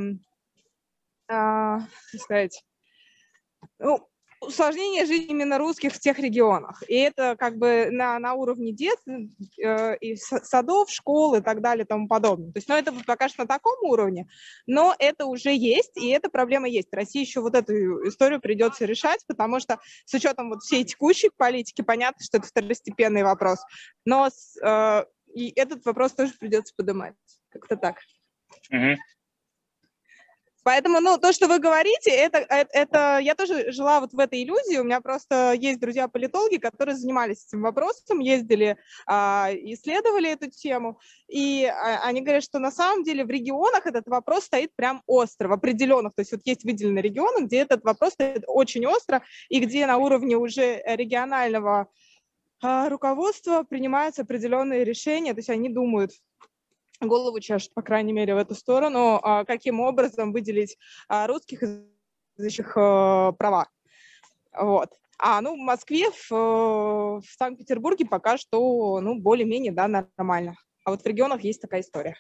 а, как сказать, ну, усложнение жизни именно русских в тех регионах. И это как бы на, на уровне детства, э, и садов, школ и так далее и тому подобное. То есть, ну, это пока что на таком уровне, но это уже есть, и эта проблема есть. России еще вот эту историю придется решать, потому что с учетом вот всей текущей политики, понятно, что это второстепенный вопрос, но с, э, и этот вопрос тоже придется поднимать. Как-то так. Mm-hmm. Поэтому, ну, то, что вы говорите, это, это, это я тоже жила вот в этой иллюзии. У меня просто есть друзья-политологи, которые занимались этим вопросом, ездили, а, исследовали эту тему, и а, они говорят, что на самом деле в регионах этот вопрос стоит прям остро, в определенных, то есть вот есть выделенные регионы, где этот вопрос стоит очень остро, и где на уровне уже регионального а, руководства принимаются определенные решения, то есть они думают, голову чешет, по крайней мере, в эту сторону, каким образом выделить русских языческих права. Вот. А ну, в Москве, в, в Санкт-Петербурге пока что ну, более-менее да, нормально. А вот в регионах есть такая история.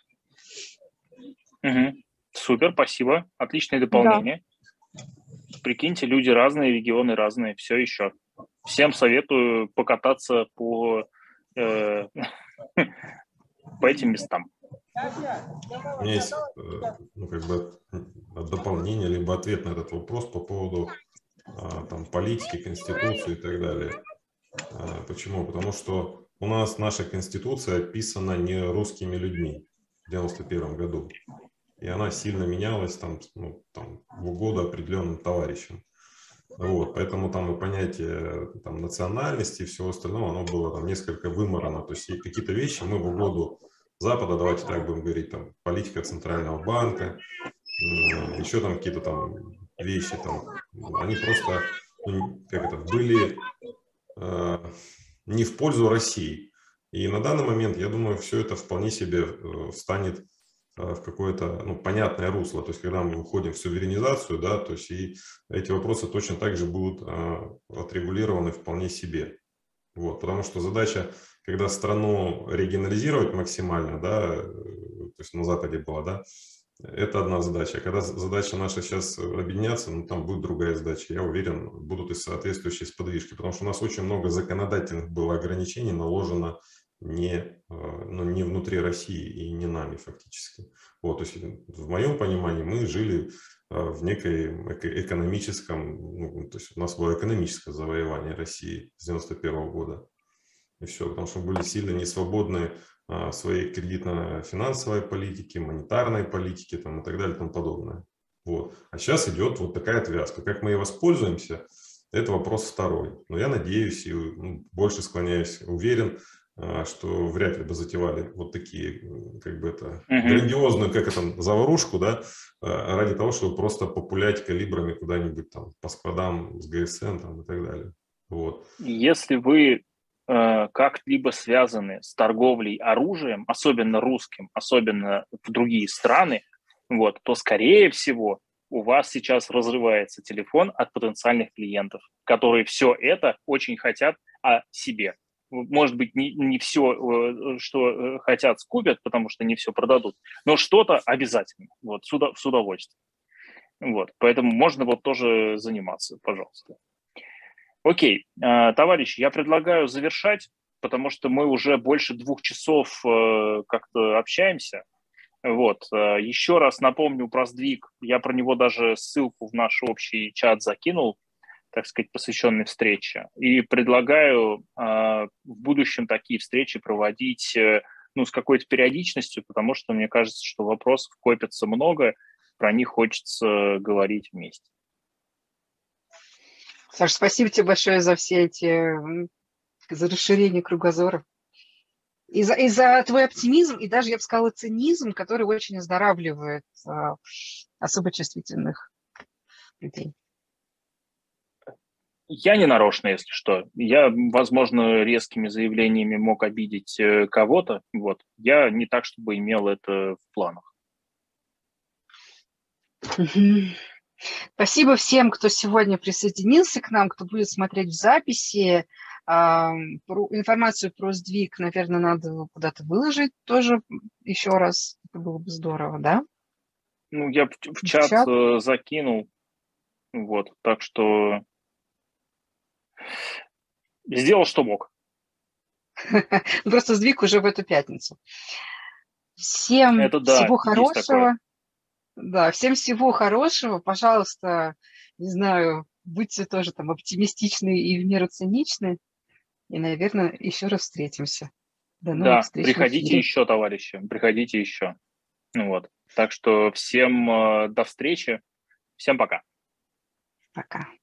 Угу. Супер, спасибо. Отличное дополнение. Да. Прикиньте, люди разные, регионы разные, все еще. Всем советую покататься по, э, по этим местам. У меня есть ну, как бы дополнение, либо ответ на этот вопрос по поводу там, политики, конституции и так далее. Почему? Потому что у нас наша конституция писана не русскими людьми в девяносто первом году. И она сильно менялась там, ну, там, в угоду определенным товарищам. Вот, поэтому там и понятие там, национальности и всего остального, оно было там, несколько вымарано. То есть какие-то вещи мы в угоду Запада, давайте так будем говорить, там, политика Центрального банка, еще там какие-то там вещи, там, они просто, ну, как это, были э, не в пользу России. И на данный момент, я думаю, все это вполне себе э, встанет э, в какое-то ну, понятное русло. То есть, когда мы уходим в суверенизацию, да, то есть и эти вопросы точно так же будут э, отрегулированы вполне себе. Вот, потому что задача, когда страну регионализировать максимально, да, то есть на Западе была, да, это одна задача. А когда задача наша сейчас объединяться, ну, там будет другая задача. Я уверен, будут и соответствующие сподвижки, потому что у нас очень много законодательных было ограничений наложено не, ну, не внутри России и не нами фактически. Вот, то есть в моем понимании мы жили в некой экономическом, ну, то есть у нас было экономическое завоевание России с девяносто первого года. И все, потому что мы были сильно несвободны в своей кредитно-финансовой политике, монетарной политике там, и так далее и тому подобное. Вот. А сейчас идет вот такая отвязка. Как мы ей воспользуемся, это вопрос второй. Но я надеюсь и ну, больше склоняюсь, уверен, что вряд ли бы затевали вот такие, как бы это, uh-huh. грандиозную, как это, заварушку, да, ради того, чтобы просто популять калибрами куда-нибудь там по складам с ГСН там, и так далее. Вот. Если вы э, как-либо связаны с торговлей оружием, особенно русским, особенно в другие страны, вот, то, скорее всего, у вас сейчас разрывается телефон от потенциальных клиентов, которые все это очень хотят о себе. Может быть, не, не все, что хотят, скупят, потому что не все продадут, но что-то обязательно, вот, с, удов- с удовольствием. Вот, поэтому можно вот тоже заниматься, пожалуйста. Окей, товарищи, я предлагаю завершать, потому что мы уже больше двух часов как-то общаемся. Вот, еще раз напомню про сдвиг, я про него даже ссылку в наш общий чат закинул, так сказать, посвященной встрече, и предлагаю в будущем такие встречи проводить, ну, с какой-то периодичностью, потому что мне кажется, что вопросов копится много, про них хочется говорить вместе. Саша, спасибо тебе большое за все эти, за расширение кругозора. И за, и за твой оптимизм, и даже, я бы сказала, цинизм, который очень оздоравливает а, особо чувствительных людей. Я не нарочно, если что. Я, возможно, резкими заявлениями мог обидеть кого-то. Вот. Я не так, чтобы имел это в планах. Спасибо всем, кто сегодня присоединился к нам, кто будет смотреть в записи. Информацию про сдвиг, наверное, надо куда-то выложить тоже еще раз. Это было бы здорово, да? Ну, я в, в чат, чат закинул. Вот, так что сделал, что мог. Просто сдвиг уже в эту пятницу. Всем Это да, всего хорошего. Да, всем всего хорошего. Пожалуйста, не знаю, будьте тоже там оптимистичны и в меру циничны. И, наверное, еще раз встретимся. До новых да, встреч. Приходите еще, товарищи, приходите еще. Ну вот. Так что всем э, до встречи. Всем пока. Пока.